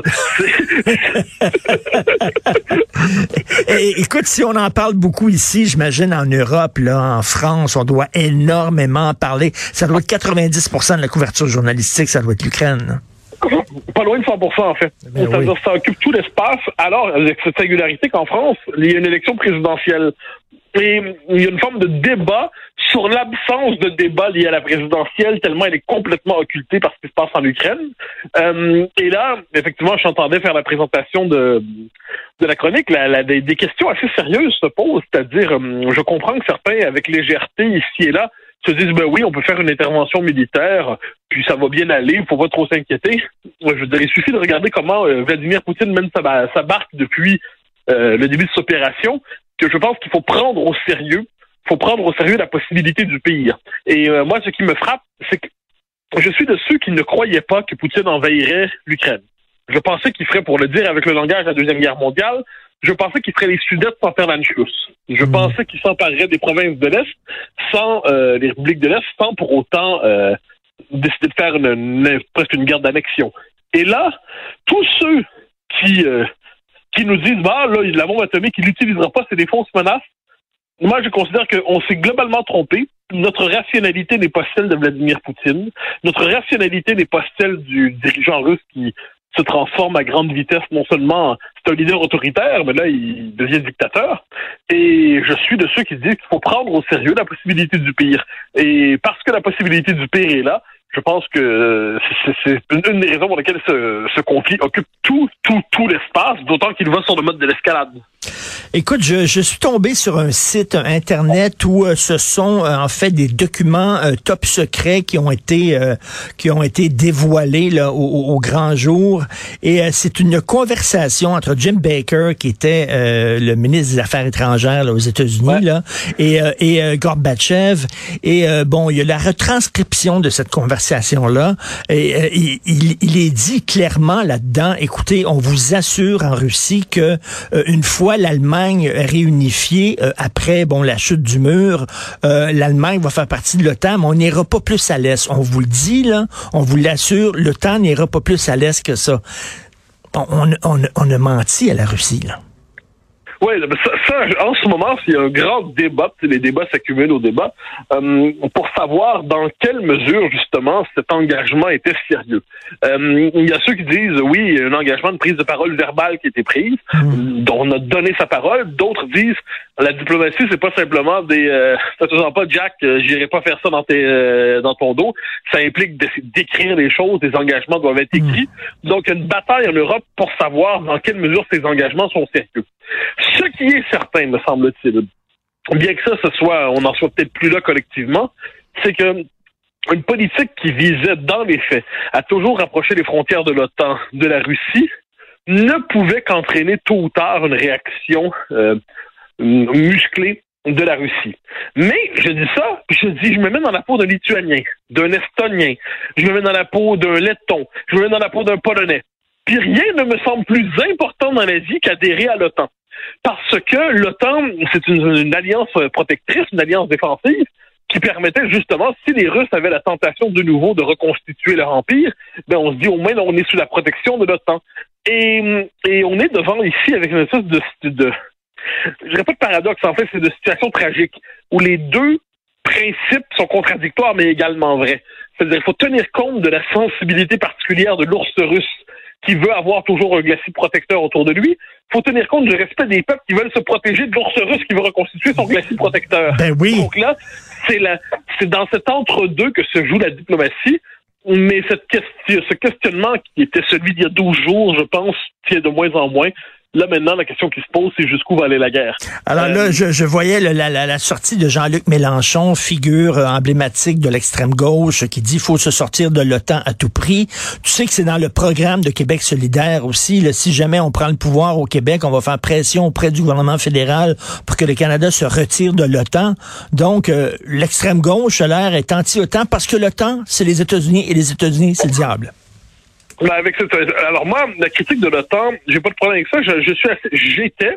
Et, écoute, si on en parle beaucoup ici, j'imagine en Europe, là, en France, on doit énormément en parler. Ça doit être quatre-vingt-dix pour cent de la couverture journalistique, ça doit être l'Ukraine. Pas loin de cent pour cent, en fait. Ben C'est-à-dire oui. ça occupe tout l'espace. Alors, avec cette singularité qu'en France, il y a une élection présidentielle. Et il y a une forme de débat sur l'absence de débat lié à la présidentielle, tellement elle est complètement occultée par ce qui se passe en Ukraine. Euh, et là, effectivement, je t'entendais faire la présentation de, de la chronique. La, la, des, des questions assez sérieuses se posent, c'est-à-dire, euh, je comprends que certains, avec légèreté, ici et là, se disent, ben oui, on peut faire une intervention militaire, puis ça va bien aller, il faut pas trop s'inquiéter. Je veux dire, il suffit de regarder comment euh, Vladimir Poutine mène sa, sa barque depuis euh, le début de cette opération, que je pense qu'il faut prendre au sérieux, il faut prendre au sérieux la possibilité du pire. Et euh, moi, ce qui me frappe, c'est que je suis de ceux qui ne croyaient pas que Poutine envahirait l'Ukraine. Je pensais qu'il ferait, pour le dire avec le langage de la Deuxième Guerre mondiale, je pensais qu'il ferait les Sudètes sans faire l'Anschluss. Je mmh. pensais qu'il s'emparerait des provinces de l'Est, sans euh, les républiques de l'Est, sans pour autant euh, décider de faire une, une, presque une guerre d'annexion. Et là, tous ceux qui euh, qui nous disent, bah là, la bombe atomique, il l'utilisera pas, c'est des fausses menaces. Moi, je considère qu'on s'est globalement trompé. Notre rationalité n'est pas celle de Vladimir Poutine. Notre rationalité n'est pas celle du dirigeant russe qui se transforme à grande vitesse. Non seulement c'est un leader autoritaire, mais là, il devient dictateur. Et je suis de ceux qui disent qu'il faut prendre au sérieux la possibilité du pire. Et parce que la possibilité du pire est là, je pense que c'est, c'est une des raisons pour lesquelles ce, ce conflit occupe tout, tout, tout l'espace, d'autant qu'il va sur le mode de l'escalade. Écoute, je, je suis tombé sur un site Internet où euh, ce sont euh, en fait des documents euh, top secrets qui ont été euh, qui ont été dévoilés là, au, au grand jour. Et euh, c'est une conversation entre Jim Baker, qui était euh, le ministre des Affaires étrangères là, aux États-Unis, ouais. là, et, euh, et euh, Gorbatchev. Et euh, bon, il y a la retranscription de cette conversation-là. Et euh, il, il, il est dit clairement là-dedans, écoutez, on vous assure en Russie que euh, une fois l'Allemagne réunifiée euh, après bon la chute du mur, euh, l'Allemagne va faire partie de l'OTAN, mais on n'ira pas plus à l'est. On vous le dit là, on vous l'assure, l'OTAN n'ira pas plus à l'est que ça. On, on, on, on a menti à la Russie là. Oui, ça, ça, en ce moment, il y a un grand débat, les débats s'accumulent au débat, euh, pour savoir dans quelle mesure, justement, cet engagement était sérieux. Euh, il y a ceux qui disent, oui, il y a un engagement de prise de parole verbale qui a été prise, mmh. dont on a donné sa parole. D'autres disent, la diplomatie, c'est pas simplement des... Euh, ça te sent pas, Jack, euh, j'irai pas faire ça dans, tes, euh, dans ton dos. Ça implique d'écrire les choses, des engagements doivent être écrits. Mmh. Donc, il y a une bataille en Europe pour savoir dans quelle mesure ces engagements sont sérieux. Ce qui est certain, me semble-t-il, bien que ça, ce soit, on n'en soit peut-être plus là collectivement, c'est que une politique qui visait, dans les faits, à toujours rapprocher les frontières de l'OTAN de la Russie ne pouvait qu'entraîner tôt ou tard une réaction euh, musclée de la Russie. Mais je dis ça, je dis, je me mets dans la peau d'un Lituanien, d'un Estonien, je me mets dans la peau d'un Letton, je me mets dans la peau d'un Polonais. Puis rien ne me semble plus important dans la vie qu'adhérer à l'OTAN. Parce que l'OTAN, c'est une, une alliance protectrice, une alliance défensive, qui permettait justement, si les Russes avaient la tentation de nouveau de reconstituer leur empire, ben on se dit au moins on est sous la protection de l'OTAN. Et, et on est devant ici avec une espèce de, de, de je dirais pas de paradoxe, en fait, c'est de situation tragique, où les deux principes sont contradictoires, mais également vrais. C'est-à-dire qu'il faut tenir compte de la sensibilité particulière de l'ours russe, qui veut avoir toujours un glacis protecteur autour de lui. Il faut tenir compte du respect des peuples qui veulent se protéger de l'ours russe qui veut reconstituer son glacis protecteur. Ben oui. Donc là, c'est, la, c'est dans cet entre-deux que se joue la diplomatie. Mais cette question, ce questionnement qui était celui d'il y a douze jours, je pense, tient de moins en moins. Là, maintenant, la question qui se pose, c'est jusqu'où va aller la guerre. Alors euh, là, je, je voyais le, la, la, la sortie de Jean-Luc Mélenchon, figure emblématique de l'extrême gauche, qui dit qu'il faut se sortir de l'OTAN à tout prix. Tu sais que c'est dans le programme de Québec solidaire aussi. Là, si jamais on prend le pouvoir au Québec, on va faire pression auprès du gouvernement fédéral pour que le Canada se retire de l'OTAN. Donc, euh, l'extrême gauche, a l'air, est anti-OTAN parce que l'OTAN, c'est les États-Unis et les États-Unis, c'est le diable. Ben avec cette, alors moi, la critique de l'OTAN, j'ai pas de problème avec ça. Je, je suis assez, j'étais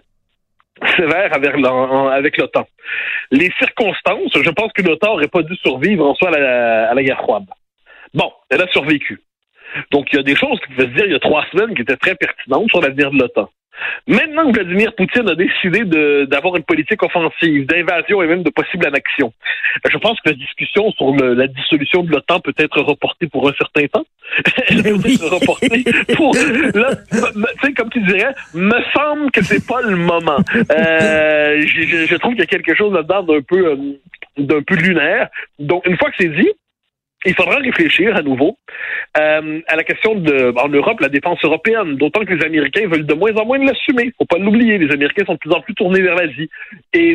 sévère avec, avec l'OTAN. Les circonstances, je pense que l'OTAN n'aurait pas dû survivre en soi à la, à la guerre froide. Bon, elle a survécu. Donc il y a des choses qui pouvaient se dire il y a trois semaines qui étaient très pertinentes sur l'avenir de l'OTAN. Maintenant que Vladimir Poutine a décidé de, d'avoir une politique offensive, d'invasion et même de possible annexion, je pense que la discussion sur le, la dissolution de l'OTAN peut être reportée pour un certain temps. Elle peut oui. être reportée pour... Là, tu sais, comme tu dirais, me semble que c'est pas le moment. Euh, je, je, je trouve qu'il y a quelque chose là-dedans d'un peu, euh, d'un peu lunaire. Donc, une fois que c'est dit, il faudra réfléchir à nouveau euh, à la question de, en Europe, la défense européenne, d'autant que les Américains veulent de moins en moins de l'assumer. Faut pas l'oublier, les Américains sont de plus en plus tournés vers l'Asie. Et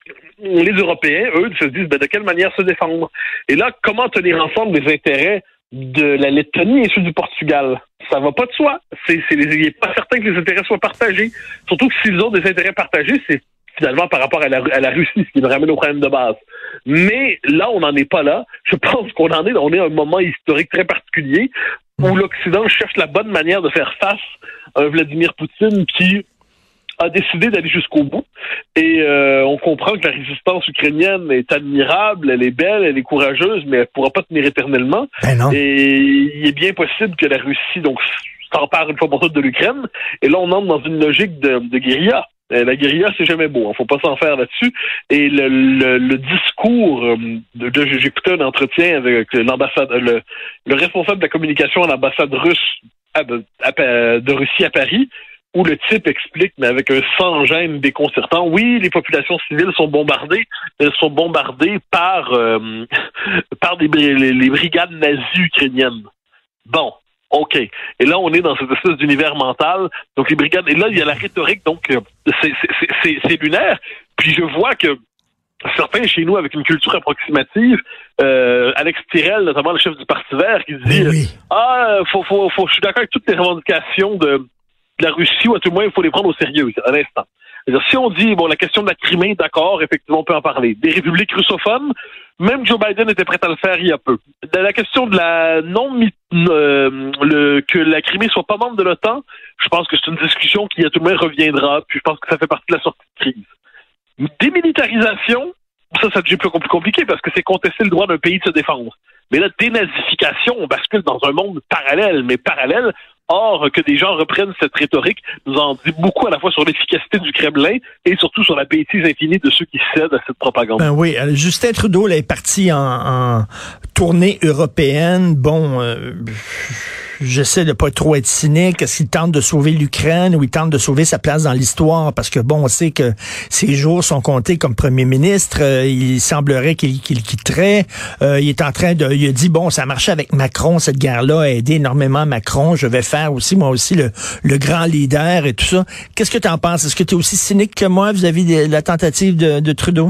les Européens, eux, se disent ben, de quelle manière se défendre. Et là, comment tenir ensemble les intérêts de la Lettonie et ceux du Portugal? Ça va pas de soi. C'est, c'est les, il n'est pas certain que les intérêts soient partagés. Surtout que s'ils ont des intérêts partagés, c'est finalement par rapport à la, à la Russie, ce qui nous ramène au problème de base. Mais là, on n'en est pas là. Je pense qu'on en est, on est à un moment historique très particulier où l'Occident cherche la bonne manière de faire face à un Vladimir Poutine qui a décidé d'aller jusqu'au bout. Et euh, on comprend que la résistance ukrainienne est admirable, elle est belle, elle est courageuse, mais elle ne pourra pas tenir éternellement. Ben non. Et il est bien possible que la Russie donc s'empare une fois pour toutes de l'Ukraine. Et là, on entre dans une logique de, de guérilla. La guérilla, c'est jamais beau. Il faut pas s'en faire là-dessus. Et le, le, le discours de, de j'écoutais un entretien avec l'ambassade, le, le responsable de la communication à l'ambassade russe à, à, de Russie à Paris, où le type explique, mais avec un sans-gêne déconcertant, oui, les populations civiles sont bombardées, elles sont bombardées par euh, par des, les, les brigades nazies ukrainiennes. Bon. OK. Et là, on est dans cette espèce d'univers mental. Donc, les brigades... Et là, il y a la rhétorique, donc, euh, c'est, c'est, c'est, c'est lunaire. Puis, je vois que certains chez nous, avec une culture approximative, euh, Alex Tirel, notamment le chef du Parti vert, qui dit oui. « Ah, faut, faut, faut, je suis d'accord avec toutes les revendications de, de la Russie, ou à tout le moins, il faut les prendre au sérieux, à l'instant. » Si on dit, bon, la question de la Crimée, d'accord, effectivement, on peut en parler. Des républiques russophones, même Joe Biden était prêt à le faire il y a peu. De la question de la non euh, le, que la Crimée soit pas membre de l'OTAN, je pense que c'est une discussion qui à tout le moins reviendra, puis je pense que ça fait partie de la sortie de crise. Démilitarisation, ça, ça devient plus compliqué parce que c'est contester le droit d'un pays de se défendre. Mais là, dénazification, on bascule dans un monde parallèle, mais parallèle. Or, que des gens reprennent cette rhétorique nous en dit beaucoup à la fois sur l'efficacité du Kremlin et surtout sur la bêtise infinie de ceux qui cèdent à cette propagande. Ben oui, Justin Trudeau là, est parti en, en tournée européenne. Bon, euh, j'essaie de pas trop être cynique. Est-ce qu'il tente de sauver l'Ukraine ou il tente de sauver sa place dans l'histoire? Parce que bon, on sait que ses jours sont comptés comme premier ministre. Euh, il semblerait qu'il, qu'il quitterait. Euh, il est en train de... Il a dit, bon, ça a marché avec Macron, cette guerre-là a aidé énormément Macron. Je vais faire aussi, moi aussi, le, le grand leader et tout ça. Qu'est-ce que tu en penses? Est-ce que tu es aussi cynique que moi vis-à-vis de la tentative de, de Trudeau?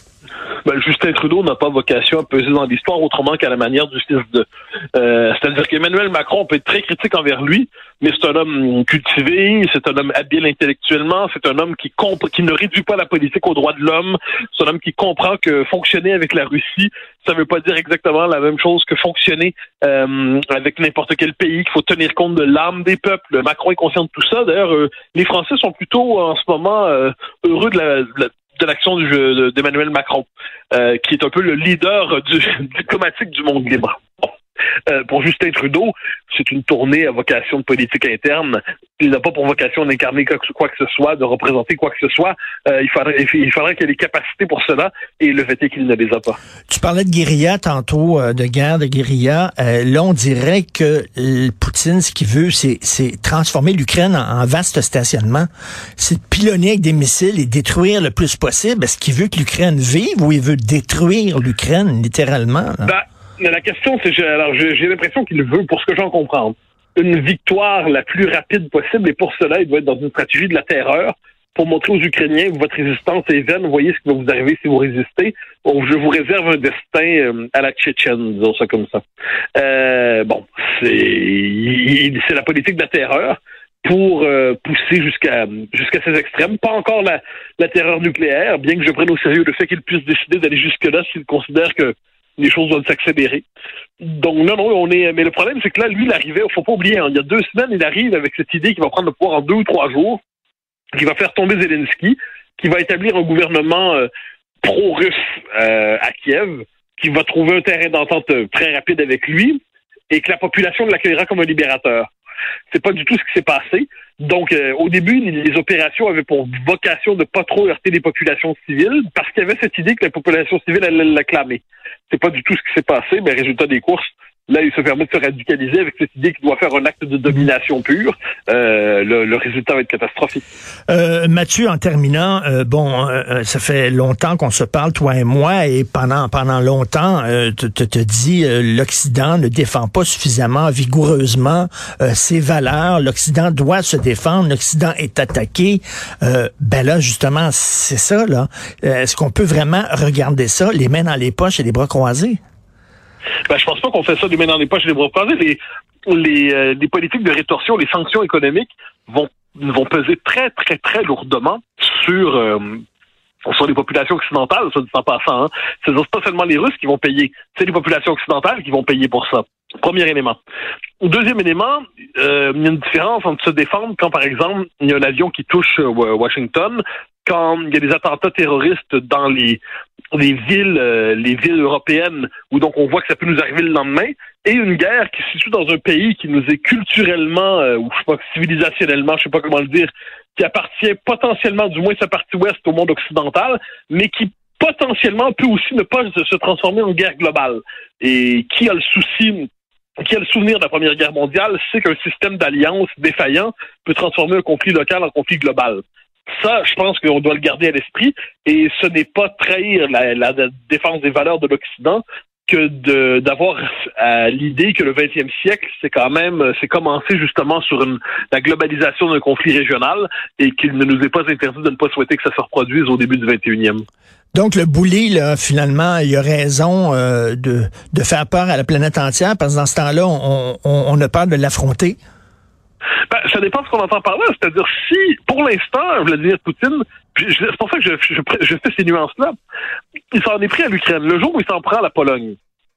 Ben, Justin Trudeau n'a pas vocation à peser dans l'histoire autrement qu'à la manière du fils de. Euh, c'est-à-dire qu'Emmanuel Macron peut être très critique envers lui, mais c'est un homme cultivé, c'est un homme habile intellectuellement, c'est un homme qui comp- qui ne réduit pas la politique aux droits de l'homme, c'est un homme qui comprend que fonctionner avec la Russie, ça veut pas dire exactement la même chose que fonctionner euh, avec n'importe quel pays, qu'il faut tenir compte de l'âme des peuples. Macron est conscient de tout ça. D'ailleurs, euh, les Français sont plutôt en ce moment euh, heureux de la, de la de l'action du jeu d'Emmanuel Macron, euh, qui est un peu le leader du, diplomatique du monde libre. Bon. Euh, pour Justin Trudeau, c'est une tournée à vocation de politique interne. Il n'a pas pour vocation d'incarner quoi que ce soit, de représenter quoi que ce soit. Euh, il faudrait, il faudrait qu'il ait les capacités pour cela, et le fait est qu'il ne les a pas. Tu parlais de guérilla tantôt, euh, de guerre, de guérilla. Euh, là, on dirait que euh, Poutine, ce qu'il veut, c'est, c'est transformer l'Ukraine en, en vaste stationnement. C'est de pilonner avec des missiles et détruire le plus possible. Est-ce qu'il veut que l'Ukraine vive ou il veut détruire l'Ukraine, littéralement? Là? Ben, la question, c'est, alors j'ai, j'ai l'impression qu'il veut, pour ce que j'en comprends, une victoire la plus rapide possible, et pour cela, il doit être dans une stratégie de la terreur pour montrer aux Ukrainiens que votre résistance est vaine. Vous voyez ce qui va vous arriver si vous résistez. Bon, je vous réserve un destin euh, à la Tchétchène, disons ça comme ça. Euh, bon, c'est, il, c'est la politique de la terreur pour euh, pousser jusqu'à jusqu'à ces extrêmes. Pas encore la, la terreur nucléaire, bien que je prenne au sérieux le fait qu'il puisse décider d'aller jusque-là s'il considère que les choses doivent s'accélérer. Donc, non, non, on est... Mais le problème, c'est que là, lui, il arrivait... Il faut pas oublier, hein, il y a deux semaines, il arrive avec cette idée qu'il va prendre le pouvoir en deux ou trois jours, qu'il va faire tomber Zelensky, qu'il va établir un gouvernement euh, pro-russe euh, à Kiev, qu'il va trouver un terrain d'entente euh, très rapide avec lui, et que la population l'accueillera comme un libérateur. C'est pas du tout ce qui s'est passé. Donc, euh, au début, les opérations avaient pour vocation de pas trop heurter les populations civiles, parce qu'il y avait cette idée que la population civile allait l'acclamer. C'est pas du tout ce qui s'est passé, mais résultat des courses, Là, il se permet de se radicaliser avec cette idée qu'il doit faire un acte de domination pure. Euh, le, le résultat va être catastrophique. Euh, Mathieu, en terminant, euh, bon, euh, ça fait longtemps qu'on se parle, toi et moi, et pendant pendant longtemps, euh, tu te dis euh, l'Occident ne défend pas suffisamment vigoureusement euh, ses valeurs. L'Occident doit se défendre. L'Occident est attaqué. Euh, ben là, justement, c'est ça, là. Euh, est-ce qu'on peut vraiment regarder ça, les mains dans les poches et les bras croisés? Ben, je pense pas qu'on fait ça les mains dans les poches et les bras croisés. Les, les, euh, les politiques de rétorsion, les sanctions économiques vont, vont peser très, très, très lourdement sur, euh, sur les populations occidentales, ça dit en passant. Hein. C'est pas seulement les Russes qui vont payer, c'est les populations occidentales qui vont payer pour ça. Premier élément. Deuxième élément, euh, il y a une différence entre se défendre quand, par exemple, il y a un avion qui touche euh, Washington, quand il y a des attentats terroristes dans les les villes euh, les villes européennes où donc on voit que ça peut nous arriver le lendemain, et une guerre qui se situe dans un pays qui nous est culturellement euh, ou je sais pas civilisationnellement, je sais pas comment le dire, qui appartient potentiellement, du moins sa partie ouest, au monde occidental, mais qui potentiellement peut aussi ne pas se transformer en guerre globale. Et qui a le souci qui a le souvenir de la Première Guerre mondiale, c'est qu'un système d'alliance défaillant peut transformer un conflit local en conflit global. Ça, je pense qu'on doit le garder à l'esprit, et ce n'est pas trahir la, la, la défense des valeurs de l'Occident que de d'avoir euh, l'idée que le vingtième siècle, c'est quand même, c'est commencé justement sur une, la globalisation d'un conflit régional, et qu'il ne nous est pas interdit de ne pas souhaiter que ça se reproduise au début du vingt et unième. Donc, le bully, là, finalement, il a raison euh, de, de faire peur à la planète entière, parce que dans ce temps-là, on, on, on a peur de l'affronter. Ben, ça dépend de ce qu'on entend par là. C'est-à-dire, si, pour l'instant, Vladimir Poutine, c'est pour ça que je, je, je fais ces nuances-là, il s'en est pris à l'Ukraine. Le jour où il s'en prend à la Pologne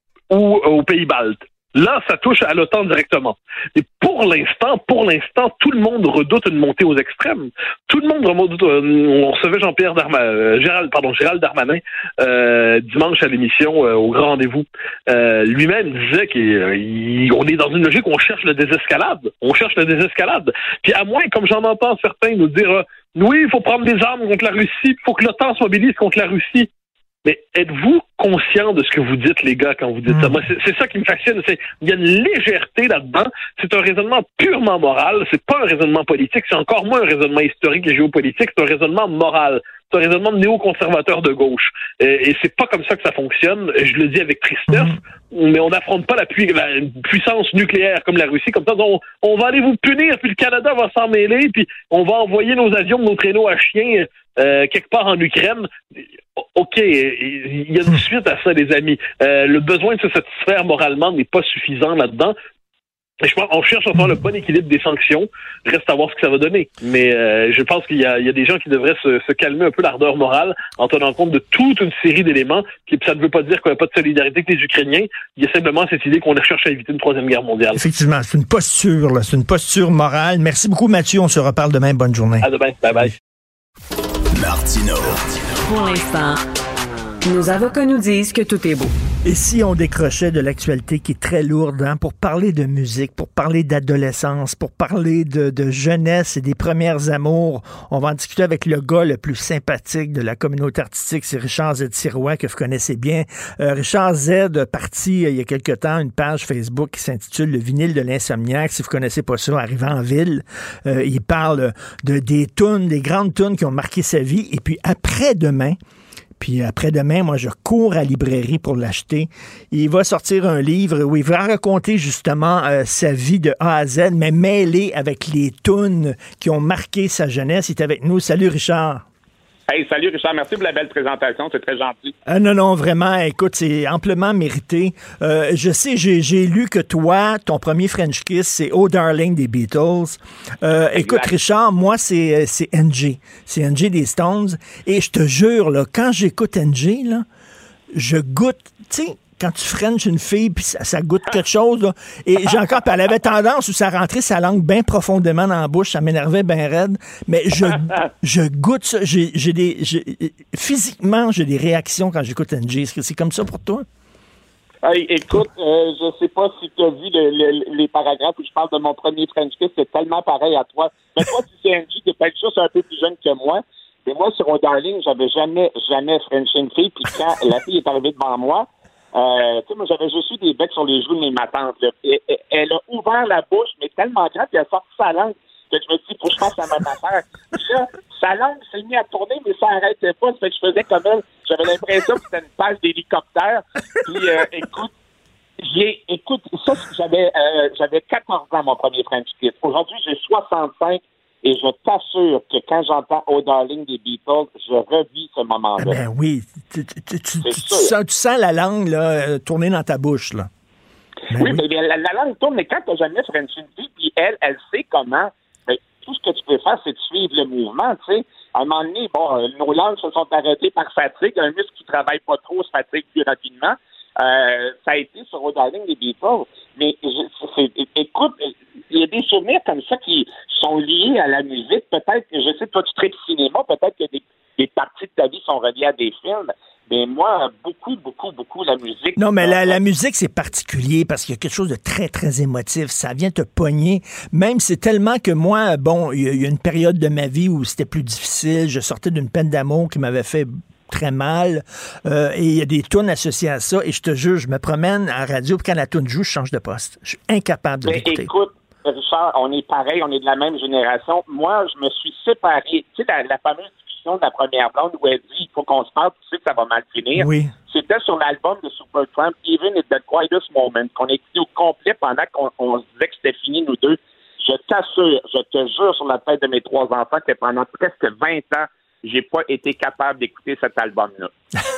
ou aux pays baltes, là, ça touche à l'OTAN directement. Et pour l'instant, pour l'instant, tout le monde redoute une montée aux extrêmes. Tout le monde redoute. On recevait Jean-Pierre Darmanin, euh, Gérald, pardon, Gérald Darmanin euh, dimanche à l'émission euh, au Grand Rendez-vous. Euh, lui-même disait qu'on est dans une logique où on cherche la désescalade. On cherche la désescalade. Puis à moins, comme j'en entends certains nous dire, euh, oui, il faut prendre des armes contre la Russie, il faut que l'OTAN se mobilise contre la Russie. Mais êtes-vous conscient de ce que vous dites, les gars, quand vous dites mmh. ça? Moi, c'est, c'est ça qui me fascine. C'est, il y a une légèreté là-dedans. C'est un raisonnement purement moral. C'est pas un raisonnement politique. C'est encore moins un raisonnement historique et géopolitique. C'est un raisonnement moral. C'est un raisonnement de néoconservateur de gauche. Et, et c'est pas comme ça que ça fonctionne. Je le dis avec tristesse. Mmh. Mais on n'affronte pas la, pu- la puissance nucléaire comme la Russie. Comme ça, on, on va aller vous punir, puis le Canada va s'en mêler, puis on va envoyer nos avions, nos traîneaux à chiens euh, quelque part en Ukraine. OK, il y a une suite à ça, les amis. Euh, le besoin de se satisfaire moralement n'est pas suffisant là-dedans. Et je pense qu'on cherche enfin le bon équilibre des sanctions. Reste à voir ce que ça va donner. Mais euh, je pense qu'il y a, il y a des gens qui devraient se, se calmer un peu l'ardeur morale en tenant compte de toute une série d'éléments. Qui, ça ne veut pas dire qu'il n'y a pas de solidarité avec les Ukrainiens. Il y a simplement cette idée qu'on cherche à éviter une troisième guerre mondiale. Effectivement, c'est une posture, là. C'est une posture morale. Merci beaucoup, Mathieu. On se reparle demain. Bonne journée. À demain. Bye bye. Martino. Pour l'instant, nos avocats nous disent que tout est beau. Et si on décrochait de l'actualité qui est très lourde, hein, pour parler de musique, pour parler d'adolescence, pour parler de, de jeunesse et des premières amours, on va en discuter avec le gars le plus sympathique de la communauté artistique, c'est Richard Z. Sirois, que vous connaissez bien. Euh, Richard Z a parti euh, il y a quelque temps une page Facebook qui s'intitule Le vinyle de l'insomniaque. Si vous connaissez pas ça, arrivez en ville. Euh, il parle de des tunes, des grandes tunes qui ont marqué sa vie. Et puis après-demain, Puis après-demain, moi, je cours à la librairie pour l'acheter. Il va sortir un livre où il va raconter justement euh, sa vie de A à Z, mais mêlé avec les tunes qui ont marqué sa jeunesse. Il est avec nous. Salut, Richard. Hey, salut Richard, merci pour la belle présentation, c'est très gentil. Ah non, non, vraiment, écoute, c'est amplement mérité. Euh, je sais, j'ai, j'ai lu que toi, ton premier French Kiss, c'est Oh Darling des Beatles. Euh, écoute, Richard, moi, c'est, c'est N G. C'est N G des Stones. Et je te jure, là, quand j'écoute N G, là, je goûte, tu sais, quand tu frenches une fille, puis ça, ça goûte quelque chose, là. Et j'ai encore, puis elle avait tendance où ça rentrait sa langue bien profondément dans la bouche, ça m'énervait bien raide. Mais je, je goûte ça. J'ai, j'ai des, j'ai, physiquement, j'ai des réactions quand j'écoute N G. Est-ce que c'est comme ça pour toi? Hey, écoute, euh, je sais pas si tu as vu le, le, les paragraphes où je parle de mon premier French Kiss, c'est tellement pareil à toi. Mais toi, si c'est N G, t'es peut-être juste un peu plus jeune que moi. Mais moi, sur Oh Darling, j'avais jamais, jamais Frenché une fille. Puis quand la fille est arrivée devant moi, Euh, tu sais, moi, j'avais juste eu des becs sur les joues de mes ma tante, là. Et, et, elle a ouvert la bouche, mais tellement grande, puis elle a sorti sa langue, que je me suis dit, faut que je fasse la même affaire. Puis là, sa langue s'est mise à tourner, mais ça arrêtait pas. Ça fait que je faisais comme elle. J'avais l'impression que c'était une page d'hélicoptère. Puis, euh, écoute, j'ai, écoute, ça, j'avais, euh, j'avais quatorze ans, mon premier French Kiss. Aujourd'hui, j'ai soixante-cinq. Et je t'assure que quand j'entends Oh Darling des Beatles, je revis ce moment-là. Ben oui. Tu, tu, tu, tu, tu, sens, tu sens la langue là, tourner dans ta bouche. Là. Ben oui, oui. Mais la, la langue tourne, mais quand tu n'as jamais French une fille, puis elle, elle sait comment, ben, tout ce que tu peux faire, c'est de suivre le mouvement. Tu sais. À un moment donné, bon, nos langues se sont arrêtées par fatigue. Un muscle qui ne travaille pas trop se fatigue plus rapidement. Euh, ça a été sur Oh Darling des Beatles. Mais je, c'est, écoute, il y a des souvenirs comme ça qui sont liés à la musique. Peut-être que, je sais, toi, tu traites cinéma, peut-être que des, des parties de ta vie sont reliées à des films. Mais moi, beaucoup, beaucoup, beaucoup, la musique... Non, mais la, la musique, c'est particulier parce qu'il y a quelque chose de très, très émotif. Ça vient te pogner. Même, c'est tellement que moi, bon, il y, y a une période de ma vie où c'était plus difficile. Je sortais d'une peine d'amour qui m'avait fait très mal. Euh, et il y a des tunes associées à ça. Et je te jure, je me promène à la radio, puis quand la tune joue, je change de poste. Je suis incapable de l'écouter. Écoute, Richard, on est pareil, on est de la même génération. Moi, je me suis séparé. Tu sais, la, la fameuse discussion de la première blonde où elle dit il faut qu'on se parle, tu sais que ça va mal finir. Oui. C'était sur l'album de Supertramp, Even at the Quietest Moment, qu'on a écouté au complet pendant qu'on on se disait que c'était fini, nous deux. Je t'assure, je te jure sur la tête de mes trois enfants que pendant presque vingt ans, j'ai pas été capable d'écouter cet album-là.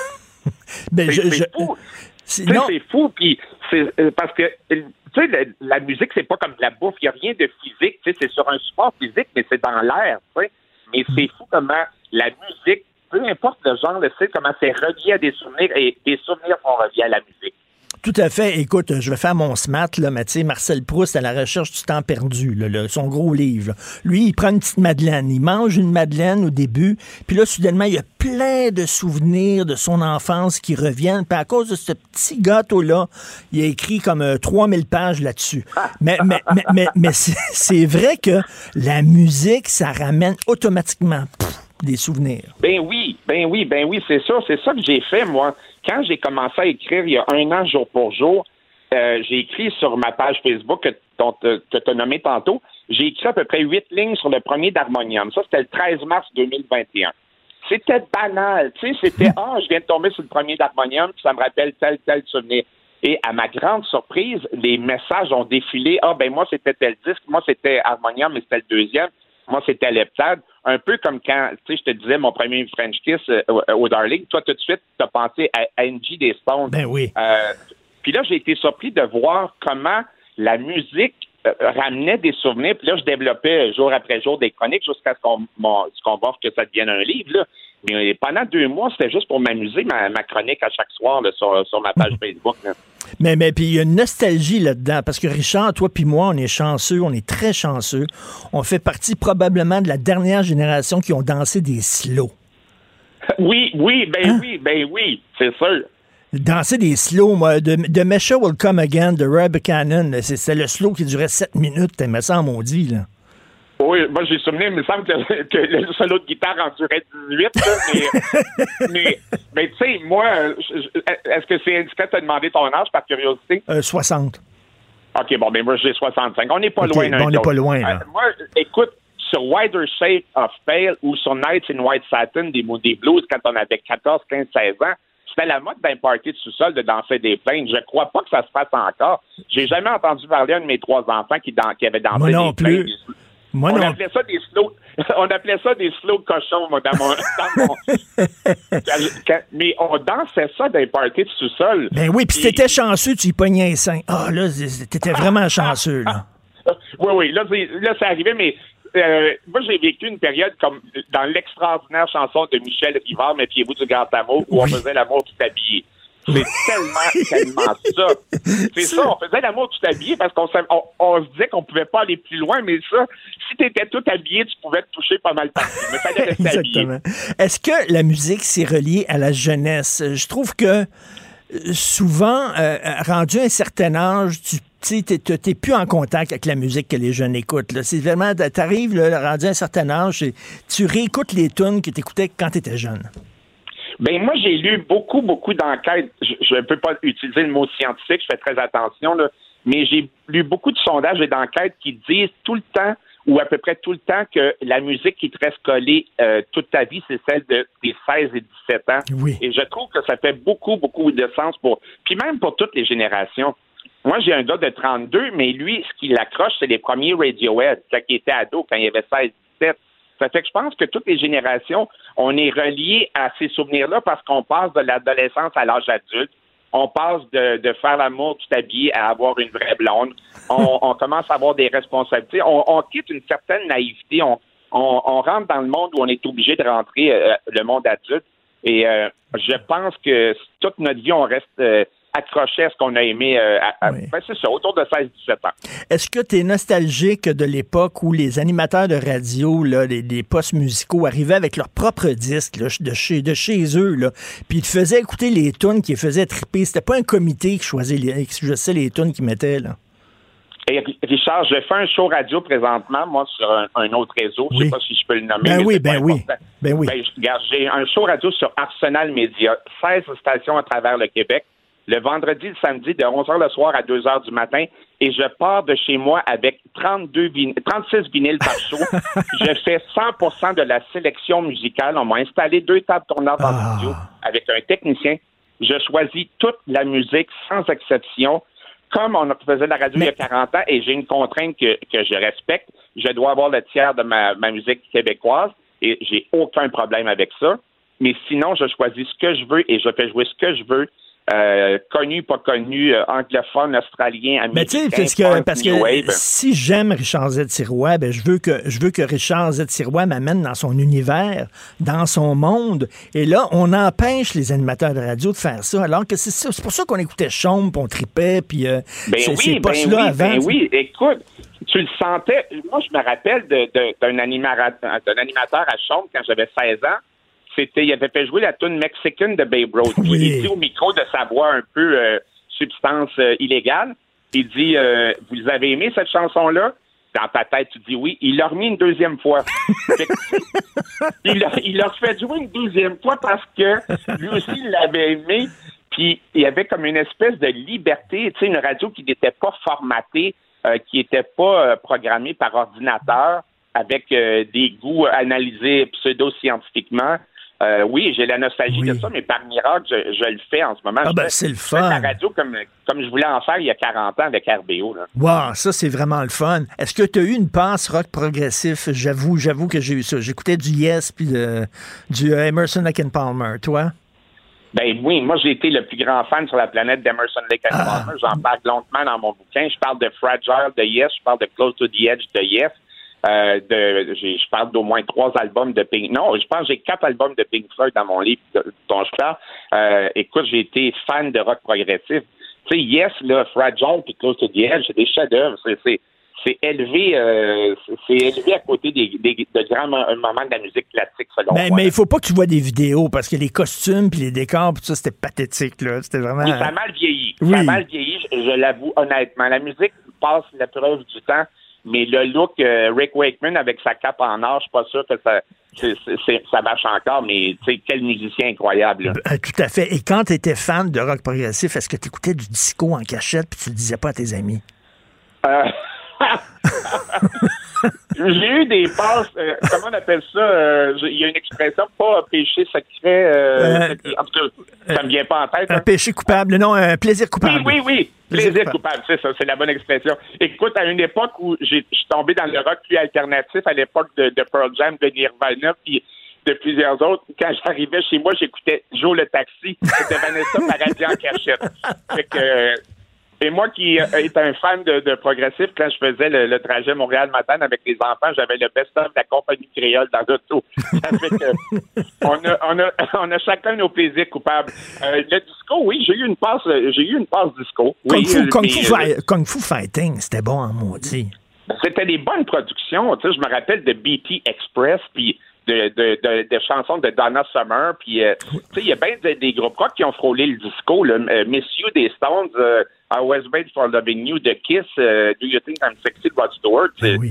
ben, c'est, je, c'est je... fou. C'est, non. c'est fou, puis c'est euh, parce que tu sais, la, la musique, c'est pas comme de la bouffe, il n'y a rien de physique, tu sais, c'est sur un support physique, mais c'est dans l'air, tu sais. Mais mm. c'est fou comment la musique, peu importe le genre, tu sais, comment c'est relié à des souvenirs, et des souvenirs sont reliés à la musique. Tout à fait. Écoute, je vais faire mon smat, là, mais tu sais, Marcel Proust à la recherche du temps perdu, là, là, son gros livre. Là. Lui, il prend une petite madeleine. Il mange une madeleine au début, puis là, soudainement, il y a plein de souvenirs de son enfance qui reviennent. Puis à cause de ce petit gâteau-là, il a écrit comme euh, trois mille pages là-dessus. Mais, mais, mais, mais, mais c'est, c'est vrai que la musique, ça ramène automatiquement pff, des souvenirs. Ben oui, ben oui, ben oui, c'est ça. C'est ça que j'ai fait, moi. Quand j'ai commencé à écrire il y a un an, jour pour jour, euh, j'ai écrit sur ma page Facebook que, dont, euh, que tu as nommé tantôt, j'ai écrit à peu près huit lignes sur le premier d'Harmonium. Ça, c'était le treize mars deux mille vingt et un. C'était banal, tu sais, c'était « Ah, je viens de tomber sur le premier d'Harmonium, puis ça me rappelle tel, tel souvenir. » Et à ma grande surprise, les messages ont défilé. « Ah, ben moi, c'était tel disque, moi, c'était Harmonium, mais c'était le deuxième. Moi, c'était Leptade. » Un peu comme quand, tu sais, je te disais mon premier French Kiss euh, au Darling. Toi, tout de suite, tu as pensé à Angie des Stones. Ben oui. Euh, puis là, j'ai été surpris de voir comment la musique euh, ramenait des souvenirs. Puis là, je développais jour après jour des chroniques jusqu'à ce qu'on, mon, ce qu'on voit que ça devienne un livre. Là. Mais pendant deux mois, c'était juste pour m'amuser, ma, ma chronique à chaque soir là, sur, sur ma page Facebook. Là. Mais mais puis il y a une nostalgie là-dedans parce que Richard, toi puis moi, on est chanceux, on est très chanceux. On fait partie probablement de la dernière génération qui ont dansé des slows. Oui, oui, ben hein? oui, ben oui, c'est sûr. Danser des slows, moi, de, de Mesha Will Come Again, de Ray Buchanan, c'est, c'est le slow qui durait sept minutes, t'aimais ça en maudit, là. Oui, moi j'ai souvenir, il me semble que, que le solo de guitare en durait dix-huit, là, mais, mais, mais tu sais, moi, je, je, est-ce que c'est indiscret de te demander ton âge par curiosité? Euh, soixante. OK, bon, ben moi j'ai soixante-cinq. On n'est pas okay, loin d'un bon, on n'est pas loin, là. Euh, moi, écoute, sur Wider Shade of Pale ou sur Nights in White Satin des Moody Blues, quand on avait quatorze, quinze, seize ans, c'était la mode d'un party de sous-sol de danser des plaines. Je crois pas que ça se fasse encore. J'ai jamais entendu parler d'un de mes trois enfants qui, dan- qui avait dansé moi non des plus. plaines. Moi on non. appelait ça des slow, on appelait ça des slow cochons, moi, dans mon, dans mon... quand, mais on dansait ça dans les parties de sous-sol. Ben oui, puis si t'étais chanceux, tu y pognais les seins. Ah, oh, là, t'étais vraiment chanceux, là. Oui, oui, là, c'est, là, c'est arrivé, mais euh, moi, j'ai vécu une période comme dans l'extraordinaire chanson de Michel Rivard, Méfiez-vous du grand amour, où oui. on faisait l'amour tout habillé. C'est tellement, tellement ça. C'est ça, on faisait l'amour tout habillé parce qu'on on, on se disait qu'on pouvait pas aller plus loin, mais ça, si t'étais tout habillé, tu pouvais te toucher pas mal partout. Mais fallait rester Exactement. habillé. Est-ce que la musique, c'est relié à la jeunesse? Je trouve que souvent, euh, rendu à un certain âge, tu tu sais, t'es plus en contact avec la musique que les jeunes écoutent. Là. C'est vraiment, t'arrives, là, rendu à un certain âge, tu réécoutes les tunes que t'écoutais quand t'étais jeune. Ben moi, j'ai lu beaucoup, beaucoup d'enquêtes. Je ne peux pas utiliser le mot scientifique, je fais très attention, là, mais j'ai lu beaucoup de sondages et d'enquêtes qui disent tout le temps, ou à peu près tout le temps, que la musique qui te reste collée euh, toute ta vie, c'est celle de, des seize et dix-sept ans. Oui. Et je trouve que ça fait beaucoup, beaucoup de sens pour... Puis même pour toutes les générations. Moi, j'ai un gars de trente-deux, mais lui, ce qui l'accroche, c'est les premiers Radiohead, quand il était ado, quand il avait seize dix-sept. Ça fait que je pense que toutes les générations, on est reliés à ces souvenirs-là parce qu'on passe de l'adolescence à l'âge adulte. On passe de, de faire l'amour tout habillé à avoir une vraie blonde. On, on commence à avoir des responsabilités. On, on quitte une certaine naïveté. On, on, on rentre dans le monde où on est obligé de rentrer, euh, le monde adulte. Et euh, je pense que toute notre vie, on reste... Euh, accroché à ce qu'on a aimé. Euh, à, à, oui. ben c'est ça, autour de seize dix-sept ans. Est-ce que tu es nostalgique de l'époque où les animateurs de radio, là, les, les postes musicaux arrivaient avec leurs propres disques là, de, chez, de chez eux, là, puis ils te faisaient écouter les tunes qui les faisaient triper? C'était pas un comité qui choisissait les, qui choisissait les tunes qu'ils mettaient, là? Et Richard, je fais un show radio présentement, moi, sur un, un autre réseau. Je ne oui. sais pas si je peux le nommer. Ben oui, ben oui. ben oui. Ben, je, regarde, j'ai un show radio sur Arsenal Média, seize stations à travers le Québec. Le vendredi, le samedi, de onze heures le soir à deux heures du matin, et je pars de chez moi avec trente-deux vin- trente-six vinyles par show. Je fais cent pour cent de la sélection musicale. On m'a installé deux tables tournantes en ah. studio avec un technicien. Je choisis toute la musique sans exception, comme on faisait la radio Mais... il y a quarante ans, et j'ai une contrainte que, que je respecte. Je dois avoir le tiers de ma, ma musique québécoise, et j'ai aucun problème avec ça. Mais sinon, je choisis ce que je veux, et je fais jouer ce que je veux. Euh, connu, pas connu, euh, anglophone, australien, américain. Mais tu sais, parce que, parce que si j'aime Richard Z. Sirois, ben je veux que je veux que Richard Z. Sirois m'amène dans son univers, dans son monde. Et là, on empêche les animateurs de radio de faire ça. Alors que c'est ça, c'est pour ça qu'on écoutait Chaume, puis on tripait, puis euh, ben c'est, oui, ces ben postes-là oui, avant. Ben oui, écoute, tu le sentais. Moi, je me rappelle de, de, d'un, animateur, d'un animateur à Chaume quand j'avais seize ans. C'était, il avait fait jouer la tune Mexican de Babe Ruth. Oui. Il dit au micro de sa voix un peu euh, substance euh, illégale. Il dit euh, vous avez aimé cette chanson-là? Dans ta tête, tu dis oui. Il l'a remis une deuxième fois. il, l'a, il l'a fait jouer une deuxième fois parce que lui aussi, il l'avait aimé. Puis il y avait comme une espèce de liberté. Tu sais, une radio qui n'était pas formatée, euh, qui n'était pas euh, programmée par ordinateur, avec euh, des goûts analysés pseudo-scientifiquement. Euh, oui, j'ai la nostalgie oui. de ça, mais par miracle, je, je le fais en ce moment. Ah ben, je c'est fais, le fun. la radio comme, comme je voulais en faire il y a quarante ans avec R B O. Là. Wow, ça, c'est vraiment le fun. Est-ce que tu as eu une passe rock progressif? J'avoue, j'avoue que j'ai eu ça. J'écoutais du Yes puis de, du Emerson, Lake and Palmer. Toi? Ben oui, moi, j'ai été le plus grand fan sur la planète d'Emerson, Lake and ah. Palmer. J'en parle longuement dans mon bouquin. Je parle de Fragile de Yes, je parle de Close to the Edge de Yes. Euh, de, j'ai, je parle d'au moins trois albums de Pink. Non, je pense que j'ai quatre albums de Pink Floyd dans mon livre de, dont je parle. Euh, écoute, j'ai été fan de rock progressif. Tu sais, Yes, là, Fragile puis Close to the Edge, c'est des chefs-d'œuvre. C'est, c'est, c'est élevé, euh, c'est, c'est élevé à côté des, des de grands moments de la musique classique, selon mais, moi. Mais il faut pas que tu vois des vidéos parce que les costumes puis les décors, tout ça, c'était pathétique, là. C'était vraiment. Oui, ça a mal vieilli. Oui. Ça a mal vieilli, je, je l'avoue honnêtement. La musique passe la preuve du temps. Mais le look euh, Rick Wakeman avec sa cape en or, je suis pas sûr que ça, c'est, c'est, ça marche encore, mais tu sais, quel musicien incroyable. Là. Euh, tout à fait. Et quand tu étais fan de rock progressif, est-ce que tu écoutais du disco en cachette puis tu le disais pas à tes amis? Euh... J'ai eu des passes, euh, comment on appelle ça? Euh, il y a une expression, pas un péché secret. Euh, euh, en tout cas, ça me vient pas en tête. Un hein. péché coupable, non, un plaisir coupable. Oui, oui, oui. Plaisir, plaisir coupable. coupable, c'est ça, c'est la bonne expression. Écoute, à une époque où j'ai, je suis tombé dans le rock plus alternatif, à l'époque de, de Pearl Jam, de Nirvana, puis de plusieurs autres, quand j'arrivais chez moi, j'écoutais Joe le Taxi, c'était Vanessa Paradis en cachette. Fait que... Euh, Et moi qui est un fan de, de progressif, quand je faisais le, le trajet Montréal-Matane avec les enfants, j'avais le best-of de la compagnie créole dans l'auto. Ça fait que on a, on a, on a chacun nos plaisirs coupables. Euh, le disco, oui, j'ai eu une passe, j'ai eu une passe disco. Kung, oui, Fu, euh, Kung, mais, Fu, euh, Kung Fu Fighting, c'était bon en maudit. C'était des bonnes productions. Tu sais, je me rappelle de B T Express, puis de, de, de, de chansons de Donna Summer, puis euh, tu sais, il y a bien des, des groupes rock qui ont frôlé le disco, là. Euh, Miss You des Stones, euh, I Was Made for Loving You de Kiss, euh, Do You Think I'm Sexy de Rod Stewart. Ben oui.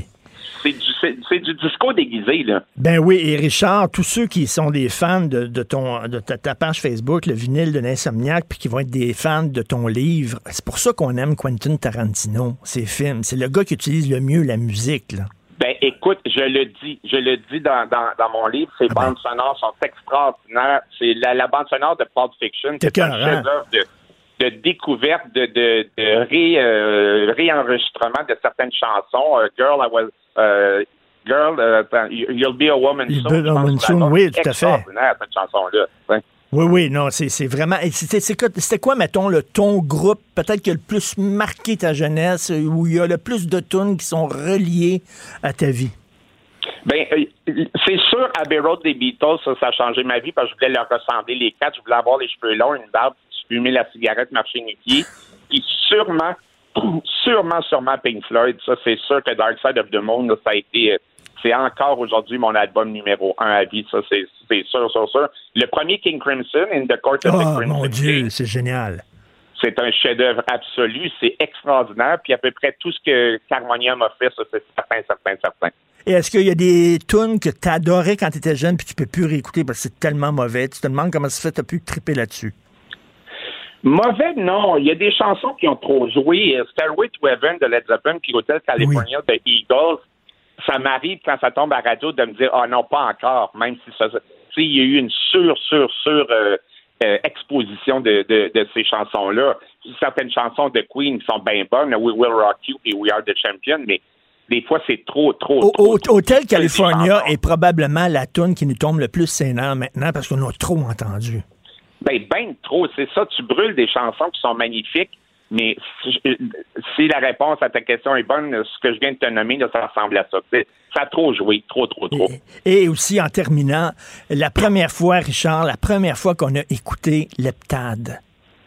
c'est du, c'est, c'est du disco déguisé, là. Ben oui, et Richard, tous ceux qui sont des fans de, de, ton, de ta, ta page Facebook, le vinyle de l'Insomniaque, puis qui vont être des fans de ton livre, c'est pour ça qu'on aime Quentin Tarantino, ses films. C'est le gars qui utilise le mieux la musique, là. Ben écoute, je le dis, je le dis dans, dans, dans mon livre, ces ah bandes ben. sonores sont extraordinaires. C'est la, la bande sonore de Pulp Fiction, c'est un chef-d'œuvre de, de découverte, de, de, de ré, euh, réenregistrement de certaines chansons. Uh, Girl, I was... Uh, Girl, uh, You'll Be a Woman Soon. You'll Be a Woman Soon, oui, tout à fait. Extraordinaire, cette chanson-là. Ouais. Oui, oui, non, c'est, c'est vraiment... C'était, c'était quoi, mettons, le ton groupe, peut-être qui a le plus marqué ta jeunesse, où il y a le plus de tunes qui sont reliées à ta vie? Bien, c'est sûr, Abbey Road des Beatles, ça, ça a changé ma vie, parce que je voulais leur ressembler les quatre. Je voulais avoir les cheveux longs, une barbe, fumer la cigarette, marcher nu-pied. Puis sûrement, sûrement, sûrement Pink Floyd. Ça, c'est sûr que Dark Side of the Moon, ça a été... C'est encore aujourd'hui mon album numéro un à vie, ça, c'est, c'est sûr, sûr, sûr. Le premier King Crimson, In the Court of oh, the Crimson. Mon Dieu, c'est génial. C'est un chef-d'œuvre absolu, c'est extraordinaire, puis à peu près tout ce que Harmonium a fait, ça, c'est certain, certain, certain. Et est-ce qu'il y a des tunes que tu adorais quand tu étais jeune, puis tu peux plus réécouter parce que c'est tellement mauvais? Tu te demandes comment ça fait, tu as pu triper là-dessus? Mauvais, non. Il y a des chansons qui ont trop joué. Stairway to Heaven de Led Zeppelin, puis Hotel California oui. de Eagles. Ça m'arrive quand ça tombe à la radio de me dire « Ah oh non, pas encore », même si ça... Tu sais, il y a eu une sur, sur, sur euh, euh, exposition de, de, de ces chansons-là. Certaines chansons de Queen sont bien bonnes, « We Will Rock You » et « We Are the Champion », mais des fois, c'est trop, trop, o- trop... trop Hotel trop, California est probablement la tune qui nous tombe le plus sénère maintenant parce qu'on a trop entendu. Ben, ben trop, c'est ça. Tu brûles des chansons qui sont magnifiques. Mais si la réponse à ta question est bonne, ce que je viens de te nommer, là, ça ressemble à ça. Ça a trop joué, trop, trop, trop. Et, et aussi, en terminant, la première fois, Richard, la première fois qu'on a écouté Leptade,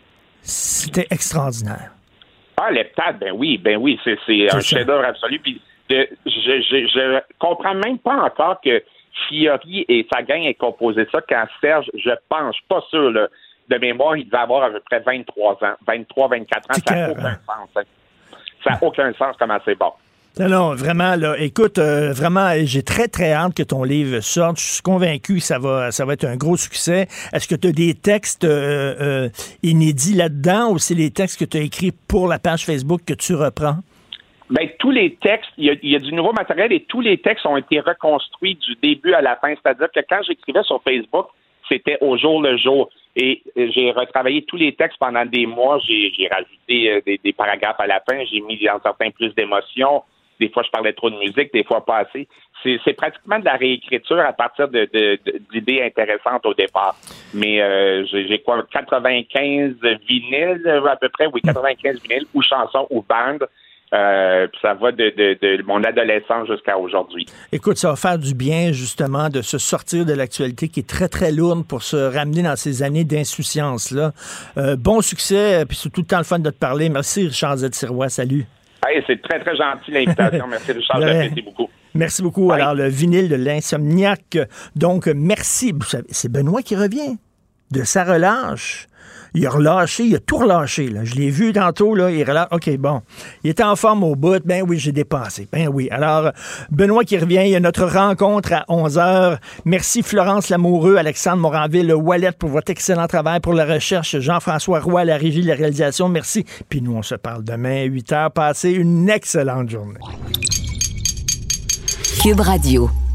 c'était extraordinaire. Ah, Leptade, ben oui, ben oui, c'est, c'est, c'est un ça. Chef-d'œuvre absolu. Puis de, je, je, je comprends même pas encore que Fiori et sa gang aient composé ça quand Serge, je pense, je suis pas sûr, là, de mémoire, il devait avoir à peu près vingt-trois ans, vingt-trois, vingt-quatre ans. Ça n'a aucun hein? sens. Hein? Ça n'a aucun sens comment c'est bon. Non, non, vraiment, là, écoute, euh, vraiment, j'ai très, très hâte que ton livre sorte. Je suis convaincu que ça va, ça va être un gros succès. Est-ce que tu as des textes euh, euh, inédits là-dedans ou c'est les textes que tu as écrits pour la page Facebook que tu reprends? Bien, tous les textes, il y, a, il y a du nouveau matériel et tous les textes ont été reconstruits du début à la fin. C'est-à-dire que quand j'écrivais sur Facebook, c'était au jour le jour. Et j'ai retravaillé tous les textes pendant des mois. J'ai, j'ai rajouté euh, des, des paragraphes à la fin. J'ai mis dans certains plus d'émotions. Des fois, je parlais trop de musique, des fois pas assez. C'est, c'est pratiquement de la réécriture à partir de, de, de, d'idées intéressantes au départ. Mais euh, j'ai, j'ai quoi, quatre-vingt-quinze vinyles à peu près, oui, quatre-vingt-quinze vinyles ou chansons ou bandes. Euh, puis ça va de, de, de mon adolescence jusqu'à aujourd'hui. Écoute, ça va faire du bien, justement, de se sortir de l'actualité qui est très, très lourde pour se ramener dans ces années d'insouciance-là. Euh, bon succès, puis c'est tout le temps le fun de te parler. Merci, Richard Z-Sirois. Salut. Hey, c'est très, très gentil, l'invitation. Merci, Richard. J'apprécie beaucoup. Merci beaucoup. Bye. Alors, le vinyle de l'Insomniaque. Donc, merci. C'est Benoît qui revient de sa relâche. Il a relâché, il a tout relâché. Là. Je l'ai vu tantôt, là, il relâche. OK, bon. Il était en forme au bout. Ben oui, j'ai dépensé. Ben oui. Alors, Benoît qui revient. Il y a notre rencontre à onze heures. Merci Florence Lamoureux, Alexandre Moranville, Wallet pour votre excellent travail pour la recherche. Jean-François Roy, la régie de la réalisation. Merci. Puis nous, on se parle demain à huit heures. Passez une excellente journée. Cube Radio.